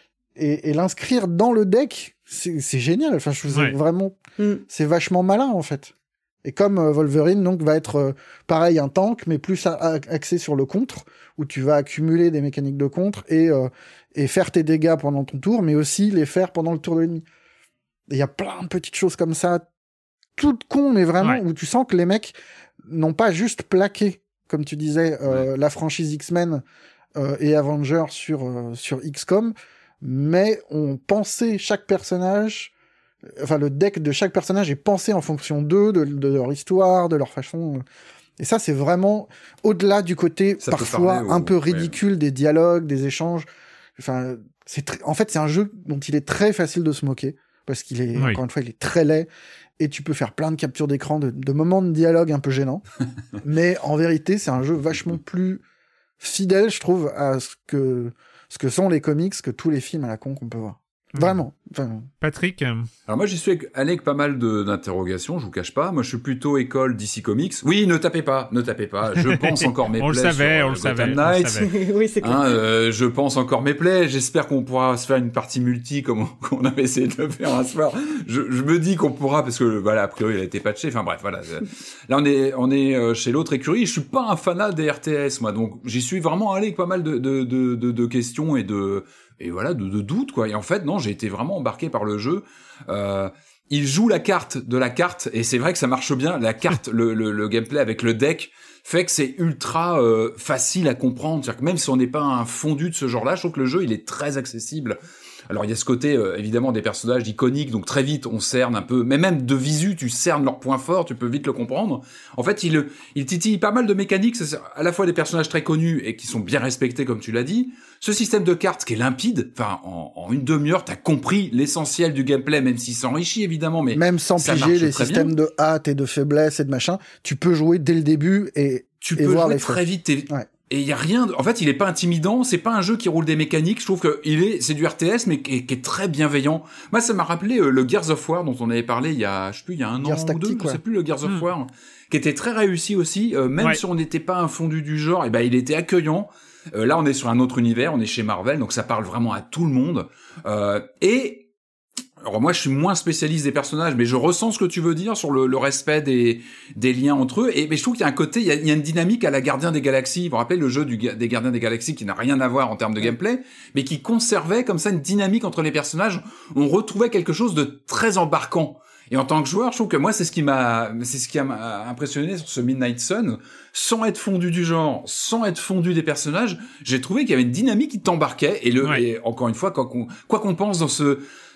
Et, et l'inscrire dans le deck, c'est c'est génial. Enfin, je trouve Ouais. c'est vraiment, Mm. c'est vachement malin en fait. Et comme euh, Wolverine, donc, va être euh, pareil, un tank, mais plus a- a- axé sur le contre, où tu vas accumuler des mécaniques de contre et, euh, et faire tes dégâts pendant ton tour, mais aussi les faire pendant le tour de l'ennemi. Et il y a plein de petites choses comme ça, toutes cons, mais vraiment, Ouais. où tu sens que les mecs n'ont pas juste plaqué, comme tu disais, euh, la franchise X-Men euh, et Avengers sur, euh, sur X COM, mais ont pensé chaque personnage, enfin le deck de chaque personnage est pensé en fonction d'eux, de, de leur histoire, de leur façon. Et ça, c'est vraiment au-delà du côté Ça peut parfois parler au- un peu ouais. ridicule des dialogues, des échanges. Enfin, c'est très- en fait, c'est un jeu dont il est très facile de se moquer parce qu'il est, Oui. encore une fois, il est très laid et tu peux faire plein de captures d'écran de, de moments de dialogue un peu gênants. Mais en vérité, c'est un jeu vachement plus fidèle, je trouve, à ce que ce que sont les comics que tous les films à la con qu'on peut voir. Vraiment. Enfin, Patrick, euh, Alors moi, j'y suis allé avec pas mal de- d'interrogations, je vous cache pas. Moi, je suis plutôt école D C Comics. Oui, ne tapez pas, ne tapez pas. Je pense encore mes on le plaies savait, sur, on euh, le savait, Gotham on le Knights. savait. Oui, c'est clair. Hein, euh, je pense encore mes plaies. J'espère qu'on pourra se faire une partie multi comme on, qu'on avait essayé de le faire un soir. Je, je me dis qu'on pourra parce que voilà, a priori, il a été patché. Enfin bref, voilà. Là, on est on est euh, chez l'autre écurie. Je suis pas un fanat des R T S, moi, donc j'y suis vraiment allé avec pas mal de de de, de, de questions et de et voilà de, de doutes quoi. Et en fait, non, j'ai été vraiment embarqué par le jeu. Euh, il joue la carte de la carte et c'est vrai que ça marche bien. La carte, le, le, le gameplay avec le deck fait que c'est ultra euh, facile à comprendre. C'est-à-dire que même si on n'est pas un fondu de ce genre-là, je trouve que le jeu il est très accessible. Alors il y a ce côté euh, évidemment des personnages iconiques, donc très vite on cerne un peu, mais même de visu tu cernes leurs points forts, tu peux vite le comprendre. En fait il il titille pas mal de mécaniques, c'est à la fois des personnages très connus et qui sont bien respectés comme tu l'as dit. Ce système de cartes qui est limpide, enfin en, en une demi-heure t'as compris l'essentiel du gameplay, même s'il s'enrichit évidemment, mais même sans ça piger marche les très systèmes bien. de hâte et de faiblesse et de machin, tu peux jouer dès le début et Tu et peux voir jouer les faits. très vite. t'es- Ouais. Et il y a rien. De... En fait, il est pas intimidant. C'est pas un jeu qui roule des mécaniques. Je trouve que il est, c'est du R T S, mais qui est, qui est très bienveillant. Moi, ça m'a rappelé euh, le Gears of War dont on avait parlé il y a, je sais plus, il y a un Gears an ou Tactique, deux. Je ouais. sais plus le Gears of Hmm. War, qui était très réussi aussi. Euh, même Ouais. si on n'était pas un fondu du genre, et ben il était accueillant. Euh, là, on est sur un autre univers. On est chez Marvel, donc ça parle vraiment à tout le monde. Euh, et alors moi, je suis moins spécialiste des personnages, mais je ressens ce que tu veux dire sur le, le respect des, des liens entre eux. Et mais je trouve qu'il y a un côté, il y a, il y a une dynamique à la Gardien des Galaxies. Vous vous rappelez le jeu du, des Gardiens des Galaxies qui n'a rien à voir en termes de gameplay, mais qui conservait comme ça une dynamique entre les personnages. On retrouvait quelque chose de très embarquant. Et en tant que joueur, je trouve que moi, c'est ce qui m'a, c'est ce qui m'a impressionné sur ce Midnight Sun. Sans être fondu du genre, sans être fondu des personnages, j'ai trouvé qu'il y avait une dynamique qui t'embarquait. Et le, Ouais. et encore une fois, quoi qu'on, quoi qu'on pense dans ce,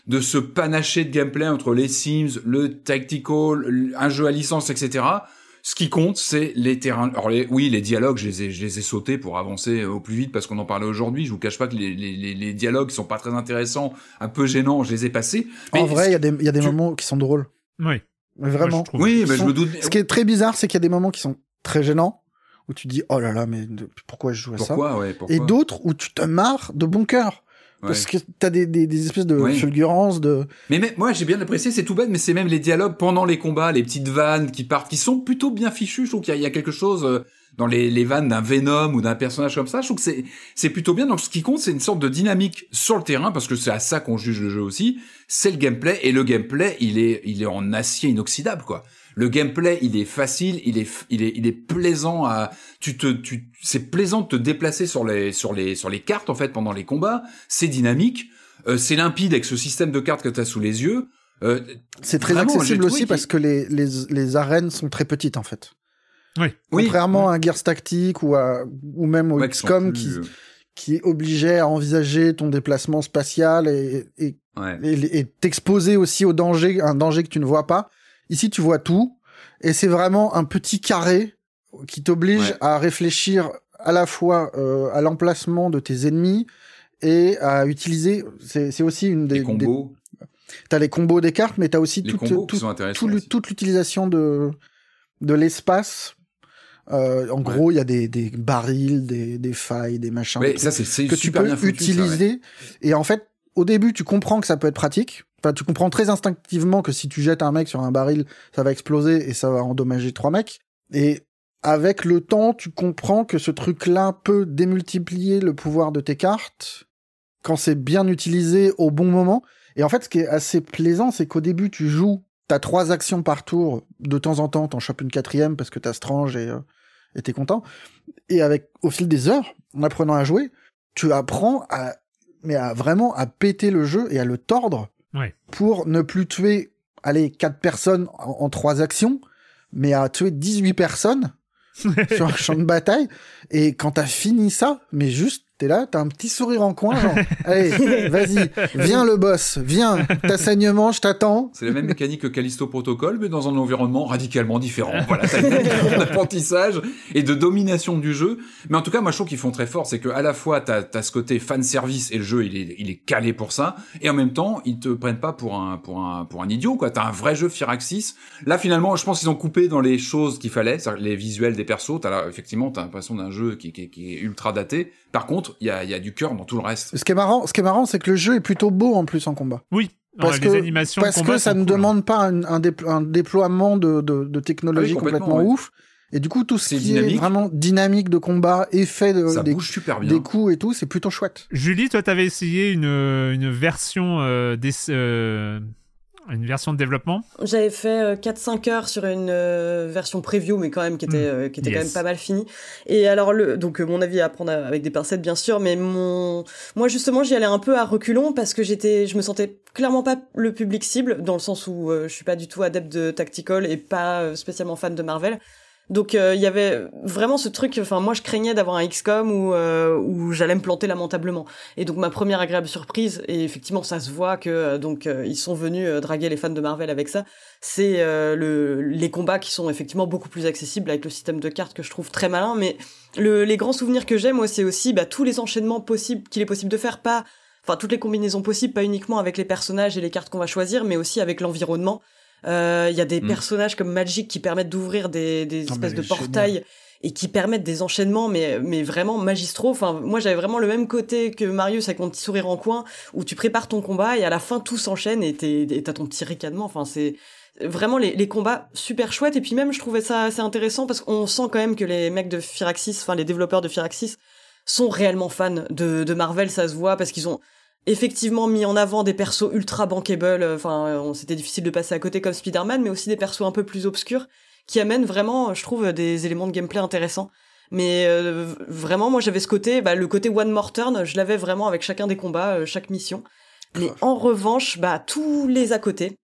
de ce panaché de gameplay entre les Sims, le tactical, un jeu à licence, et cetera. Ce qui compte, c'est les terrains. Alors les, oui, les dialogues, je les ai, je les ai sautés pour avancer au plus vite parce qu'on en parlait aujourd'hui. Je vous cache pas que les, les, les, les dialogues sont pas très intéressants, un peu gênants. Je les ai passés. Mais en vrai, il y a des, il y a des tu... moments qui sont drôles. Oui. Mais vraiment. Moi, oui, mais sont... je me doute. Ce qui est très bizarre, c'est qu'il y a des moments qui sont très gênants où tu te dis oh là là, mais pourquoi je joue à pourquoi, ça ouais, pourquoi Et d'autres où tu te marres de bon cœur. Ouais. Parce que t'as des, des, des espèces de ouais. fulgurances, de... Mais, mais moi, j'ai bien apprécié, c'est tout bête, mais c'est même les dialogues pendant les combats, les petites vannes qui partent, qui sont plutôt bien fichues. Je trouve qu'il y a, il y a quelque chose euh, dans les, les vannes d'un Venom ou d'un personnage comme ça. Je trouve que c'est, c'est plutôt bien. Donc, ce qui compte, c'est une sorte de dynamique sur le terrain, parce que c'est à ça qu'on juge le jeu aussi. C'est le gameplay, et le gameplay, il est, il est en acier inoxydable, quoi. Le gameplay, il est facile, il est, il est, il est plaisant à, tu te, tu, c'est plaisant de te déplacer sur les, sur les, sur les cartes, en fait, pendant les combats. C'est dynamique. Euh, c'est limpide avec ce système de cartes que t'as sous les yeux. Euh, c'est très vraiment, accessible aussi qu'il... parce que les, les, les arènes sont très petites, en fait. Oui. Contrairement oui. à Gears Tactics ou à, ou même au ouais, X COM qui, plus... qui obligeait à envisager ton déplacement spatial et, et, ouais. et, et t'exposer aussi au danger, un danger que tu ne vois pas. Ici, tu vois tout. Et c'est vraiment un petit carré qui t'oblige ouais. à réfléchir à la fois euh, à l'emplacement de tes ennemis et à utiliser. C'est, c'est aussi une des. Les combos. Des... T'as les combos des cartes, mais t'as aussi les toute, combos tout, qui sont tout, tout, toute l'utilisation de de l'espace. Euh, en ouais. gros, il y a des, des barils, des, des failles, des machins ouais, ça, c'est, c'est que tu peux bien foutu, utiliser. Ça, ouais. Et en fait, au début, tu comprends que ça peut être pratique. Enfin, tu comprends très instinctivement que si tu jettes un mec sur un baril, ça va exploser et ça va endommager trois mecs. Et avec le temps, tu comprends que ce truc-là peut démultiplier le pouvoir de tes cartes quand c'est bien utilisé au bon moment. Et en fait, ce qui est assez plaisant, c'est qu'au début, tu joues, t'as trois actions par tour. De temps en temps, t'en chopes une quatrième parce que t'as Strange et, euh, et t'es content. Et avec, au fil des heures, en apprenant à jouer, tu apprends à, mais à vraiment à péter le jeu et à le tordre. Ouais. Pour ne plus tuer, allez, quatre personnes en, en trois actions, mais à tuer dix-huit personnes sur un champ de bataille. Et quand t'as fini ça, mais juste, t'es là, t'as un petit sourire en coin, genre, allez, vas-y, viens le boss, viens, t'as saignement, je t'attends. C'est la même mécanique que Callisto Protocol, mais dans un environnement radicalement différent. Voilà, t'as une mécanique d'apprentissage et de domination du jeu. Mais en tout cas, moi, je trouve qu'ils font très fort, c'est que à la fois, t'as, t'as ce côté fan service et le jeu, il est, il est calé pour ça. Et en même temps, ils te prennent pas pour un, pour un, pour un idiot, quoi. T'as un vrai jeu Firaxis. Là, finalement, je pense qu'ils ont coupé dans les choses qu'il fallait, c'est-à-dire les visuels des persos. T'as là, effectivement, t'as l'impression d'un jeu qui, qui, qui est ultra daté. Par contre, il y a, y a du cœur dans tout le reste. Ce qui est marrant, ce qui est marrant, c'est que le jeu est plutôt beau en plus en combat. Oui. Parce Alors, que, les animations parce de combat que ça sont ne cool, demande pas un, un, déplo- un déploiement de, de, de technologie ah oui, complètement, complètement ouais. ouf. Et du coup, tout ce c'est qui dynamique. est vraiment dynamique de combat, effet de, ça des, bouge super bien. des coups et tout, c'est plutôt chouette. Julie, toi, t'avais essayé une, une version euh, des, euh, une version de développement. J'avais fait euh, quatre cinq heures sur une euh, version preview, mais quand même qui était, euh, qui était yes. quand même pas mal finie. Et alors, le, donc, euh, mon avis à prendre avec des pincettes, bien sûr, mais mon, moi, justement, j'y allais un peu à reculons parce que j'étais, je me sentais clairement pas le public cible, dans le sens où euh, je suis pas du tout adepte de tactical et pas euh, spécialement fan de Marvel. Donc il euh, y avait vraiment ce truc, enfin moi je craignais d'avoir un X COM où euh, où j'allais me planter lamentablement. Et donc ma première agréable surprise, et effectivement ça se voit que euh, donc euh, ils sont venus euh, draguer les fans de Marvel avec ça, c'est euh, le les combats qui sont effectivement beaucoup plus accessibles avec le système de cartes que je trouve très malin. Mais le les grands souvenirs que j'ai moi c'est aussi bah tous les enchaînements possibles qu'il est possible de faire, pas enfin toutes les combinaisons possibles, pas uniquement avec les personnages et les cartes qu'on va choisir, mais aussi avec l'environnement. Il euh, y a des mmh. personnages comme Magic qui permettent d'ouvrir des, des espèces de portails génial. Et qui permettent des enchaînements, mais, mais vraiment magistraux. Enfin, moi, j'avais vraiment le même côté que Marius avec mon petit sourire en coin, où tu prépares ton combat et à la fin, tout s'enchaîne et, t'es, et t'as ton petit ricanement. Enfin, c'est vraiment les, les combats super chouettes. Et puis même, je trouvais ça assez intéressant parce qu'on sent quand même que les mecs de Firaxis, enfin les développeurs de Firaxis, sont réellement fans de, de Marvel. Ça se voit parce qu'ils ont effectivement mis en avant des persos ultra bankable, enfin c'était difficile de passer à côté comme Spider-Man, mais aussi des persos un peu plus obscurs qui amènent vraiment, je trouve, des éléments de gameplay intéressants. Mais euh, vraiment, moi j'avais ce côté, bah, le côté one more turn, je l'avais vraiment avec chacun des combats, euh, chaque mission. Mais en revanche, bah tous les à côté,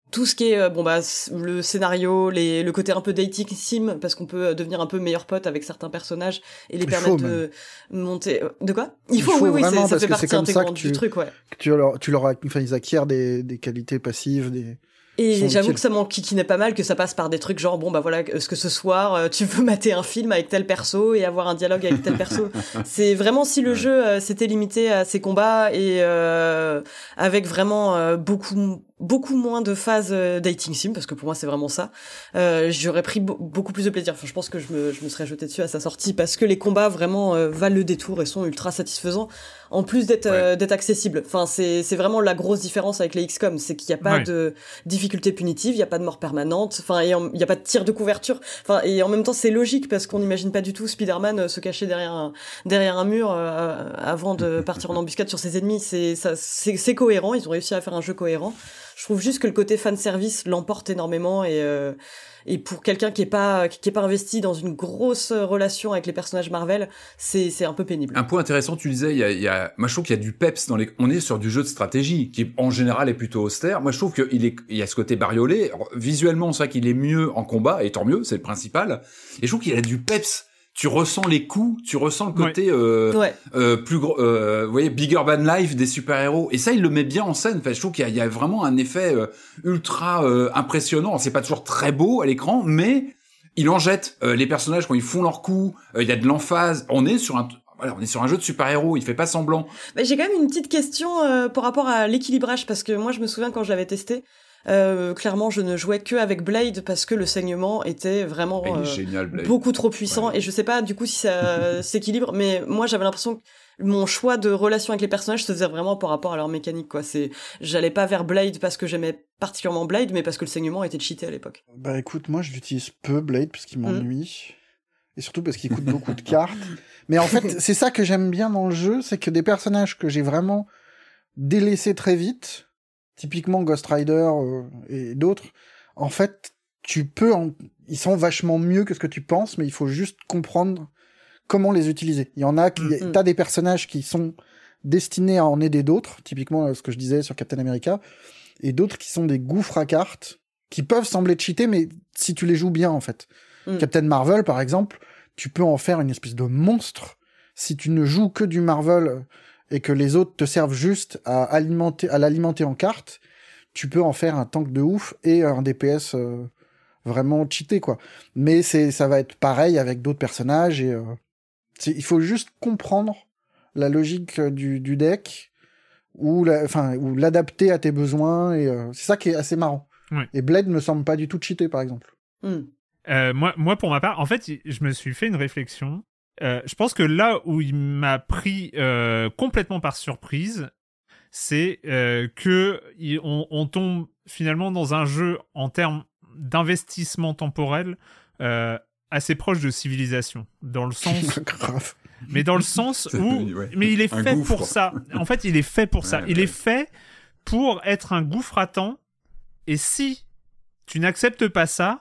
tout ce qui est euh, bon bah le scénario, les le côté un peu dating sim parce qu'on peut devenir un peu meilleur pote avec certains personnages et les Il permettre faut, de monter de quoi il Il faut, faut oui oui vraiment, c'est, ça parce fait que c'est partie comme ça intégrante que tu- du truc ouais. Que tu leur, tu leur, enfin, ils acquièrent des, des qualités passives, des. Et sont j'avoue utiles. que ça m'enquiquinait pas mal que ça passe par des trucs genre bon bah voilà est-ce que ce soir euh, tu veux mater un film avec tel perso et avoir un dialogue avec tel perso. C'est vraiment si le Ouais. jeu euh, s'était limité à ces combats et euh, avec vraiment euh, beaucoup beaucoup moins de phases euh, dating sim parce que pour moi c'est vraiment ça. Euh, j'aurais pris be- beaucoup plus de plaisir. Enfin je pense que je me je me serais jeté dessus à sa sortie parce que les combats vraiment euh, valent le détour et sont ultra satisfaisants en plus d'être euh, d'être accessibles. Enfin c'est c'est vraiment la grosse différence avec les X COM, c'est qu'il y a pas Ouais. de difficulté punitive, il y a pas de mort permanente, enfin et en- il y a pas de tir de couverture. Enfin et en même temps c'est logique parce qu'on n'imagine pas du tout Spider-Man euh, se cacher derrière un derrière un mur euh, avant de partir en embuscade sur ses ennemis, c'est ça c'est c'est cohérent, ils ont réussi à faire un jeu cohérent. Je trouve juste que le côté fan service l'emporte énormément et euh, et pour quelqu'un qui est pas qui est pas investi dans une grosse relation avec les personnages Marvel, c'est c'est un peu pénible. Un point intéressant, tu disais, il y a, il y a, moi je trouve qu'il y a du peps dans les, on est sur du jeu de stratégie qui en général est plutôt austère. Moi je trouve qu'il est, il y a ce côté bariolé. Alors, visuellement, c'est vrai qu'il est mieux en combat et tant mieux, c'est le principal. Et je trouve qu'il y a du peps. Tu ressens les coups, tu ressens le côté euh, Ouais. euh, plus gros, euh, vous voyez, bigger than life des super-héros. Et ça, il le met bien en scène. Enfin, je trouve qu'il y a, il y a vraiment un effet euh, ultra euh, impressionnant. C'est pas toujours très beau à l'écran, mais il en jette. Euh, les personnages, quand ils font leurs coups, euh, il y a de l'emphase. On est sur un, voilà, on est sur un jeu de super-héros. Il fait pas semblant. Bah, j'ai quand même une petite question euh, par rapport à l'équilibrage parce que moi je me souviens quand je l'avais testé, euh, clairement je ne jouais que avec Blade parce que le saignement était vraiment Et il euh, est génial, Blade. beaucoup trop puissant Ouais. et je sais pas du coup si ça s'équilibre, mais moi j'avais l'impression que mon choix de relation avec les personnages se faisait vraiment par rapport à leur mécanique quoi. C'est j'allais pas vers Blade parce que j'aimais particulièrement Blade mais parce que le saignement était cheaté à l'époque. Bah écoute, moi je l'utilise peu Blade parce Mm. qu'il m'ennuie. Et surtout parce qu'il coûte beaucoup de cartes. Mais en fait, c'est ça que j'aime bien dans le jeu, c'est que des personnages que j'ai vraiment délaissés très vite, typiquement Ghost Rider euh, et d'autres, en fait, tu peux... En... Ils sont vachement mieux que ce que tu penses, mais il faut juste comprendre comment les utiliser. Il y en a qui... Mm. T'as des personnages qui sont destinés à en aider d'autres, typiquement euh, ce que je disais sur Captain America, et d'autres qui sont des gouffres à cartes, qui peuvent sembler cheater, mais si tu les joues bien, en fait. Mm. Captain Marvel, par exemple, tu peux en faire une espèce de monstre si tu ne joues que du Marvel et que les autres te servent juste à alimenter, à l'alimenter en cartes. Tu peux en faire un tank de ouf et un D P S euh, vraiment cheaté, quoi. Mais c'est, ça va être pareil avec d'autres personnages et euh, c'est, il faut juste comprendre la logique du, du deck ou, la, enfin, ou l'adapter à tes besoins et euh, c'est ça qui est assez marrant. Ouais. Et Blade me semble pas du tout cheaté, par exemple. Mm. Euh, moi, moi, pour ma part, en fait, je me suis fait une réflexion. Euh, je pense que là où il m'a pris euh, complètement par surprise, c'est euh, que il- on, on tombe finalement dans un jeu en termes d'investissement temporel euh, assez proche de Civilisation, dans le sens, Grave. mais dans le sens C'est- où, ouais. mais il est Un fait gouffre. pour ça. En fait, il est fait pour ça. Ouais, il ouais. est fait pour être un gouffre à temps. Et si tu n'acceptes pas ça,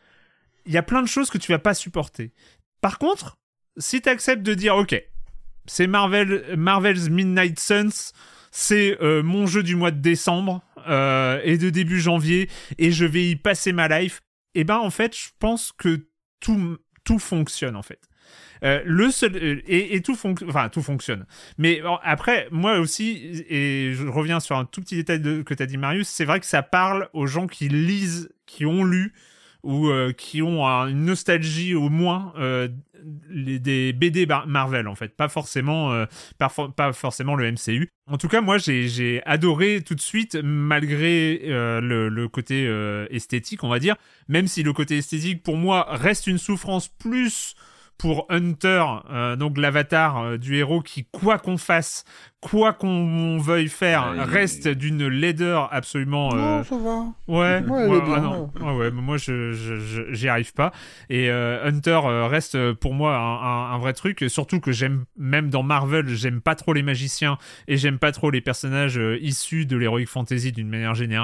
il y a plein de choses que tu vas pas supporter. Par contre, si tu acceptes de dire, ok, c'est Marvel, Marvel's Midnight Suns, c'est euh, mon jeu du mois de décembre euh, et de début janvier, et je vais y passer ma life, et ben en fait, je pense que tout, tout fonctionne en fait. Euh, le seul euh, et, et tout fonctionne, enfin tout fonctionne. Mais bon, après, moi aussi, et je reviens sur un tout petit détail de, que t'as dit Marius, c'est vrai que ça parle aux gens qui lisent, qui ont lu ou euh, qui ont un- une nostalgie au moins euh, les, des B D Bar- Marvel en fait, pas forcément, euh, pas, for- pas forcément le M C U. En tout cas, moi j'ai, j'ai adoré tout de suite, malgré euh, le, le côté euh, esthétique, on va dire, même si le côté esthétique pour moi reste une souffrance plus pour Hunter, euh, donc l'avatar euh, du héros qui, quoi qu'on fasse, quoi qu'on veuille faire, Ouais, reste il- d'une laideur absolument... euh, Non, ça va. Ouais, Ouais, elle ouais, est bien, ah non. Ouais, ouais, mais moi je, je, je- j'y arrive pas. Et euh, Hunter euh, reste euh, pour moi un, un, un vrai truc, surtout que j'aime, même dans Marvel, j'aime pas trop les magiciens et j'aime pas trop les personnages euh, issus de l'heroic fantasy d'une manière générale.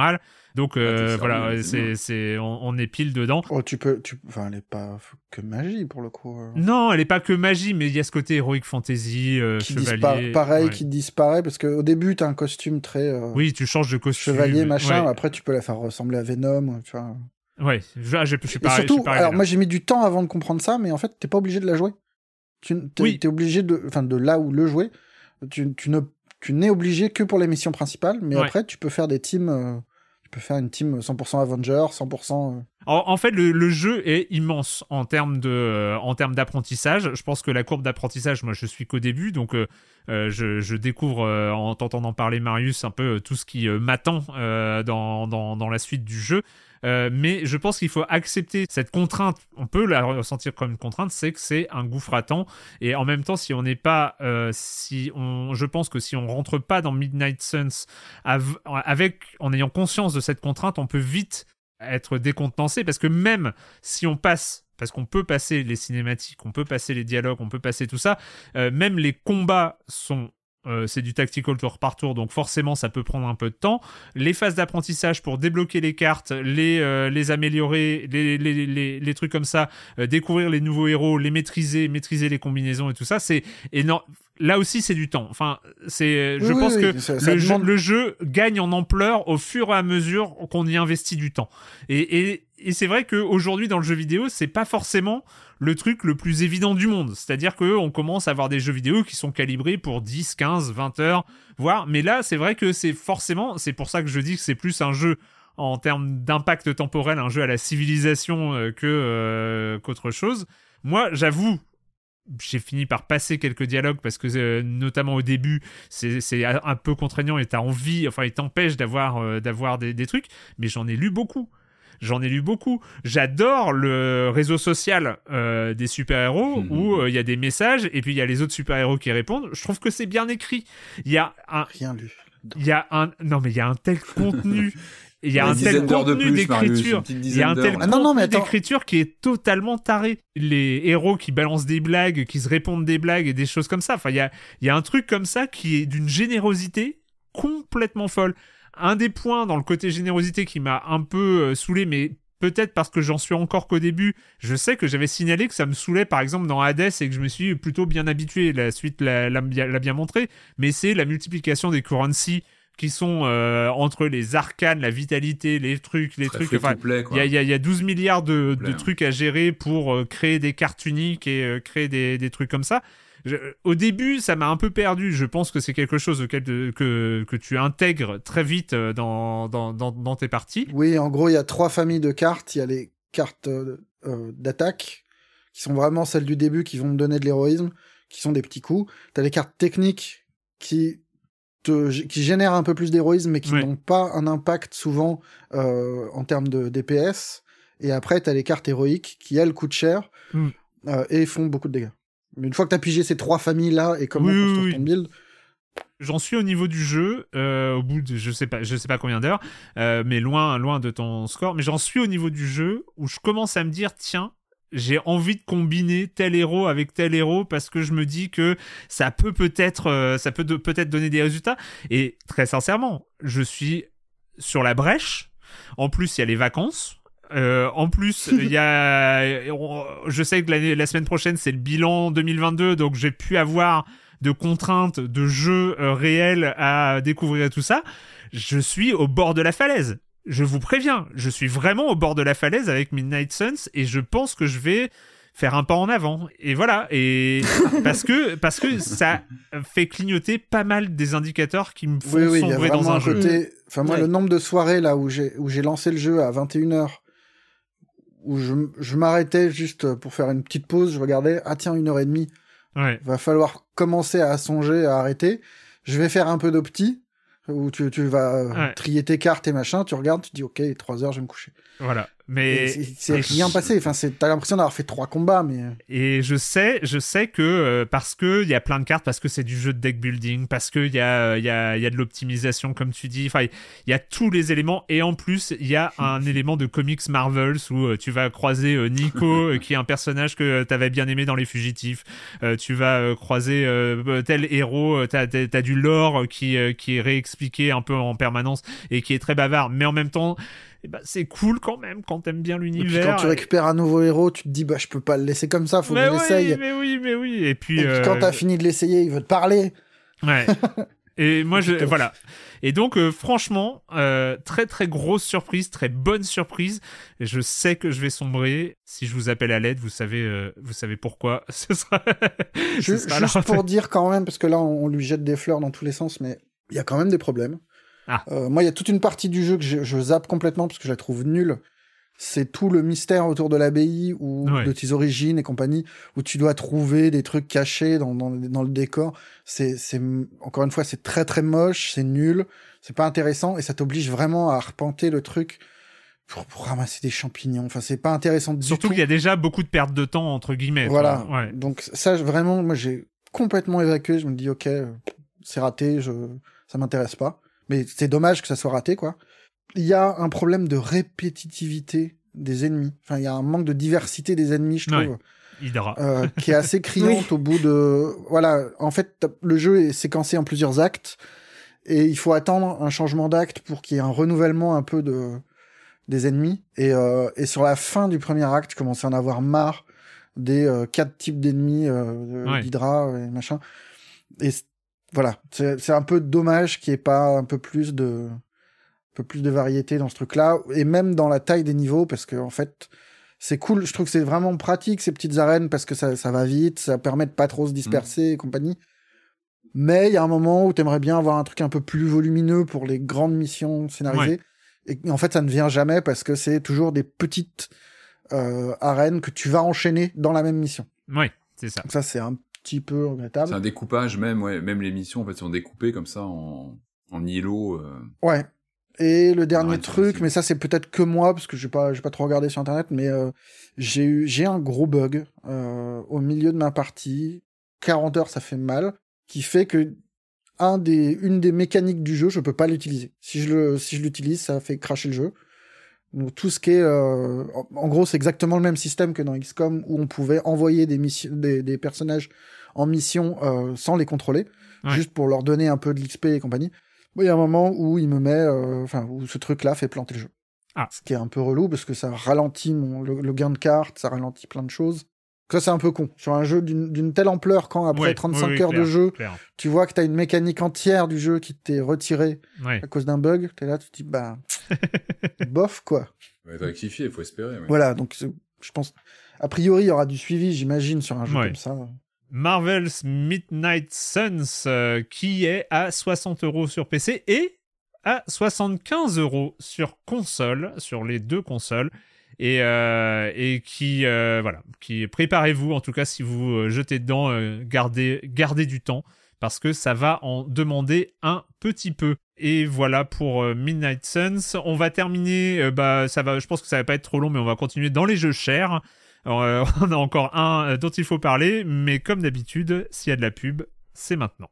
Donc euh, Ah, voilà, sérieux, c'est, c'est, on, on est pile dedans. Oh, tu peux, tu, enfin, elle est pas que magie pour le coup. euh. Non, elle est pas que magie, mais il y a ce côté heroic fantasy, euh, Qui chevalier. dispara- pareil, ouais. qui disparaît parce qu'au début t'as un costume très euh, Oui, tu changes de costume. chevalier machin. Ouais, Après tu peux la faire ressembler à Venom, tu vois. ouais. Je, ah, je, je suis Et pareil. je surtout, suis pareil alors là. moi j'ai mis du temps avant de comprendre ça, mais en fait t'es pas obligé de la jouer. Tu t'es, Oui. t'es obligé de, enfin de là où le jouer. Tu, tu ne, tu n'es obligé que pour les missions principales, mais Ouais. après tu peux faire des teams. euh, tu peux faire une team cent pour cent Avenger, cent pour cent. euh, En, en fait, le, le jeu est immense en termes de, euh, en termes d'apprentissage. Je pense que la courbe d'apprentissage, moi, je suis qu'au début, donc euh, euh, je, je découvre euh, en t'entendant parler, Marius, un peu euh, tout ce qui euh, m'attend euh, dans, dans, dans la suite du jeu. Euh, mais je pense qu'il faut accepter cette contrainte. On peut la ressentir comme une contrainte, c'est que c'est un gouffre à temps. Et en même temps, si on n'est pas, euh, si on, je pense que si on rentre pas dans Midnight Suns av- avec, en ayant conscience de cette contrainte, on peut vite être décontenancé, parce que même si on passe, parce qu'on peut passer les cinématiques, on peut passer les dialogues, on peut passer tout ça, euh, même les combats sont Euh, c'est du tactical tour par tour, donc forcément ça peut prendre un peu de temps. Les phases d'apprentissage pour débloquer les cartes, les, euh, les améliorer, les, les, les, les trucs comme ça, euh, découvrir les nouveaux héros, les maîtriser, maîtriser les combinaisons et tout ça, c'est énorme. Là aussi c'est du temps. Enfin, c'est, je Oui, pense oui, que oui, ça- ça le, demande- jeu, le jeu gagne en ampleur au fur et à mesure qu'on y investit du temps. Et, et, et c'est vrai qu'aujourd'hui dans le jeu vidéo, c'est pas forcément le truc le plus évident du monde. C'est-à-dire qu'on commence à avoir des jeux vidéo qui sont calibrés pour dix, quinze, vingt heures, voire. Mais là, c'est vrai que c'est forcément, c'est pour ça que je dis que c'est plus un jeu en termes d'impact temporel, un jeu à la civilisation euh, que, euh, qu'autre chose. Moi, j'avoue, j'ai fini par passer quelques dialogues parce que, euh, notamment au début, c'est, c'est un peu contraignant et t'as envie, enfin, il t'empêche d'avoir, euh, d'avoir des, des trucs, mais j'en ai lu beaucoup. J'en ai lu beaucoup. J'adore le réseau social euh, des super-héros Mmh. où il euh, y a des messages et puis il y a les autres super-héros qui répondent. Je trouve que c'est bien écrit. Il y a un, Rien lu. il y a un, non mais il y a un tel contenu. Il y a Une un tel dizaine d'heures de contenu plus, Marius, d'écriture. une petite Il y dizaine a un tel d'heures. Ah non, non, mais contenu attends. d'écriture qui est totalement taré. Les héros qui balancent des blagues, qui se répondent des blagues et des choses comme ça. Enfin, il y a, il y a un truc comme ça qui est d'une générosité complètement folle. Un des points dans le côté générosité qui m'a un peu euh, saoulé, mais peut-être parce que j'en suis encore qu'au début, je sais que j'avais signalé que ça me saoulait par exemple dans Hades et que je me suis plutôt bien habitué, la suite l'a, l'a, l'a bien montré, mais c'est la multiplication des currencies qui sont euh, entre les arcanes, la vitalité, les trucs, les Très trucs, free enfin, to play, il quoi. y a, y, a, y a douze milliards de, Play, de hein. trucs à gérer pour euh, créer des cartes uniques et euh, créer des, des trucs comme ça. Je, au début, ça m'a un peu perdu. Je pense que c'est quelque chose auquel de, que, que tu intègres très vite euh, dans, dans, dans, dans tes parties. Oui, en gros, il y a trois familles de cartes. Il y a les cartes euh, euh, d'attaque, qui sont vraiment celles du début, qui vont me donner de l'héroïsme, qui sont des petits coups. T'as les cartes techniques, qui, te, qui génèrent un peu plus d'héroïsme, mais qui Ouais. n'ont pas un impact souvent euh, en termes de D P S. Et après, t'as les cartes héroïques, qui, elles, coûtent cher, Mm. euh, et font beaucoup de dégâts. Mais une fois que t'as pigé ces trois familles-là, et comment Oui, oui, construire oui. ton build, J'en suis au niveau du jeu, euh, au bout de je sais pas, je sais pas combien d'heures, euh, mais loin, loin de ton score. Mais j'en suis au niveau du jeu où je commence à me dire, tiens, j'ai envie de combiner tel héros avec tel héros parce que je me dis que ça peut peut-être, euh, ça peut de- peut-être donner des résultats. Et très sincèrement, je suis sur la brèche. En plus, il y a les vacances. Euh, en plus, il y a, je sais que l'année, la semaine prochaine, c'est le bilan deux mille vingt-deux, donc j'ai pu avoir de contraintes, de jeux euh, réels à découvrir et tout ça. Je suis au bord de la falaise. Je vous préviens, je suis vraiment au bord de la falaise avec Midnight Suns et je pense que je vais faire un pas en avant. Et voilà. Et parce que, parce que ça fait clignoter pas mal des indicateurs qui me font oui, oui, il y a sombrer dans vraiment un un jeu. côté. Enfin, moi, Ouais. le nombre de soirées là où j'ai où j'ai lancé le jeu à vingt et une heures, où je, je m'arrêtais juste pour faire une petite pause, je regardais, ah tiens, une heure et demie, Ouais. va falloir commencer à songer à arrêter. Je vais faire un peu d'opti, où tu, tu vas euh, Ouais. trier tes cartes et machin, tu regardes, tu dis ok, trois heures, je vais me coucher. Voilà. Mais c'est, c'est et rien je... passé. Enfin, c'est, t'as l'impression d'avoir fait trois combats, mais. Et je sais, je sais que euh, parce que il y a plein de cartes, parce que c'est du jeu de deck building, parce que il y a, il y a, il y a de l'optimisation, comme tu dis. Enfin, il y a tous les éléments. Et en plus, il y a un élément de comics Marvels où euh, tu vas croiser euh, Nico, euh, qui est un personnage que t'avais bien aimé dans Les Fugitifs. Euh, tu vas euh, croiser euh, tel héros. Euh, t'as, t'as, t'as du lore qui, euh, qui est réexpliqué un peu en permanence et qui est très bavard, mais en même temps. Eh ben, c'est cool quand même quand t'aimes bien l'univers. Et puis quand tu récupères un nouveau héros, tu te dis bah je peux pas le laisser comme ça, faut mais que je oui, l'essaye. Mais oui, mais oui. Et puis, Et puis euh... quand t'as fini de l'essayer, il veut te parler. Ouais. Et moi je voilà. Et donc euh, franchement, euh, très très grosse surprise, très bonne surprise. Et je sais que je vais sombrer. Si je vous appelle à l'aide, vous savez, euh, vous savez pourquoi. Ce sera. Je, Ce sera juste la... pour dire quand même, parce que là on, on lui jette des fleurs dans tous les sens, mais il y a quand même des problèmes. Ah. Euh, moi, il y a toute une partie du jeu que je, je zappe complètement parce que je la trouve nulle. C'est tout le mystère autour de l'abbaye ou ouais. de tes origines et compagnie, où tu dois trouver des trucs cachés dans, dans, dans le décor. C'est, c'est, encore une fois, c'est très très moche, c'est nul, c'est pas intéressant et ça t'oblige vraiment à arpenter le truc pour, pour ramasser des champignons. Enfin, c'est pas intéressant du Surtout tout. qu'il y a déjà beaucoup de pertes de temps entre guillemets. Voilà. Ouais. Donc ça, vraiment, moi, j'ai complètement évacué. Je me dis, ok, c'est raté, je, ça m'intéresse pas. Mais c'est dommage que ça soit raté, quoi. Il y a un problème de répétitivité des ennemis. Enfin, il y a un manque de diversité des ennemis, je trouve. Ouais. Hydra. Euh, qui est assez criante oui. au bout de... Voilà, en fait, le jeu est séquencé en plusieurs actes. Et il faut attendre un changement d'acte pour qu'il y ait un renouvellement un peu de... des ennemis. Et, euh, et sur la fin du premier acte, je commençais à en avoir marre des euh, quatre types d'ennemis, euh, ouais. d'Hydra et machin. Et voilà, c'est, c'est un peu dommage qu'il n'y ait pas un peu plus de, un peu plus de variété dans ce truc-là, et même dans la taille des niveaux, parce que en fait, c'est cool. Je trouve que c'est vraiment pratique ces petites arènes parce que ça, ça va vite, ça permet de pas trop se disperser mmh. et compagnie. Mais il y a un moment où t'aimerais bien avoir un truc un peu plus volumineux pour les grandes missions scénarisées, ouais. et en fait, ça ne vient jamais parce que c'est toujours des petites euh, arènes que tu vas enchaîner dans la même mission. Oui, c'est ça. Donc ça, c'est un petit peu regrettable. C'est un découpage même, ouais. Même les missions en fait sont découpées comme ça en, en îlots. Euh... Ouais. Et le dernier truc, mais ça c'est peut-être que moi parce que j'ai pas, j'ai pas trop regardé sur internet, mais euh, j'ai eu, j'ai un gros bug euh, au milieu de ma partie. quarante heures, ça fait mal, qui fait que un des, une des mécaniques du jeu, je peux pas l'utiliser. Si je le, si je l'utilise, ça fait cracher le jeu. Donc tout ce qui est, euh, en gros, c'est exactement le même système que dans X COM où on pouvait envoyer des missions, des, des personnages en mission euh, sans les contrôler, ouais. juste pour leur donner un peu de l'X P et compagnie. Il y a un moment où il me met, enfin, euh, où ce truc-là fait planter le jeu. Ah. Ce qui est un peu relou parce que ça ralentit mon, le, le gain de carte, ça ralentit plein de choses. Ça, c'est un peu con. Sur un jeu d'une, d'une telle ampleur, quand après ouais, trente-cinq oui, oui, heures clair, de jeu, clair. tu vois que t'as une mécanique entière du jeu qui t'est retirée ouais. à cause d'un bug, t'es là, tu te dis, bah, bof, quoi. Il va rectifier, il faut espérer. Ouais. Voilà, donc je pense, a priori, il y aura du suivi, j'imagine, sur un jeu ouais. comme ça. Marvel's Midnight Suns, euh, qui est à soixante euros sur P C et à soixante-quinze euros sur console, sur les deux consoles. Et, euh, et qui, euh, voilà, qui préparez-vous, en tout cas, si vous euh, jetez dedans, euh, gardez, gardez du temps, parce que ça va en demander un petit peu. Et voilà pour euh, Midnight Suns. On va terminer, euh, bah, ça va, je pense que ça va pas être trop long, mais on va continuer dans les jeux chers. Alors, euh, on a encore un euh, dont il faut parler, mais comme d'habitude, s'il y a de la pub, c'est maintenant.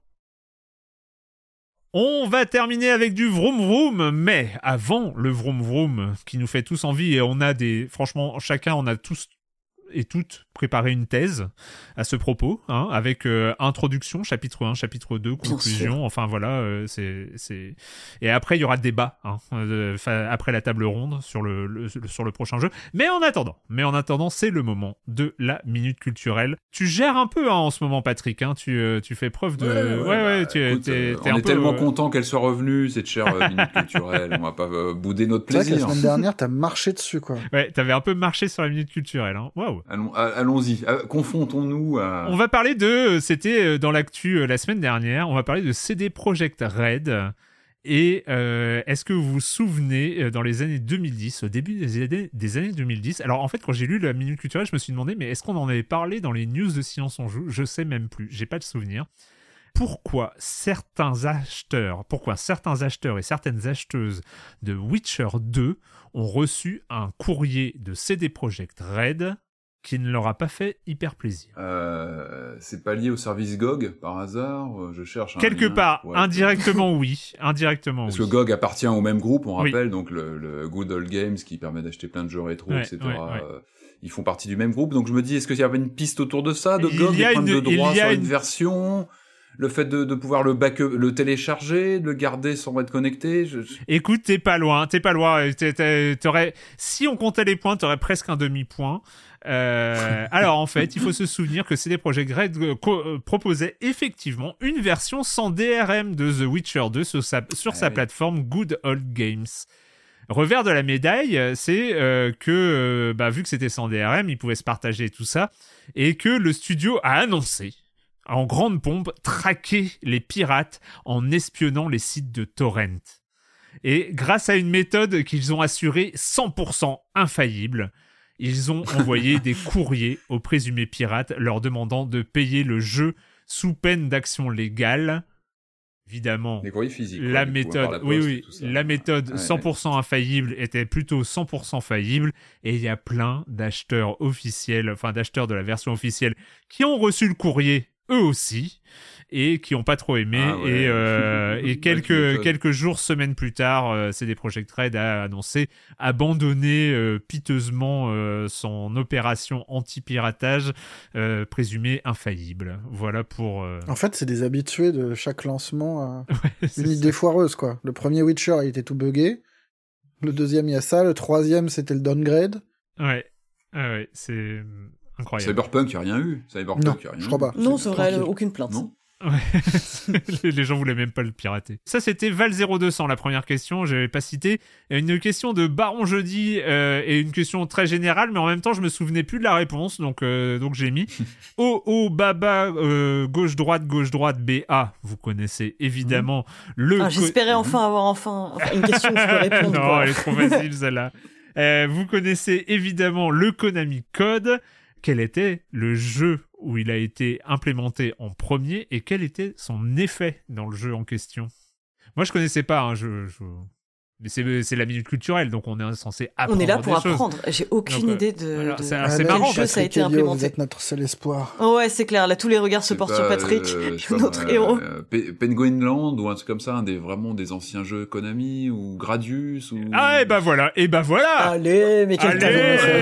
On va terminer avec du vroom vroom, mais avant le vroom vroom qui nous fait tous envie, et on a des, franchement, chacun, on a tous et toutes préparé une thèse à ce propos, hein, avec euh, introduction, chapitre un, chapitre deux, conclusion, enfin voilà, euh, c'est, c'est... Et après, il y aura débat, hein, euh, après la table ronde sur le, le, le, sur le prochain jeu. Mais en attendant, mais en attendant, c'est le moment de la minute culturelle. Tu gères un peu hein, en ce moment, Patrick, hein, tu, euh, tu fais preuve de... Ouais, ouais, ouais, ouais bah, tu, écoute, t'es, euh, t'es on un est peu, tellement euh... content qu'elle soit revenue, cette chère euh, minute culturelle, on va pas euh, bouder notre plaisir. C'est vrai que la semaine dernière, t'as marché dessus, quoi. Ouais, t'avais un peu marché sur la minute culturelle, hein. Waouh. Allons, allons-y, confrontons-nous à... On va parler de, c'était dans l'actu la semaine dernière, on va parler de C D Projekt Red. Et euh, est-ce que vous vous souvenez, dans les années deux mille dix, au début des années, des années deux mille dix, alors en fait quand j'ai lu la minute culturelle, je me suis demandé, mais est-ce qu'on en avait parlé dans les news de Silence on Joue ? Je sais même plus, j'ai pas de souvenir. pourquoi certains acheteurs, pourquoi certains acheteurs et certaines acheteuses de Witcher deux ont reçu un courrier de C D Projekt Red qui ne leur a pas fait hyper plaisir. Euh, c'est pas lié au service G O G, par hasard? Je cherche un Quelque lien. part, Ouais. indirectement oui, indirectement Parce oui. que G O G appartient au même groupe, on Oui. rappelle, donc le, le Good Old Games qui permet d'acheter plein de jeux rétro, Ouais, et cetera. ouais, ouais. Euh, ils font partie du même groupe, donc je me dis, est-ce qu'il y avait une piste autour de ça, de Il G O G, y a des problèmes une- de droit il y a sur une- une version, le fait de, de pouvoir le back, le télécharger, de le garder sans être connecté. Je, je- Écoute, t'es pas loin, t'es pas loin. T'es- t'es- T'aurais, si on comptait les points, t'aurais presque un demi-point. Euh, alors en fait, il faut se souvenir que C D Projekt Red euh, co- euh, proposait effectivement une version sans D R M de The Witcher deux sur sa, sur Ah sa oui. plateforme Good Old Games. Revers de la médaille, c'est euh, que, euh, bah, vu que c'était sans D R M, ils pouvaient se partager tout ça, et que le studio a annoncé, en grande pompe, traquer les pirates en espionnant les sites de torrent. Et grâce à une méthode qu'ils ont assurée cent pour cent infaillible, ils ont envoyé des courriers aux présumés pirates leur demandant de payer le jeu sous peine d'action légale. Évidemment, Les courriers physiques. la quoi, du coup, méthode, par la oui, poste et oui, tout ça. la méthode Ouais, cent pour cent infaillible était plutôt cent pour cent faillible, et il y a plein d'acheteurs officiels, enfin d'acheteurs de la version officielle, qui ont reçu le courrier eux aussi, et qui n'ont pas trop aimé, Ah ouais. et, euh, et Ouais, tu quelques, m'étonnes. quelques jours, semaines plus tard, euh, C D Projekt Red a annoncé abandonner euh, piteusement euh, son opération anti-piratage euh, présumée infaillible. Voilà pour... euh, En fait, c'est des habitués de chaque lancement. euh, c'est Une ça. idée foireuse, quoi. Le premier Witcher, il était tout buggé. Le deuxième, il y a ça. Le troisième, c'était le downgrade. Ouais, ouais, ouais, c'est euh, incroyable. Cyberpunk, il n'y a rien eu. Cyberpunk, Non, y a rien je crois eu. pas. Non, c'est vrai, tranquille. aucune plainte. Non. Ouais. les, les gens voulaient même pas le pirater. Ça, c'était Val zéro deux cents, la première question, je n'avais pas cité. Une question de Baron Jeudi euh, et une question très générale, mais en même temps, je me souvenais plus de la réponse, donc, euh, donc j'ai mis O, O, Baba, euh, gauche-droite, gauche-droite, B, A. Vous connaissez évidemment le... Ah, co- J'espérais enfin avoir enfin enfin, une question où je peux répondre. non, quoi. elle est trop facile, celle-là. Euh, vous connaissez évidemment le Konami Code. Quel était le jeu où il a été implémenté en premier et quel était son effet dans le jeu en question? Moi, je connaissais pas, hein, je, je... mais c'est, c'est la minute culturelle, donc on est censé apprendre On est là pour des choses. apprendre. J'ai aucune Donc, euh, idée de, voilà, de- c'est- de alors, c'est quel marrant, jeu ça a été Elio, implémenté. Vous êtes notre seul espoir. Oh ouais, c'est clair. Là, tous les regards se C'est portent pas, sur Patrick, euh, je sais pas, notre moi, héros. euh, Pe- Penguin Land ou un truc comme ça, un des, vraiment des anciens jeux Konami ou Gradius ou... Ah, et bah voilà, et bah voilà Allez, mais quel talent.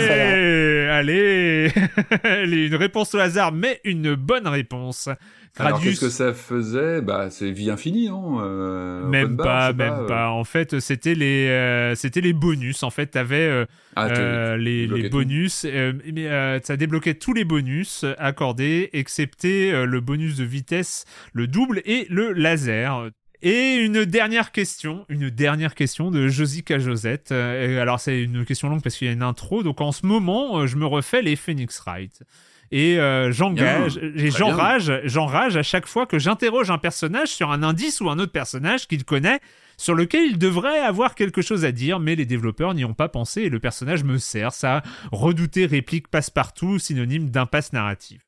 Allez, allez, allez, une réponse au hasard, mais une bonne réponse. Alors Gradius, qu'est-ce que ça faisait? Bah c'est vie infinie, non euh, même open bar, pas, je sais même euh. pas. En fait, c'était les, euh, c'était les bonus. En fait, t'avais euh, Ah, tu- euh, les, débloquais les tout. bonus, euh, mais euh, ça débloquait tous les bonus accordés, excepté euh, le bonus de vitesse, le double et le laser. Et une dernière question, une dernière question de Josica Josette. Euh, alors c'est une question longue parce qu'il y a une intro. Donc en ce moment, euh, je me refais les Phoenix Wright. Et euh, j'engage, Bien, et très j'enrage, j'enrage à chaque fois que j'interroge un personnage sur un indice ou un autre personnage qu'il connaît, sur lequel il devrait avoir quelque chose à dire, mais les développeurs n'y ont pas pensé et le personnage me sert. Ça, redouté réplique passe-partout, synonyme d'impasse narrative.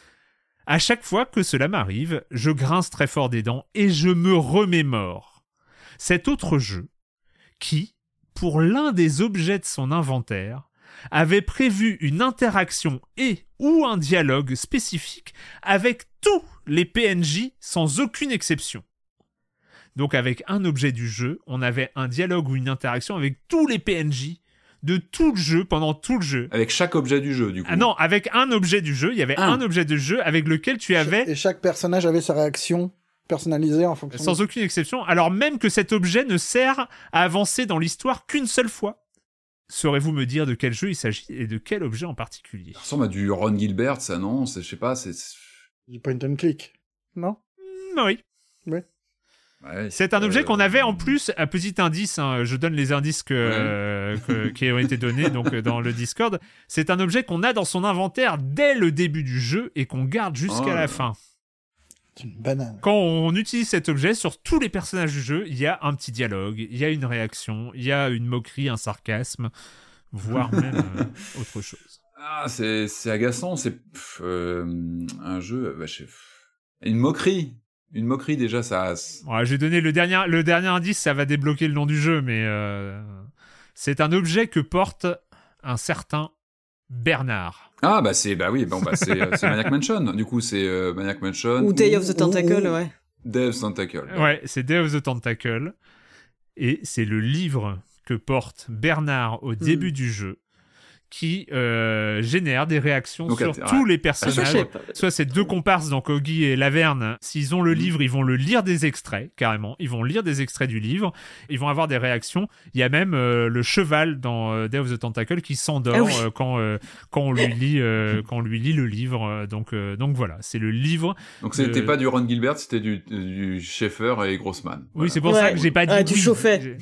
À chaque fois que cela m'arrive, je grince très fort des dents et je me remémore cet autre jeu qui, pour l'un des objets de son inventaire, avait prévu une interaction et ou un dialogue spécifique avec tous les P N J sans aucune exception. Donc avec un objet du jeu, on avait un dialogue ou une interaction avec tous les P N J de tout le jeu pendant tout le jeu. Avec chaque objet du jeu, du coup. Ah non, avec un objet du jeu, il y avait Un. un objet de jeu avec lequel tu avais, Et chaque personnage avait sa réaction personnalisée en fonction. sans aucune exception, alors même que cet objet ne sert à avancer dans l'histoire qu'une seule fois. Saurez-vous me dire de quel jeu il s'agit et de quel objet en particulier? Ça ressemble à du Ron Gilbert, ça, non? C'est- Je sais pas, c'est... Du point and click. Non? Mm, oui. Ouais, C'est un euh, objet qu'on avait en plus, un petit indice, hein, je donne les indices que, Ouais. euh, que- qui ont été donnés donc, euh, dans le Discord. C'est un objet qu'on a dans son inventaire dès le début du jeu et qu'on garde jusqu'à Oh là la là. fin. C'est une banane. Quand on utilise cet objet, sur tous les personnages du jeu, il y a un petit dialogue, il y a une réaction, il y a une moquerie, un sarcasme, voire même euh, autre chose. Ah, c'est c'est agaçant, c'est pff, euh, un jeu... Bah, je sais- Une moquerie. Une moquerie, déjà, ça... Ouais, j'ai donné le dernier, le dernier indice, ça va débloquer le nom du jeu, mais euh, c'est un objet que porte un certain Bernard. Ah, bah c'est... Bah oui, bon, bah c'est, c'est Maniac Mansion. Du coup, c'est euh, Maniac Mansion. Ou Day of the Tentacle, ou... ouais. Day of the Tentacle. Ouais, c'est Day of the Tentacle. Et c'est le livre que porte Bernard au début mmh. du jeu, qui euh, génère des réactions donc, sur ouais. tous les personnages. Ah, soit c'est deux comparses, donc Oggy et Laverne. S'ils ont le mmh. livre, ils vont le lire des extraits, carrément. Ils vont lire des extraits du livre. Ils vont avoir des réactions. Il y a même euh, le cheval dans euh, Day of the Tentacle qui s'endort ah oui. euh, quand, euh, quand, on lui lit, euh, quand on lui lit le livre. Donc, euh, donc voilà, c'est le livre. Donc c'était de... pas du Ron Gilbert, c'était du, du Schaeffer et Grossman. Voilà. Oui, c'est pour ouais. ça que j'ai pas dit ah, oui. Du chauffet.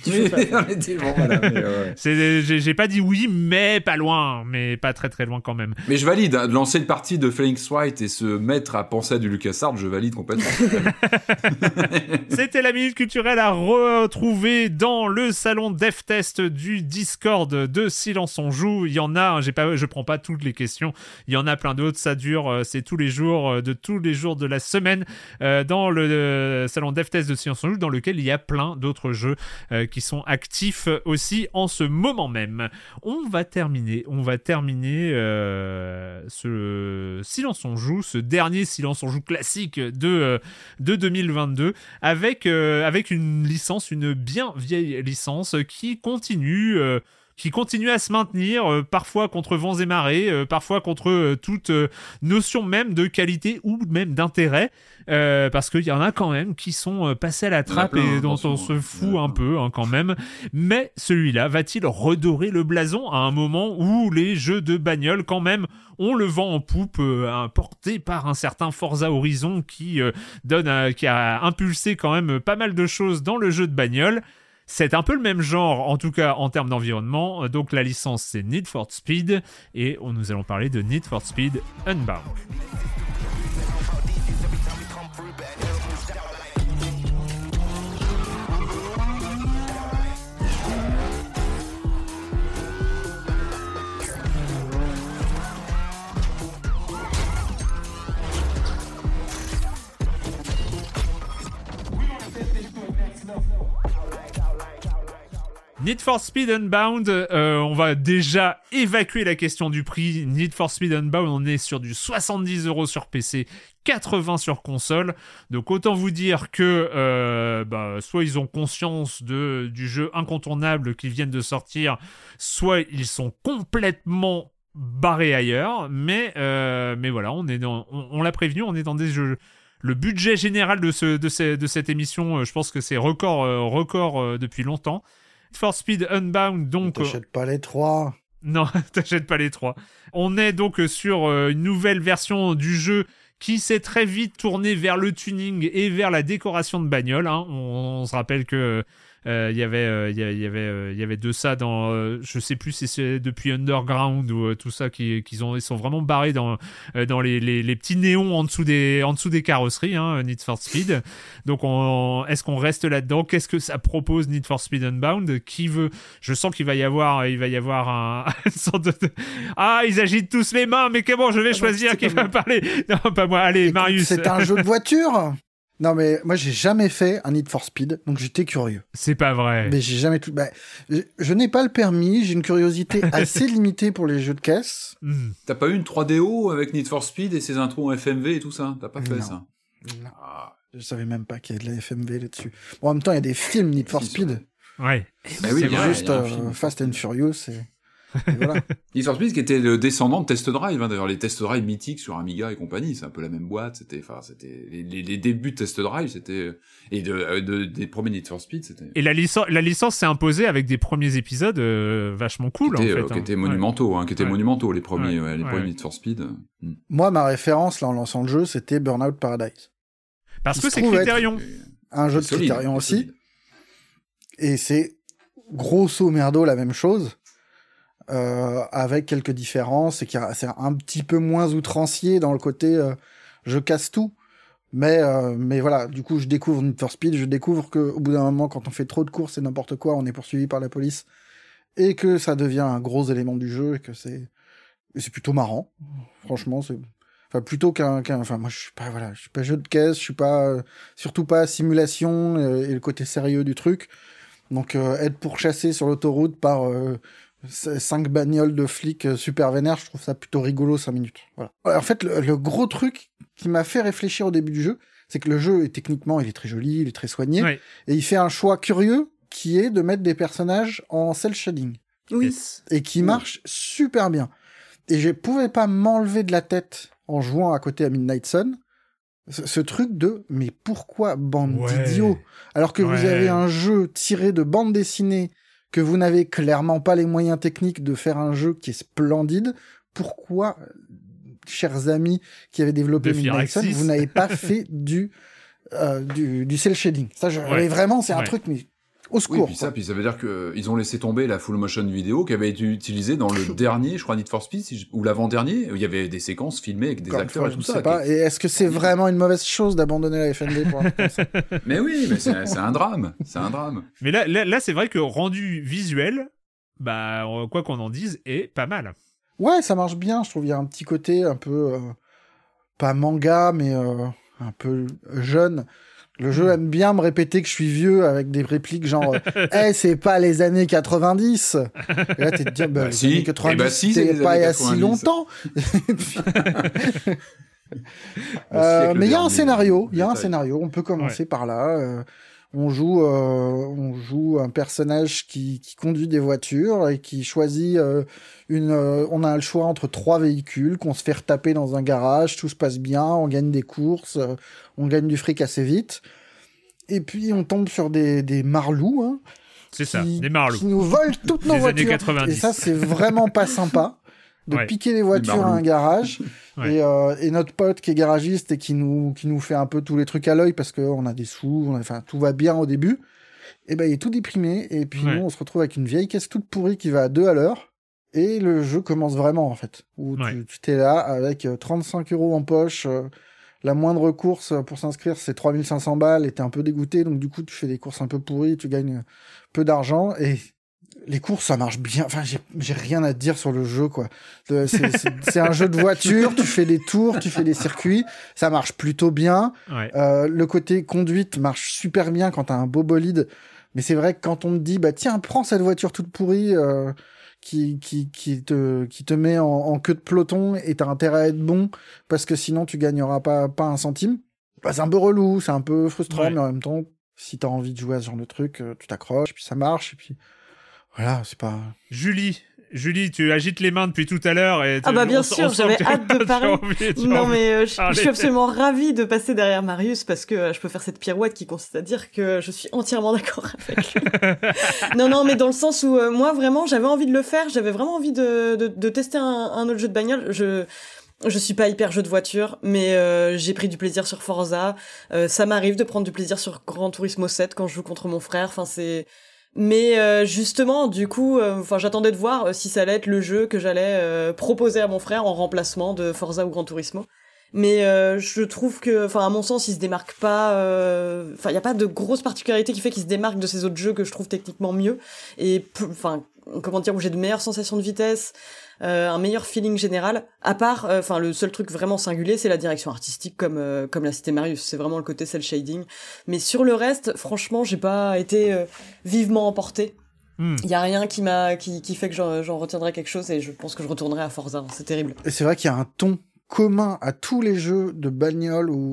j'ai, j'ai pas dit oui, mais pas loin. Mais pas très très loin quand même. Mais je valide, hein, de lancer une partie de Phoenix Wright et se mettre à penser à du LucasArts, je valide complètement. C'était la minute culturelle à retrouver dans le salon DevTest du Discord de Silence on Joue. Il y en a, j'ai pas, je prends pas toutes les questions, il y en a plein d'autres, ça dure, c'est tous les jours, de tous les jours de la semaine, euh, dans le euh, salon DevTest de Silence on Joue, dans lequel il y a plein d'autres jeux euh, qui sont actifs aussi en ce moment même. On va terminer On va terminer euh, ce Silence on Joue, ce dernier Silence on Joue classique de, euh, de deux mille vingt-deux, avec, euh, avec une licence, une bien vieille licence qui continue... Euh, qui continue à se maintenir, euh, parfois contre vents et marées, euh, parfois contre euh, toute euh, notion même de qualité ou même d'intérêt, euh, parce qu'il y en a quand même qui sont euh, passés à la trappe plein, et dont on se fout un peu hein, quand même. Mais celui-là va-t-il redorer le blason à un moment où les jeux de bagnole quand même ont le vent en poupe, euh, porté par un certain Forza Horizon qui, euh, donne, euh, qui a impulsé quand même pas mal de choses dans le jeu de bagnole. C'est un peu le même genre, en tout cas en termes d'environnement. Donc la licence, c'est Need for Speed. Et on, nous allons parler de Need for Speed Unbound. Need for Speed Unbound, euh, on va déjà évacuer la question du prix. Need for Speed Unbound, on est sur du soixante-dix euros sur P C, quatre-vingts sur console. Donc autant vous dire que euh, bah, soit ils ont conscience de, du jeu incontournable qu'ils viennent de sortir, soit ils sont complètement barrés ailleurs. Mais, euh, mais voilà, on, est dans, on, on l'a prévenu, on est dans des jeux... Le budget général de, ce, de, ce, de cette émission, je pense que c'est record, euh, record euh, depuis longtemps. Need for Speed Unbound, donc... T'achètes pas les trois. Non, t'achètes pas les trois. On est donc sur euh, une nouvelle version du jeu qui s'est très vite tournée vers le tuning et vers la décoration de bagnole. Hein. On, on se rappelle que euh, y avait, euh, y, y avait, euh, y avait de ça dans, euh, je sais plus si c'est depuis Underground ou euh, tout ça qui, qu'ils ont, ils sont vraiment barrés dans, euh, dans les, les, les petits néons en dessous des, en dessous des carrosseries, hein, Need for Speed. Donc, on, est-ce qu'on reste là-dedans? Qu'est-ce que ça propose Need for Speed Unbound? Qui veut? Je sens qu'il va y avoir, il va y avoir un, une sorte de, ah, ils agitent tous les mains, mais comment je vais ah choisir qui va parler? Non, pas moi. Allez, écoute, Marius. C'est un jeu de voiture. Non mais moi j'ai jamais fait un Need for Speed, donc j'étais curieux. C'est pas vrai. Mais j'ai jamais tout. Bah, je, je n'ai pas le permis, j'ai une curiosité assez limitée pour les jeux de caisse. Mm. T'as pas eu une trois D O avec Need for Speed et ses intros en F M V et tout ça? T'as pas fait non. ça? Non. Ah. Je savais même pas qu'il y avait de la F M V là-dessus. Bon, en même temps il y a des films Need for Speed. Ouais. Bah oui, il y a juste euh, Fast and Furious et... Et voilà. Need for Speed qui était le descendant de Test Drive, hein, d'ailleurs les Test Drive mythiques sur Amiga et compagnie, c'est un peu la même boîte, c'était, enfin, c'était les, les, les débuts de Test Drive, c'était et de, de des premiers Need for Speed, c'était. Et la licence, la licence s'est imposée avec des premiers épisodes euh, vachement cool qui étaient, en fait, euh, qui hein. étaient monumentaux, hein, qui étaient ouais. monumentaux les premiers, ouais, ouais, les ouais. premiers Need for Speed. Hmm. Moi, ma référence là en lançant le jeu, c'était Burnout Paradise. Parce Il que c'est Criterion. Un jeu de solide, Criterion aussi. Solide. Et c'est grosso merdo la même chose. Euh, avec quelques différences et qui c'est un petit peu moins outrancier dans le côté euh, je casse tout, mais euh, mais voilà, du coup je découvre Need for Speed, je découvre que au bout d'un moment quand on fait trop de courses et n'importe quoi, on est poursuivi par la police et que ça devient un gros élément du jeu et que c'est et c'est plutôt marrant. Franchement, c'est Enfin, plutôt qu'un, qu'un, enfin, moi, je suis pas, voilà, je suis pas jeu de caisse, je suis pas, euh, surtout pas simulation euh, et le côté sérieux du truc. Donc, euh, être pourchassé sur l'autoroute par euh, cinq bagnoles de flics euh, super vénères, je trouve ça plutôt rigolo, cinq minutes. Voilà. En fait, le, le gros truc qui m'a fait réfléchir au début du jeu, c'est que le jeu, est, techniquement, il est très joli, il est très soigné, Ouais. et il fait un choix curieux qui est de mettre des personnages en cel shading. Oui. Yes. Et qui marche super bien. Et je pouvais pas m'enlever de la tête en jouant à côté à Midnight Sun, ce, ce truc de mais pourquoi bande Ouais. d'idiots alors que Ouais. vous avez un jeu tiré de bande dessinée, que vous n'avez clairement pas les moyens techniques de faire un jeu qui est splendide, pourquoi, chers amis qui avaient développé De Midnight Sun, Firaxis. vous n'avez pas fait du, euh, du, du cel shading? Ça, je, Ouais. vraiment, c'est un Ouais. truc, mais au Oui, secours. puis quoi. ça, puis ça veut dire que ils ont laissé tomber la full motion vidéo qui avait été utilisée dans le dernier, je crois, Need for Speed, si je- ou l'avant-dernier, où il y avait des séquences filmées avec des Encore une acteurs fois, et je tout ne ça. sais pas. qui- Et est-ce que c'est vraiment une mauvaise chose d'abandonner la F N D pour un truc comme ça? Mais oui, mais c'est c'est un drame, c'est un drame. Mais là, là, là c'est vrai que rendu visuel, bah, euh, quoi qu'on en dise, est pas mal. Ouais, ça marche bien. Je trouve il y a un petit côté un peu euh, pas manga, mais euh, un peu jeune. Le jeu aime bien me répéter que je suis vieux avec des répliques genre euh, hey, c'est pas les années quatre-vingt-dix. Et là, t'es te dire, bah, Bah les si. années Eh quatre-vingt-dix, bah si, c'est c'était les pas il années y a si quatre-vingt-dix. longtemps. Et puis- Le Euh, siècle mais il y a un dernier, scénario, il y a un détail. scénario. On peut commencer par là. euh, on joue, euh, on joue un personnage qui, qui conduit des voitures et qui choisit euh, une. euh, on a le choix entre trois véhicules qu'on se fait retaper dans un garage. Tout se passe bien, on gagne des courses, euh, on gagne du fric assez vite. Et puis on tombe sur des, des marlous, hein, C'est qui, ça, des marlous. qui nous volent toutes nos Des années voitures. quatre-vingt-dix. Et ça, c'est vraiment pas sympa de Ouais. piquer les voitures à un marlous. garage. Ouais. Et, euh, et notre pote qui est garagiste et qui nous, qui nous fait un peu tous les trucs à l'œil parce qu'on a des sous, on a- enfin, tout va bien au début. Et ben, il est tout déprimé. Et puis Ouais. nous, on se retrouve avec une vieille caisse toute pourrie qui va à deux à l'heure. Et le jeu commence vraiment, en fait. Où Ouais. tu, tu t'es là avec euh, trente-cinq euros en poche. euh, la moindre course pour s'inscrire, c'est trois mille cinq cents balles et t'es un peu dégoûté. Donc, du coup, tu fais des courses un peu pourries, tu gagnes peu d'argent et les courses, ça marche bien. Enfin, j'ai, j'ai rien à dire sur le jeu, quoi. Le- C'est, c'est, c'est un jeu de voiture, tu fais des tours, tu fais des circuits, ça marche plutôt bien. Ouais. Euh, le côté conduite marche super bien quand t'as un beau bolide. Mais c'est vrai que quand on te dit, bah tiens, prends cette voiture toute pourrie euh, qui, qui, qui, te, qui te met en, en queue de peloton et t'as intérêt à être bon parce que sinon tu gagneras pas, pas un centime, bah, c'est un peu relou, c'est un peu frustrant, Ouais. mais en même temps, si t'as envie de jouer à ce genre de truc, euh, tu t'accroches, et puis ça marche, et puis voilà, c'est pas... Julie, Julie, tu agites les mains depuis tout à l'heure et Ah bah bien on s- sûr, on sent j'avais que tu- hâte de tu as parler. envie- tu as Non envie- mais euh, je, parler. je suis absolument ravie de passer derrière Marius parce que euh, je peux faire cette pirouette qui consiste à dire que je suis entièrement d'accord avec lui. non non mais dans le sens où euh, moi vraiment j'avais envie de le faire, j'avais vraiment envie de, de, de tester un, un autre jeu de bagnole. Je je suis pas hyper jeu de voiture, mais euh, j'ai pris du plaisir sur Forza. Euh, ça m'arrive de prendre du plaisir sur Gran Turismo sept quand je joue contre mon frère. Enfin c'est mais euh, justement, du coup, enfin, euh, j'attendais de voir euh, si ça allait être le jeu que j'allais euh, proposer à mon frère en remplacement de Forza ou Gran Turismo. Mais euh, je trouve que, enfin, à mon sens, il se démarque pas. Enfin, il y a pas de grosse particularité qui fait qu'il se démarque de ces autres jeux que je trouve techniquement mieux. Et, enfin, comment dire, où j'ai de meilleures sensations de vitesse. Euh, un meilleur feeling général, à part, enfin euh, le seul truc vraiment singulier, c'est la direction artistique, comme euh, comme l'a cité Marius, c'est vraiment le côté cel shading. Mais sur le reste, franchement, j'ai pas été euh, vivement emporté. Il mm. y a rien qui m'a qui qui fait que j'en, j'en retiendrai quelque chose et je pense que je retournerai à Forza. C'est terrible. Et c'est vrai qu'il y a un ton commun à tous les jeux de bagnole où,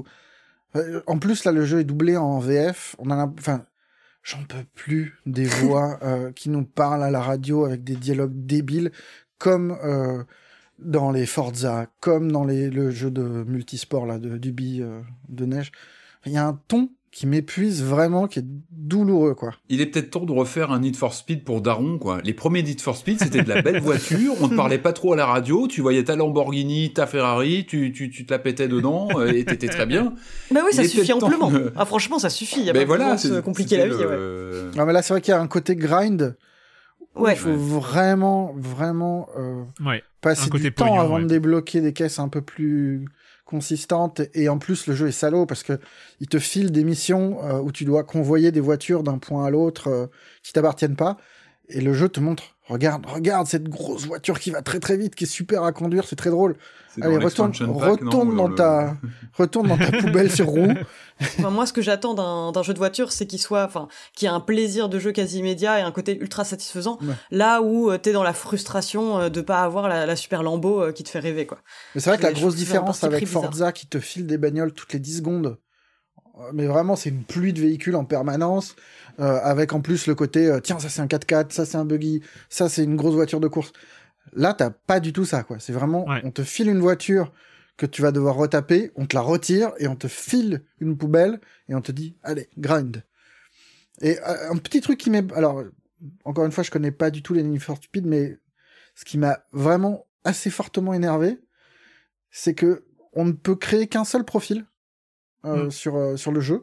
en plus là, le jeu est doublé en V F. On a, enfin. J'en peux plus des voix euh, qui nous parlent à la radio avec des dialogues débiles, comme euh, dans les Forza, comme dans les, le jeu de multisport là, de d'Ubi euh, de neige. Il y a un ton qui m'épuise vraiment, qui est douloureux, quoi. Il est peut-être temps de refaire un Need for Speed pour Daron, quoi. Les premiers Need for Speed, c'était de la belle voiture, on ne parlait pas trop à la radio, tu voyais ta Lamborghini, ta Ferrari, tu, tu, tu te la pétais dedans, et t'étais très bien. Bah oui, ça Il suffit amplement. De... Ah franchement, ça suffit, il y a ben pas voilà, besoin de se compliquer la vie, le... ouais. Non mais là, c'est vrai qu'il y a un côté grind. Ouais. Il faut vraiment, vraiment euh, ouais. passer du temps pognon, avant ouais. de débloquer des caisses un peu plus consistante et en plus le jeu est salaud parce que il te file des missions euh, où tu dois convoyer des voitures d'un point à l'autre euh, qui t'appartiennent pas et le jeu te montre Regarde, regarde cette grosse voiture qui va très très vite, qui est super à conduire, c'est très drôle. C'est Allez, dans retourne, l'expansion pack, retourne, non, dans le- ta, retourne dans ta poubelle sur roue. Enfin, moi, ce que j'attends d'un, d'un jeu de voiture, c'est qu'il soit, enfin, qu'il y ait un plaisir de jeu quasi immédiat et un côté ultra satisfaisant. Ouais. Là où euh, t'es dans la frustration euh, de pas avoir la, la super Lambo euh, qui te fait rêver, quoi. Mais c'est vrai que la Je grosse trouve que c'est un différence parti avec pris bizarre. Forza qui te file des bagnoles toutes les dix secondes, euh, mais vraiment c'est une pluie de véhicules en permanence, euh, avec en plus le côté euh, tiens ça c'est un quatre-quatre, ça c'est un buggy, ça c'est une grosse voiture de course. Là t'as pas du tout ça quoi. C'est vraiment Ouais. on te file une voiture que tu vas devoir retaper, on te la retire et on te file une poubelle et on te dit allez grind. Et euh, un petit truc qui m'est alors encore une fois je connais pas du tout les Need for Speed, mais ce qui m'a vraiment assez fortement énervé, c'est que on ne peut créer qu'un seul profil euh, Mm. sur euh, sur le jeu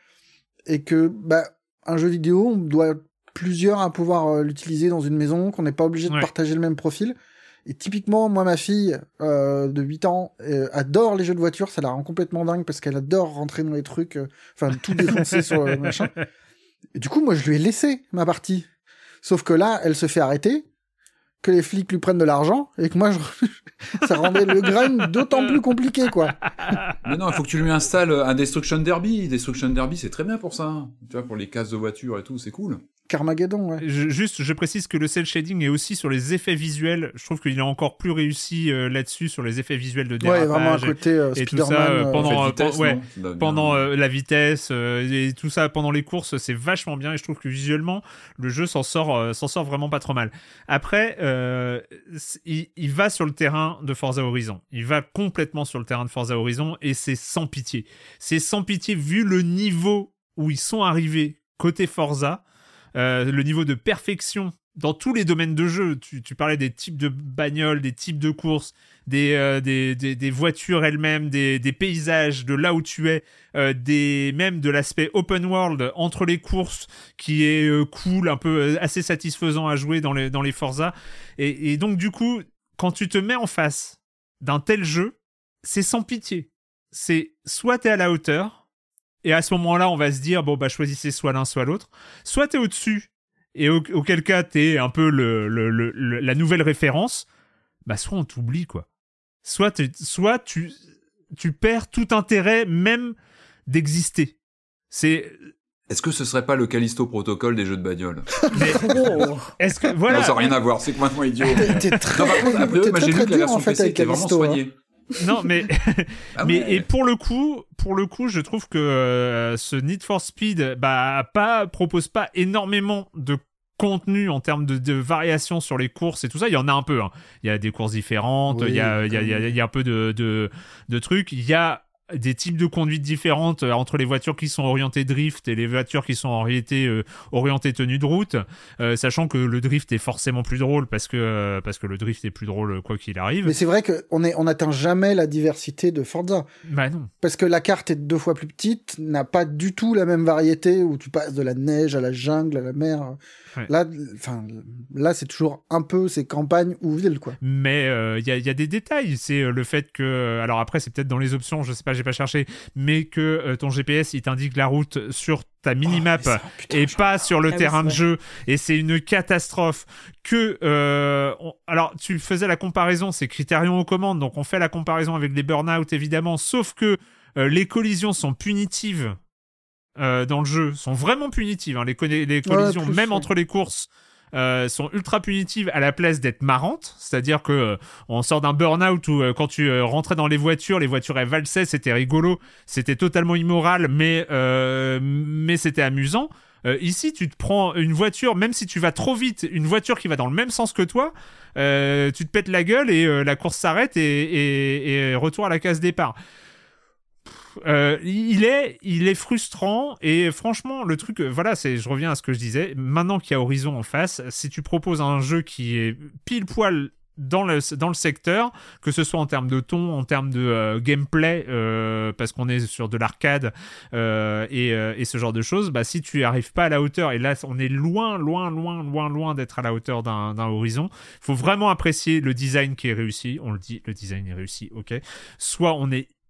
et que bah un jeu vidéo on doit plusieurs à pouvoir euh, l'utiliser dans une maison, qu'on n'est pas obligé de Ouais. partager le même profil. Et typiquement moi ma fille euh, de huit ans euh, adore les jeux de voiture, ça la rend complètement dingue parce qu'elle adore rentrer dans les trucs, euh, enfin tout défoncer sur le machin. Et du coup moi je lui ai laissé ma partie. Sauf que là elle se fait arrêter, que les flics lui prennent de l'argent et que moi je... ça rendait le grind d'autant plus compliqué quoi. Mais non, il faut que tu lui installes un Destruction Derby. Destruction Derby, c'est très bien pour ça. Tu vois, pour les cases de voiture et tout, c'est cool. Carmageddon ouais. Je- juste, je précise que le cel shading est aussi sur les effets visuels. Je trouve qu'il est encore plus réussi euh, là-dessus, sur les effets visuels de Ouais, dérapage. vraiment un côté euh, et tout ça, Spider-Man. euh, euh, pendant- Fait de euh, vitesse, ouais, non Ça doit bien- pendant euh, la vitesse euh, et tout ça pendant les courses, c'est vachement bien et je trouve que visuellement le jeu s'en sort euh, s'en sort vraiment pas trop mal. Après euh, c- il, il va sur le terrain de Forza Horizon, il va complètement sur le terrain de Forza Horizon et c'est sans pitié. C'est sans pitié vu le niveau où ils sont arrivés côté Forza, euh, le niveau de perfection dans tous les domaines de jeu. Tu, tu parlais des types de bagnoles, des types de courses, des, euh, des, des, des voitures elles-mêmes, des, des paysages, de là où tu es, euh, des, même de l'aspect open world entre les courses qui est euh, cool, un peu euh, assez satisfaisant à jouer dans les, dans les Forza. Et, et donc, du coup, quand tu te mets en face d'un tel jeu, c'est sans pitié. C'est soit t'es à la hauteur, et à ce moment-là, on va se dire, bon, bah, choisissez soit l'un, soit l'autre. Soit t'es au-dessus, et au- auquel cas, t'es un peu le, le, le, le- la nouvelle référence, bah, soit on t'oublie, quoi. Soit, t'es- soit tu, tu perds tout intérêt, même d'exister. C'est. Est-ce que ce serait pas le Callisto Protocol des jeux de bagnole? Mais, Oh. est-ce que. Voilà. Non, ça n'a rien à voir, c'est complètement idiot. T'es très, Non, par contre, après, t'es moi, très, j'ai très vu que la dur, version en fait, P C avec était vraiment Callisto, hein. soignée. Non, mais. Ah mais ouais. et pour le coup, pour le coup, je trouve que euh, ce Need for Speed, bah, pas propose pas énormément de contenu en termes de, de variation sur les courses et tout ça. Il y en a un peu. Hein. Il y a des courses différentes. Oui, il y a, il y a, il y a, il y a un peu de, de, de trucs. Il y a des types de conduites différentes euh, entre les voitures qui sont orientées drift et les voitures qui sont en réalité euh, orientées tenue de route, euh, sachant que le drift est forcément plus drôle parce que euh, parce que le drift est plus drôle quoi qu'il arrive. Mais c'est vrai qu'on est, on n'atteint jamais la diversité de Forza. Bah non. Parce que la carte est deux fois plus petite, n'a pas du tout la même variété où tu passes de la neige à la jungle, à la mer. Ouais. Là, enfin, là, c'est toujours un peu ces campagnes ou villes, quoi. Mais il euh, y, a, y a des détails. C'est euh, le fait que, alors après c'est peut-être dans les options, je sais pas, j'ai pas cherché, mais que euh, ton G P S il t'indique la route sur ta minimap Oh, mais ça, putain, et je- pas sur le Ah oui, terrain de c'est jeu, et c'est une catastrophe. Que euh, on- alors tu faisais la comparaison, c'est Criterion aux commandes, donc on fait la comparaison avec les burn-out évidemment, sauf que euh, les collisions sont punitives. Euh, dans le jeu sont vraiment punitives, hein. les, co- les collisions plus, même ouais. entre les courses euh, sont ultra punitives à la place d'être marrantes, c'est-à-dire que euh, on sort d'un burn-out où euh, quand tu euh, rentrais dans les voitures, les voitures elles valsaient, c'était rigolo, c'était totalement immoral, mais euh, mais c'était amusant. Euh, ici, tu te prends une voiture, même si tu vas trop vite, une voiture qui va dans le même sens que toi, euh, tu te pètes la gueule et euh, la course s'arrête et, et, et retour à la case départ. Euh, il est, il est frustrant et franchement le truc, euh, voilà, c'est, je reviens à ce que je disais. Maintenant qu'il y a Horizon en face, si tu proposes un jeu qui est pile poil dans le dans le secteur, que ce soit en termes de ton, en termes de euh, gameplay, euh, parce qu'on est sur de l'arcade euh, et, euh, et ce genre de choses, bah si tu arrives pas à la hauteur, et là on est loin, loin, loin, loin, loin d'être à la hauteur d'un, d'un Horizon. Il faut vraiment apprécier le design qui est réussi. On le dit, le design est réussi, ok. Soit on est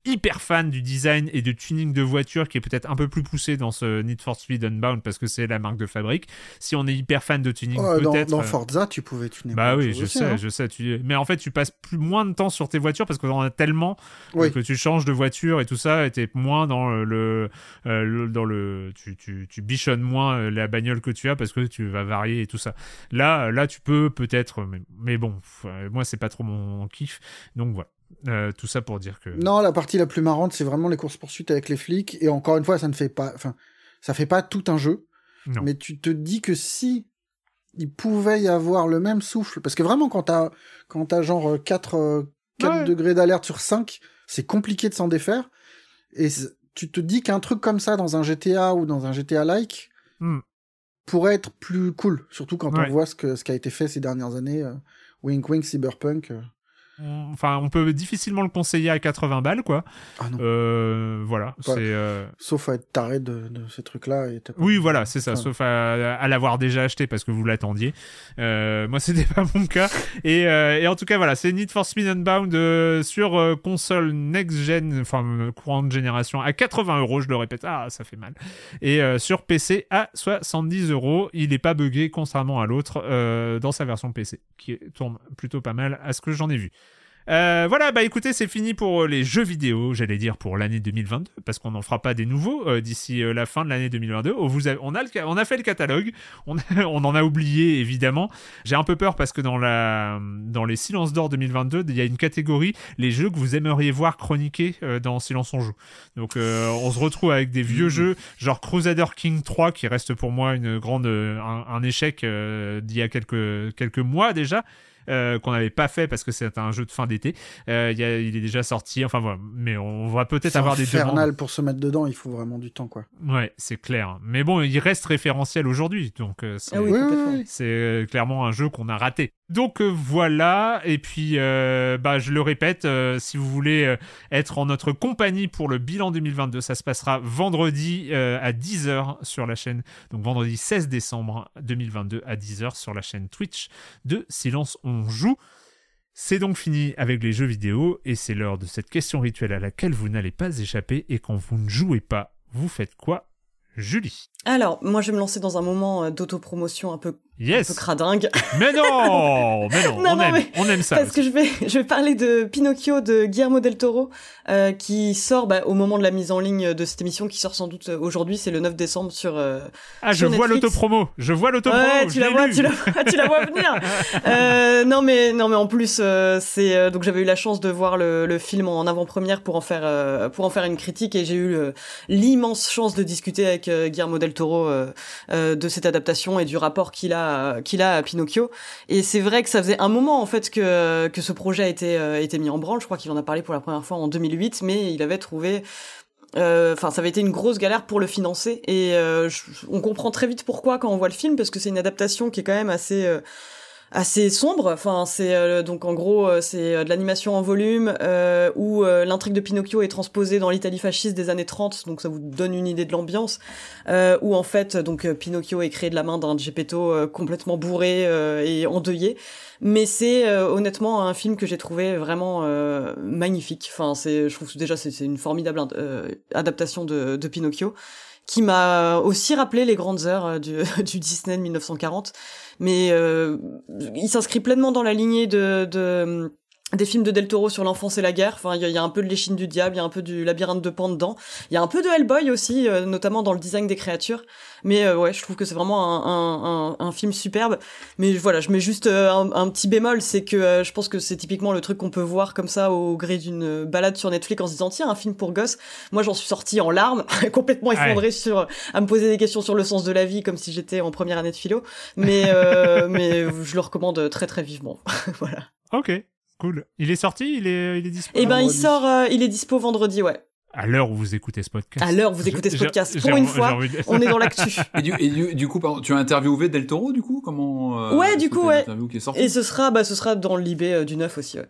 hyper fan du design et du tuning de voiture qui est peut-être un peu plus poussé dans ce Need for Speed Unbound parce que c'est la marque de fabrique. Si on est hyper fan de tuning, Oh, dans, peut-être... dans euh, Forza, tu pouvais tuner. Bah plein de oui, choses je aussi, sais, hein. je sais. Tu... Mais en fait, tu passes plus, moins de temps sur tes voitures parce qu'on en a tellement Oui. que tu changes de voiture et tout ça, et t'es moins dans le, euh, le dans le, tu, tu, tu bichonnes moins euh, la bagnole que tu as parce que tu vas varier et tout ça. Là, là, tu peux peut-être, mais, mais bon, euh, moi, c'est pas trop mon kiff, donc voilà. Euh, tout ça pour dire que. Non, la partie la plus marrante, c'est vraiment les courses-poursuites avec les flics. Et encore une fois, ça ne fait pas, enfin, ça fait pas tout un jeu. Non. Mais tu te dis que si il pouvait y avoir le même souffle, parce que vraiment, quand t'as, quand t'as genre quatre, euh, quatre Ouais. degrés d'alerte sur cinq, c'est compliqué de s'en défaire. Et c- tu te dis qu'un truc comme ça dans un G T A ou dans un G T A-like Hmm. pourrait être plus cool. Surtout quand Ouais. on voit ce que, ce qui a été fait ces dernières années. euh, Wink Wink, Cyberpunk. euh. On- Enfin, on peut difficilement le conseiller à quatre-vingts balles, quoi. Ah non. Euh, voilà, Ouais. c'est. euh, Sauf à être taré de, de ces trucs-là. Et t'as pas- Oui, voilà, c'est ça, Enfin, sauf à, à l'avoir déjà acheté parce que vous l'attendiez. Euh, moi, c'était pas mon cas. Et, euh, et en tout cas, voilà, c'est Need for Speed Unbound euh, sur euh, console next-gen, enfin, euh, courante génération, à quatre-vingts euros, je le répète. Ah, ça fait mal. Et euh, sur P C à soixante-dix euros. Il n'est pas buggé, contrairement à l'autre, euh, dans sa version P C, qui tourne plutôt pas mal à ce que j'en ai vu. Euh, voilà, bah écoutez, c'est fini pour les jeux vidéo, j'allais dire pour l'année deux mille vingt-deux, parce qu'on n'en fera pas des nouveaux euh, d'ici euh, la fin de l'année deux mille vingt-deux. Oh, vous avez- on, a le ca- on a fait le catalogue, on, a- on en a oublié évidemment. J'ai un peu peur parce que dans, la, dans les Silences d'Or deux mille vingt-deux, il y a une catégorie, les jeux que vous aimeriez voir chroniqués euh, dans Silence on Joue. Donc euh, on se retrouve avec des vieux jeux, genre Crusader King trois, qui reste pour moi une grande, euh, un, un échec euh, d'il y a quelques, quelques mois déjà. Euh, qu'on n'avait pas fait parce que c'est un jeu de fin d'été. Euh, il y a- il est déjà sorti. Enfin voilà, mais on va peut-être C'est avoir des infernal demandes. pour se mettre dedans, il faut vraiment du temps, quoi. Ouais, c'est clair. Mais bon, il reste référentiel aujourd'hui, donc euh, c'est, Ah oui, Oui, complètement. oui, oui. c'est euh, clairement un jeu qu'on a raté. Donc euh, voilà. Et puis, euh, bah je le répète, euh, si vous voulez euh, être en notre compagnie pour le bilan deux mille vingt-deux, ça se passera vendredi euh, à dix heures sur la chaîne. Donc vendredi seize décembre deux mille vingt-deux à dix heures sur la chaîne Twitch de Silence on Joue. C'est donc fini avec les jeux vidéo et c'est l'heure de cette question rituelle à laquelle vous n'allez pas échapper. Et quand vous ne jouez pas, vous faites quoi, Julie? Alors, moi, je vais me lancer dans un moment euh, d'autopromotion un peu, un peu Yes. cradingue. Mais non, mais non, Non, on non, aime, mais on aime ça. Parce que je vais, je vais parler de Pinocchio de Guillermo del Toro, euh, qui sort bah, au moment de la mise en ligne de cette émission, qui sort sans doute aujourd'hui, c'est le neuf décembre sur. Euh, Ah, je sur vois Netflix. l'autopromo. Je vois l'autopromo. Ouais, je tu la l'ai vois, lu. tu la vois, tu la vois venir. Euh, non mais non mais en plus euh, c'est euh, donc j'avais eu la chance de voir le, le film en avant-première pour en faire euh, pour en faire une critique et j'ai eu le- l'immense chance de discuter avec euh, Guillermo del Toro euh, euh, de cette adaptation et du rapport qu'il a qu'il a à Pinocchio. Et c'est vrai que ça faisait un moment en fait que que ce projet a été euh, été mis en branle. Je crois qu'il en a parlé pour la première fois en deux mille huit, mais il avait trouvé enfin, euh, ça avait été une grosse galère pour le financer et euh, je, on comprend très vite pourquoi quand on voit le film parce que c'est une adaptation qui est quand même assez euh, assez sombre. Enfin, c'est euh, donc en gros euh, c'est euh, de l'animation en volume euh, où euh, l'intrigue de Pinocchio est transposée dans l'Italie fasciste des années trente, donc ça vous donne une idée de l'ambiance. Euh, où en fait donc euh, Pinocchio est créé de la main d'un Geppetto euh, complètement bourré euh, et endeuillé. Mais c'est euh, honnêtement un film que j'ai trouvé vraiment euh, magnifique. Enfin, c'est, je trouve que déjà c'est, c'est une formidable euh, adaptation de, de Pinocchio, qui m'a aussi rappelé les grandes heures euh, du, du Disney de mille neuf cent quarante. Mais euh, il s'inscrit pleinement dans la lignée de, de des films de Del Toro sur l'enfance et la guerre. Enfin, il y, y a un peu de l'échine du diable, il y a un peu du labyrinthe de Pan dedans. Il y a un peu de Hellboy aussi, euh, notamment dans le design des créatures. Mais euh, ouais, je trouve que c'est vraiment un, un, un, un film superbe. Mais voilà, je mets juste euh, un, un petit bémol, c'est que euh, je pense que c'est typiquement le truc qu'on peut voir comme ça au gré d'une balade sur Netflix en se disant tiens, un film pour gosses. Moi, j'en suis sortie en larmes, complètement effondrée ouais. sur à me poser des questions sur le sens de la vie, comme si j'étais en première année de philo. Mais euh, mais je le recommande très très vivement. Voilà. Ok. Cool. Il est sorti, il est, il est dispo. Eh ben, il sort, euh, il est dispo vendredi, ouais. À l'heure où vous écoutez ce podcast. À l'heure où vous écoutez ce podcast. J'ai, Pour j'ai, une j'ai fois, envie de... on est dans l'actu. Et du, et du, du coup, pardon, tu as interviewé Del Toro, du coup, comment euh, Ouais, du coup, ouais. Qui est sorti et ce sera, bah, ce sera dans le Libé euh, du neuf aussi, ouais.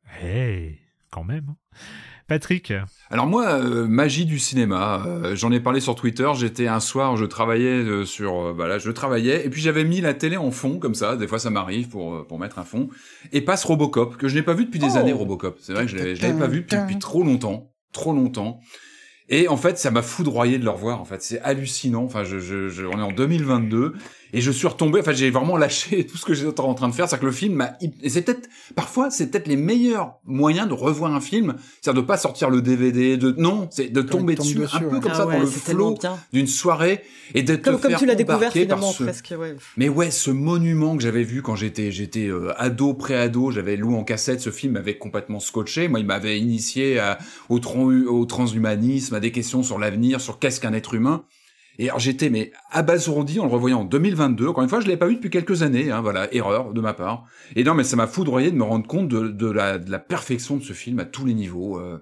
Hey, quand même. Patrick. Alors moi, euh, magie du cinéma, euh, j'en ai parlé sur Twitter, j'étais un soir, je travaillais euh, sur, euh, bah là, je travaillais, et puis j'avais mis la télé en fond, comme ça, des fois ça m'arrive pour, pour mettre un fond, et passe Robocop, que je n'ai pas vu depuis des oh. années, Robocop. C'est vrai que je l'avais, je l'avais pas vu depuis, depuis trop longtemps. trop longtemps. Et en fait, ça m'a foudroyé de le revoir. En fait, c'est hallucinant. Enfin, je, je, je, on est en deux mille vingt-deux et je suis retombé. Enfin, j'ai vraiment lâché tout ce que j'étais en train de faire. C'est-à-dire que le film m'a. Et c'est peut-être parfois, c'est peut-être les meilleurs moyens de revoir un film, c'est-à-dire de pas sortir le D V D, de non, c'est de tomber tombe dessus, dessus, un peu ouais. comme Ah ça ouais, dans le c'est tellement flow bien. d'une soirée et d'être Comme, te comme faire tu l'as découvert embarquer par finalement, ce. presque, ouais. Mais ouais, ce monument que j'avais vu quand j'étais j'étais euh, ado, pré-ado, j'avais loué en cassette. Ce film m'avait complètement scotché. Moi, il m'avait initié à, au, tran- au transhumanisme, à des questions sur l'avenir, sur qu'est-ce qu'un être humain. Et alors j'étais mais abasourdi en le revoyant en deux mille vingt-deux. Encore une fois, je l'avais pas vu depuis quelques années. Hein, voilà, erreur de ma part. Et non, mais ça m'a foudroyé de me rendre compte de, de, la, de la perfection de ce film à tous les niveaux. Euh,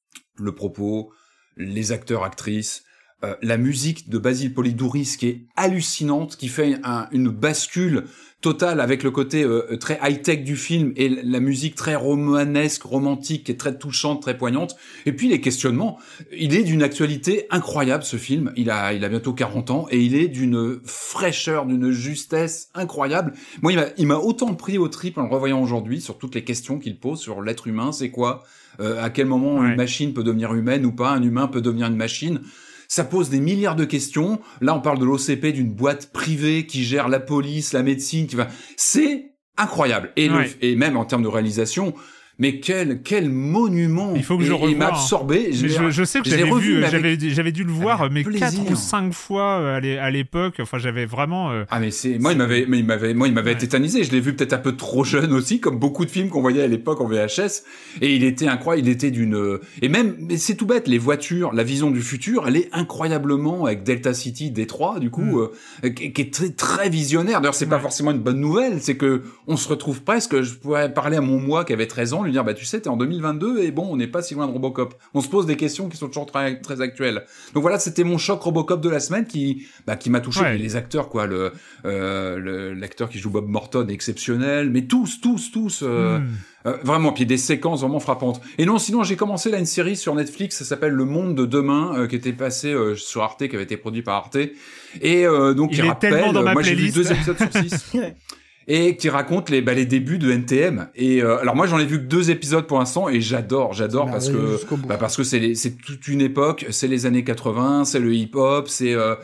le propos, les acteurs, actrices. Euh, la musique de Basile Polidouris qui est hallucinante, qui fait un, une bascule totale avec le côté euh, très high-tech du film et la musique très romanesque, romantique, qui est très touchante, très poignante. Et puis les questionnements. Il est d'une actualité incroyable, ce film. Il a, il a bientôt quarante ans et il est d'une fraîcheur, d'une justesse incroyable. Moi, il m'a, il m'a autant pris au trip en le revoyant aujourd'hui sur toutes les questions qu'il pose sur l'être humain. C'est quoi ? euh, À quel moment Ouais. une machine peut devenir humaine ou pas ? Un humain peut devenir une machine ? Ça pose des milliards de questions. Là, on parle de l'O C P, d'une boîte privée qui gère la police, la médecine, qui va. C'est incroyable. Et, Ouais. le... et même en termes de réalisation, mais quel quel monument. Il faut que et, je et il m'a revoie, hein. absorbé. Mais je, je sais que je l'ai j'avais revu, vu, mais avec- j'avais, j'avais dû le voir avec mais plaisir. quatre ou cinq fois euh, à l'é- à l'époque. Enfin, j'avais vraiment. euh, Ah mais c'est moi il m'avait mais il m'avait moi il m'avait Ouais. tétanisé, je l'ai vu peut-être un peu trop jeune aussi comme beaucoup de films qu'on voyait à l'époque en V H S et il était incroyable, il était d'une et même mais c'est tout bête, les voitures, la vision du futur, elle est incroyablement avec Delta City Détroit du coup Mm. euh, qui, qui est très très visionnaire. D'ailleurs, c'est pas Ouais. forcément une bonne nouvelle, c'est que on se retrouve presque, je pourrais parler à mon moi qui avait treize ans, lui dire bah tu sais, t'es en deux mille vingt-deux et bon, on n'est pas si loin de Robocop. On se pose des questions qui sont toujours très très actuelles. Donc voilà, c'était mon choc Robocop de la semaine qui bah qui m'a touché. Ouais. Et les acteurs quoi, le euh, le- l'acteur qui joue Bob Morton est exceptionnel, mais tous tous tous euh, hmm. euh, vraiment, puis des séquences vraiment frappantes. Et non, sinon j'ai commencé là une série sur Netflix, ça s'appelle Le Monde de demain, euh, qui était passé euh, sur Arte, qui avait été produit par Arte, et euh, donc Il qui est rappelle, tellement dans ma moi j'ai vu playlist. deux épisodes sur six, Ouais. et qui raconte les bah, les débuts de N T M. Et euh, alors moi j'en ai vu que deux épisodes pour l'instant, et j'adore, j'adore parce Merveilleux que jusqu'au bout. bah, parce que c'est les, c'est toute une époque, c'est les années quatre-vingts, c'est le hip-hop, c'est euh,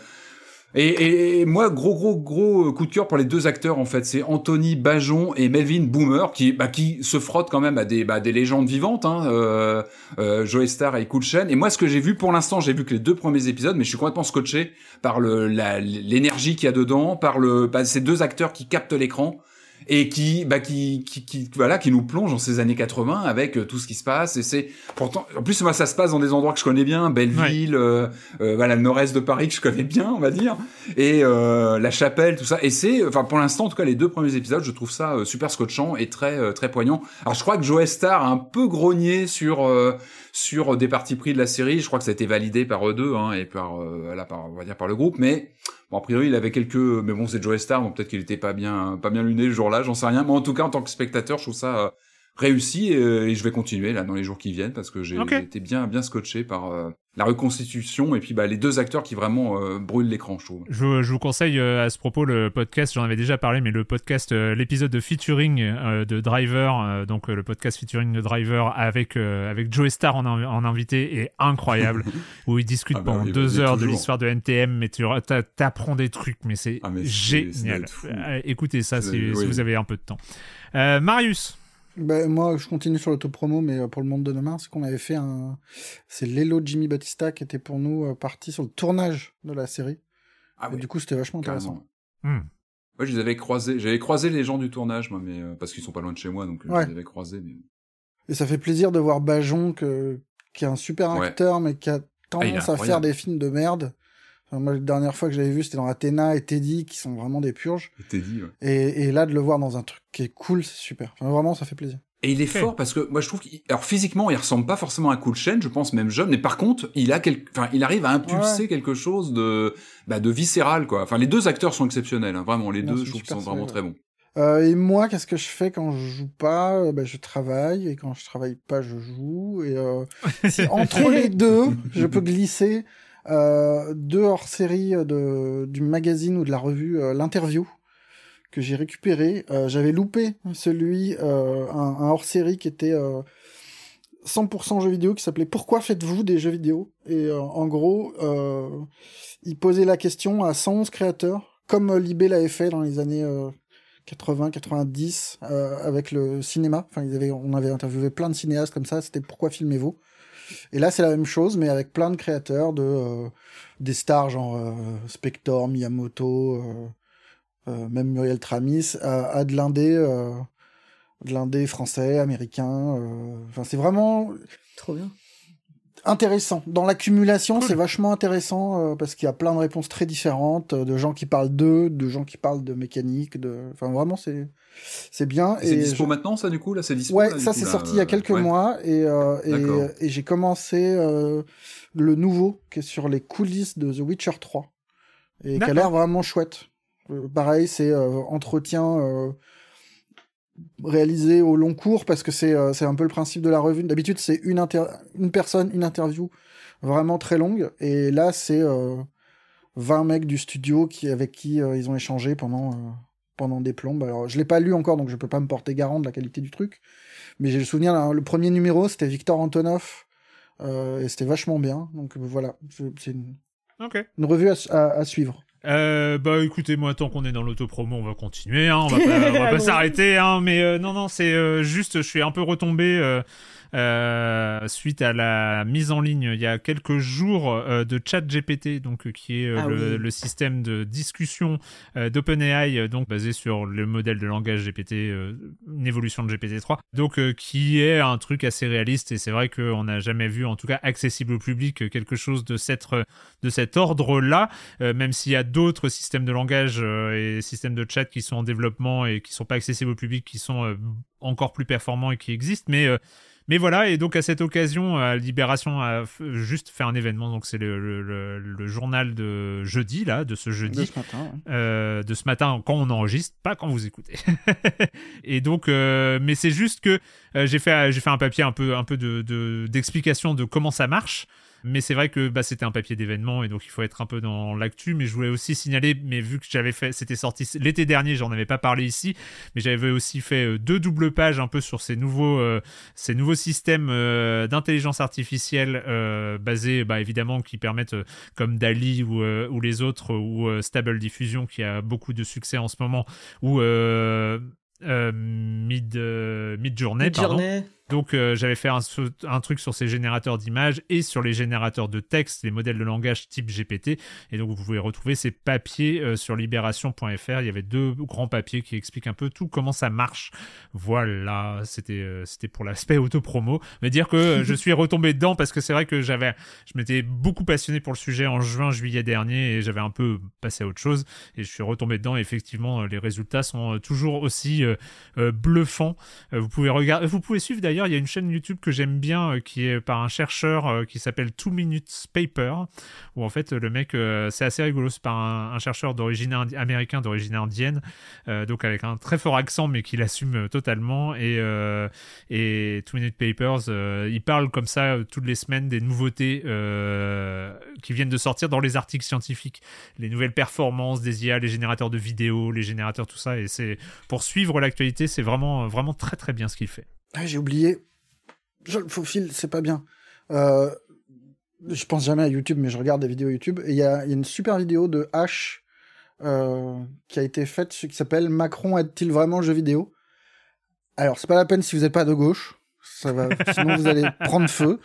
Et, et moi, gros, gros, gros coup de cœur pour les deux acteurs, en fait. C'est Anthony Bajon et Melvin Boomer, qui, bah, qui se frottent quand même à des, bah, des légendes vivantes, hein, euh, euh, Joey Starr et Cool Chain. Et moi, ce que j'ai vu pour l'instant, j'ai vu que les deux premiers épisodes, mais je suis complètement scotché par le, la, l'énergie qu'il y a dedans, par le, bah, ces deux acteurs qui captent l'écran. Et qui, bah, qui, qui, qui, voilà, qui nous plonge dans ces années quatre-vingts avec euh, tout ce qui se passe. Et c'est, pourtant, en plus, moi, ça se passe dans des endroits que je connais bien, Belleville, ouais. euh, euh, voilà, le nord-est de Paris que je connais bien, on va dire, et euh, la Chapelle, tout ça. Et c'est, enfin, pour l'instant, en tout cas, les deux premiers épisodes, je trouve ça euh, super scotchant et très, euh, très poignant. Alors, je crois que Joey Starr a un peu grogné sur, euh, sur des partis pris de la série. Je crois que ça a été validé par eux deux, hein, et par, euh, voilà, par, on va dire, par le groupe, mais. Bon, a priori, il avait quelques, mais bon, c'est Joey Starr, donc peut-être qu'il était pas bien, pas bien luné le jour-là, j'en sais rien. Mais en tout cas, en tant que spectateur, je trouve ça euh, réussi, et, et je vais continuer, là, dans les jours qui viennent, parce que j'ai, okay. j'ai été bien, bien scotché par euh, la reconstitution, et puis, bah, les deux acteurs qui vraiment euh, brûlent l'écran, je trouve. Je, je vous conseille euh, à ce propos le podcast, j'en avais déjà parlé, mais le podcast, euh, l'épisode de featuring euh, de Driver, euh, donc euh, le podcast featuring de Driver avec, euh, avec Joey Starr en, en invité est incroyable, où il discute ah bah pendant oui, deux heures toujours. de l'histoire de N T M, mais tu t'apprends des trucs, mais c'est ah mais génial. C'est, c'est écoutez ça si, oui. si vous avez un peu de temps. Euh, Marius. Ben, moi, je continue sur l'autopromo, mais pour le monde de demain, c'est qu'on avait fait un... C'est Lelo Jimmy Battista qui était pour nous euh, parti sur le tournage de la série. Ah, et oui. Du coup, c'était vachement intéressant. Hmm. Ouais, je les avais croisés. J'avais croisé les gens du tournage, moi, mais euh, parce qu'ils sont pas loin de chez moi, donc ouais. je les avais croisés. Mais... Et ça fait plaisir de voir Bajon, que... qui est un super acteur, ouais. mais qui a tendance ah, à faire des films de merde. Enfin, moi, la dernière fois que j'avais vu, c'était dans Athéna et Teddy, qui sont vraiment des purges. Et Teddy, ouais. Et, et là, de le voir dans un truc qui est cool, c'est super. Enfin, vraiment, ça fait plaisir. Et il est okay. fort parce que moi je trouve qu'il, alors physiquement il ressemble pas forcément à Cool Chain, je pense même jeune, mais par contre il a quel... enfin il arrive à impulser ouais. quelque chose de bah de viscéral quoi. Enfin les deux acteurs sont exceptionnels, hein. Vraiment les non, deux je trouve qu'ils sont vraiment ouais. très bons. Euh, et moi qu'est-ce que je fais quand je joue pas? Bah, je travaille, et quand je travaille pas je joue, et euh, si entre les deux je peux glisser euh, deux hors-série de du magazine ou de la revue euh, L'Interview, que j'ai récupéré. Euh, j'avais loupé celui, euh, un, un hors-série qui était euh, cent pour cent jeux vidéo qui s'appelait Pourquoi faites-vous des jeux vidéo ? Et euh, en gros, euh, il posait la question à cent onze créateurs, comme euh, Libé l'avait fait dans les années euh, quatre-vingts quatre-vingt-dix euh, avec le cinéma. Enfin, ils avaient, on avait interviewé plein de cinéastes comme ça. C'était Pourquoi filmez-vous ? Et là, c'est la même chose, mais avec plein de créateurs, de euh, des stars genre euh, Spector, Miyamoto, euh, euh, même Muriel Tramis, à, à de l'indé, euh, de l'indé français, américain. Enfin, euh, c'est vraiment trop bien. Intéressant. Dans l'accumulation, Cool. c'est vachement intéressant euh, parce qu'il y a plein de réponses très différentes, euh, de gens qui parlent d'eux, de gens qui parlent de mécanique, de. Enfin, vraiment, c'est c'est bien. Et c'est et dispo je... maintenant, ça, du coup, là, c'est dispo. Ouais, là, du ça coup, c'est là, sorti il y a quelques ouais. mois et euh, D'accord. et, et j'ai commencé euh, le nouveau qui est sur les coulisses de The Witcher trois et qui a D'accord. l'air vraiment chouette. Euh, pareil, c'est euh, entretien euh, réalisé au long cours parce que c'est euh, c'est un peu le principe de la revue. D'habitude, c'est une inter... une personne, une interview vraiment très longue et là c'est euh, vingt mecs du studio qui avec qui euh, ils ont échangé pendant euh, pendant des plombes. Alors, je l'ai pas lu encore, donc je peux pas me porter garant de la qualité du truc. Mais j'ai le souvenir, là, le premier numéro, c'était Victor Antonov, euh, et c'était vachement bien. Donc euh, voilà, c'est c'est une, Ok. une revue à, à, à suivre. Euh, bah écoutez, moi tant qu'on est dans l'autopromo, on va continuer, hein, on va pas, on va pas Allons-y. s'arrêter, hein, mais euh, non, non, c'est euh, juste, je suis un peu retombé euh, euh, suite à la mise en ligne il y a quelques jours euh, de ChatGPT, donc euh, qui est euh, Ah le, oui. le système de discussion euh, d'OpenAI, euh, donc basé sur le modèle de langage G P T, euh, une évolution de G P T trois, donc euh, qui est un truc assez réaliste, et c'est vrai qu'on n'a jamais vu, en tout cas accessible au public, quelque chose de cette de cet ordre-là, euh, même s'il y a d'autres systèmes de langage euh, et systèmes de chat qui sont en développement et qui sont pas accessibles au public, qui sont euh, encore plus performants et qui existent, mais euh, mais voilà. Et donc à cette occasion, euh, Libération a f- juste fait un événement, donc c'est le, le, le, le journal de jeudi, là, de ce jeudi, De ce matin. Ouais. euh, de ce matin quand on enregistre, pas quand vous écoutez. Et donc, euh, mais c'est juste que euh, j'ai fait, j'ai fait un papier un peu, un peu de, de, d'explication de comment ça marche. Mais c'est vrai que bah, c'était un papier d'événement et donc il faut être un peu dans l'actu. Mais je voulais aussi signaler, mais vu que j'avais fait, c'était sorti l'été dernier, j'en avais pas parlé ici, mais j'avais aussi fait euh, deux doubles pages un peu sur ces nouveaux, euh, ces nouveaux systèmes euh, d'intelligence artificielle euh, basés, bah, évidemment, qui permettent, euh, comme DALL-E ou, euh, ou les autres, ou euh, Stable Diffusion qui a beaucoup de succès en ce moment, ou euh, euh, Mid, euh, Midjourney, pardon. Midjourney. Donc euh, j'avais fait un, un truc sur ces générateurs d'images et sur les générateurs de texte, les modèles de langage type G P T. Et donc vous pouvez retrouver ces papiers euh, sur libération point f r. Il y avait deux grands papiers qui expliquent un peu tout comment ça marche. Voilà, c'était euh, c'était pour l'aspect autopromo. Mais dire que euh, je suis retombé dedans parce que c'est vrai que j'avais, je m'étais beaucoup passionné pour le sujet en juin, juillet dernier et j'avais un peu passé à autre chose. Et je suis retombé dedans et effectivement les résultats sont euh, toujours aussi euh, euh, bluffants. Euh, vous pouvez regarder, vous pouvez suivre d'ailleurs. Il y a une chaîne YouTube que j'aime bien euh, qui est par un chercheur euh, qui s'appelle Two Minutes Paper, où en fait le mec, euh, c'est assez rigolo, c'est par un, un chercheur d'origine indi- américain d'origine indienne, euh, donc avec un très fort accent mais qui l'assume euh, totalement. Et, euh, et Two Minute Papers, euh, il parle comme ça euh, toutes les semaines des nouveautés euh, qui viennent de sortir dans les articles scientifiques, les nouvelles performances des I A, les générateurs de vidéos, les générateurs, tout ça. Et c'est pour suivre l'actualité, c'est vraiment vraiment très très bien ce qu'il fait. Ah, j'ai oublié. Je le faufile, c'est pas bien. Euh, je pense jamais à YouTube, mais je regarde des vidéos YouTube. Et il y, y a une super vidéo de H euh, qui a été faite, qui s'appelle Macron aide-t-il vraiment jeux vidéo? Alors, c'est pas la peine si vous n'êtes pas de gauche. Ça va, sinon vous allez prendre feu.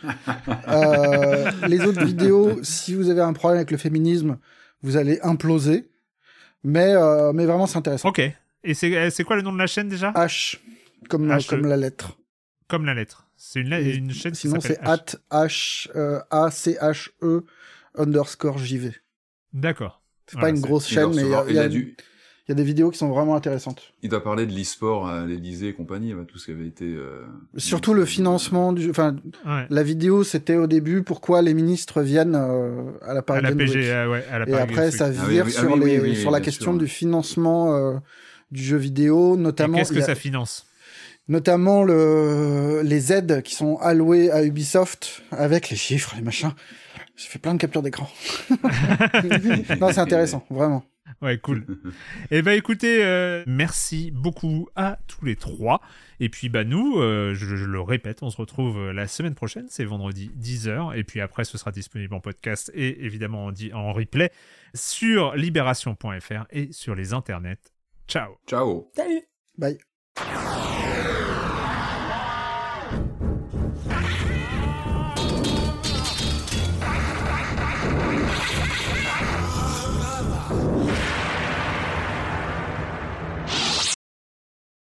Euh, les autres vidéos, si vous avez un problème avec le féminisme, vous allez imploser. Mais, euh, mais vraiment, c'est intéressant. Ok. Et c'est, c'est quoi le nom de la chaîne déjà? H, comme, H, comme la lettre. Comme la lettre. C'est une, Et une chaîne qui sinon, s'appelle c'est H. at H, euh, A C H E underscore J V. D'accord. C'est Voilà, pas une c'est- grosse Il doit chaîne, mais il y, a- recevoir- il y il a- a dû- il y a des vidéos qui sont vraiment intéressantes. Il doit parler de l'e-sport à l'Elysée et compagnie, bah, tout ce qui avait été... Euh... Surtout le financement du... Enfin, Ouais. la vidéo, c'était au début pourquoi les ministres viennent euh, à la À Paris la Games P G, Week. euh, ouais, à la Et Paris après, Games ça Week. Ah oui, vire oui, ah sur, oui, les, oui, oui, sur la bien question sûr. du financement euh, du jeu vidéo, Et notamment... qu'est-ce que il y a- ça finance? Notamment le, les aides qui sont allouées à Ubisoft avec les chiffres, les machins. J'ai fait plein de captures d'écran. Non, c'est intéressant, vraiment. Ouais, cool. Eh ben écoutez, euh, merci beaucoup à tous les trois. Et puis bah nous, euh, je, je le répète, on se retrouve la semaine prochaine, c'est vendredi dix heures. Et puis après, ce sera disponible en podcast et évidemment en, di- en replay sur libération point f r et sur les internets. Ciao. Ciao. Salut. Bye.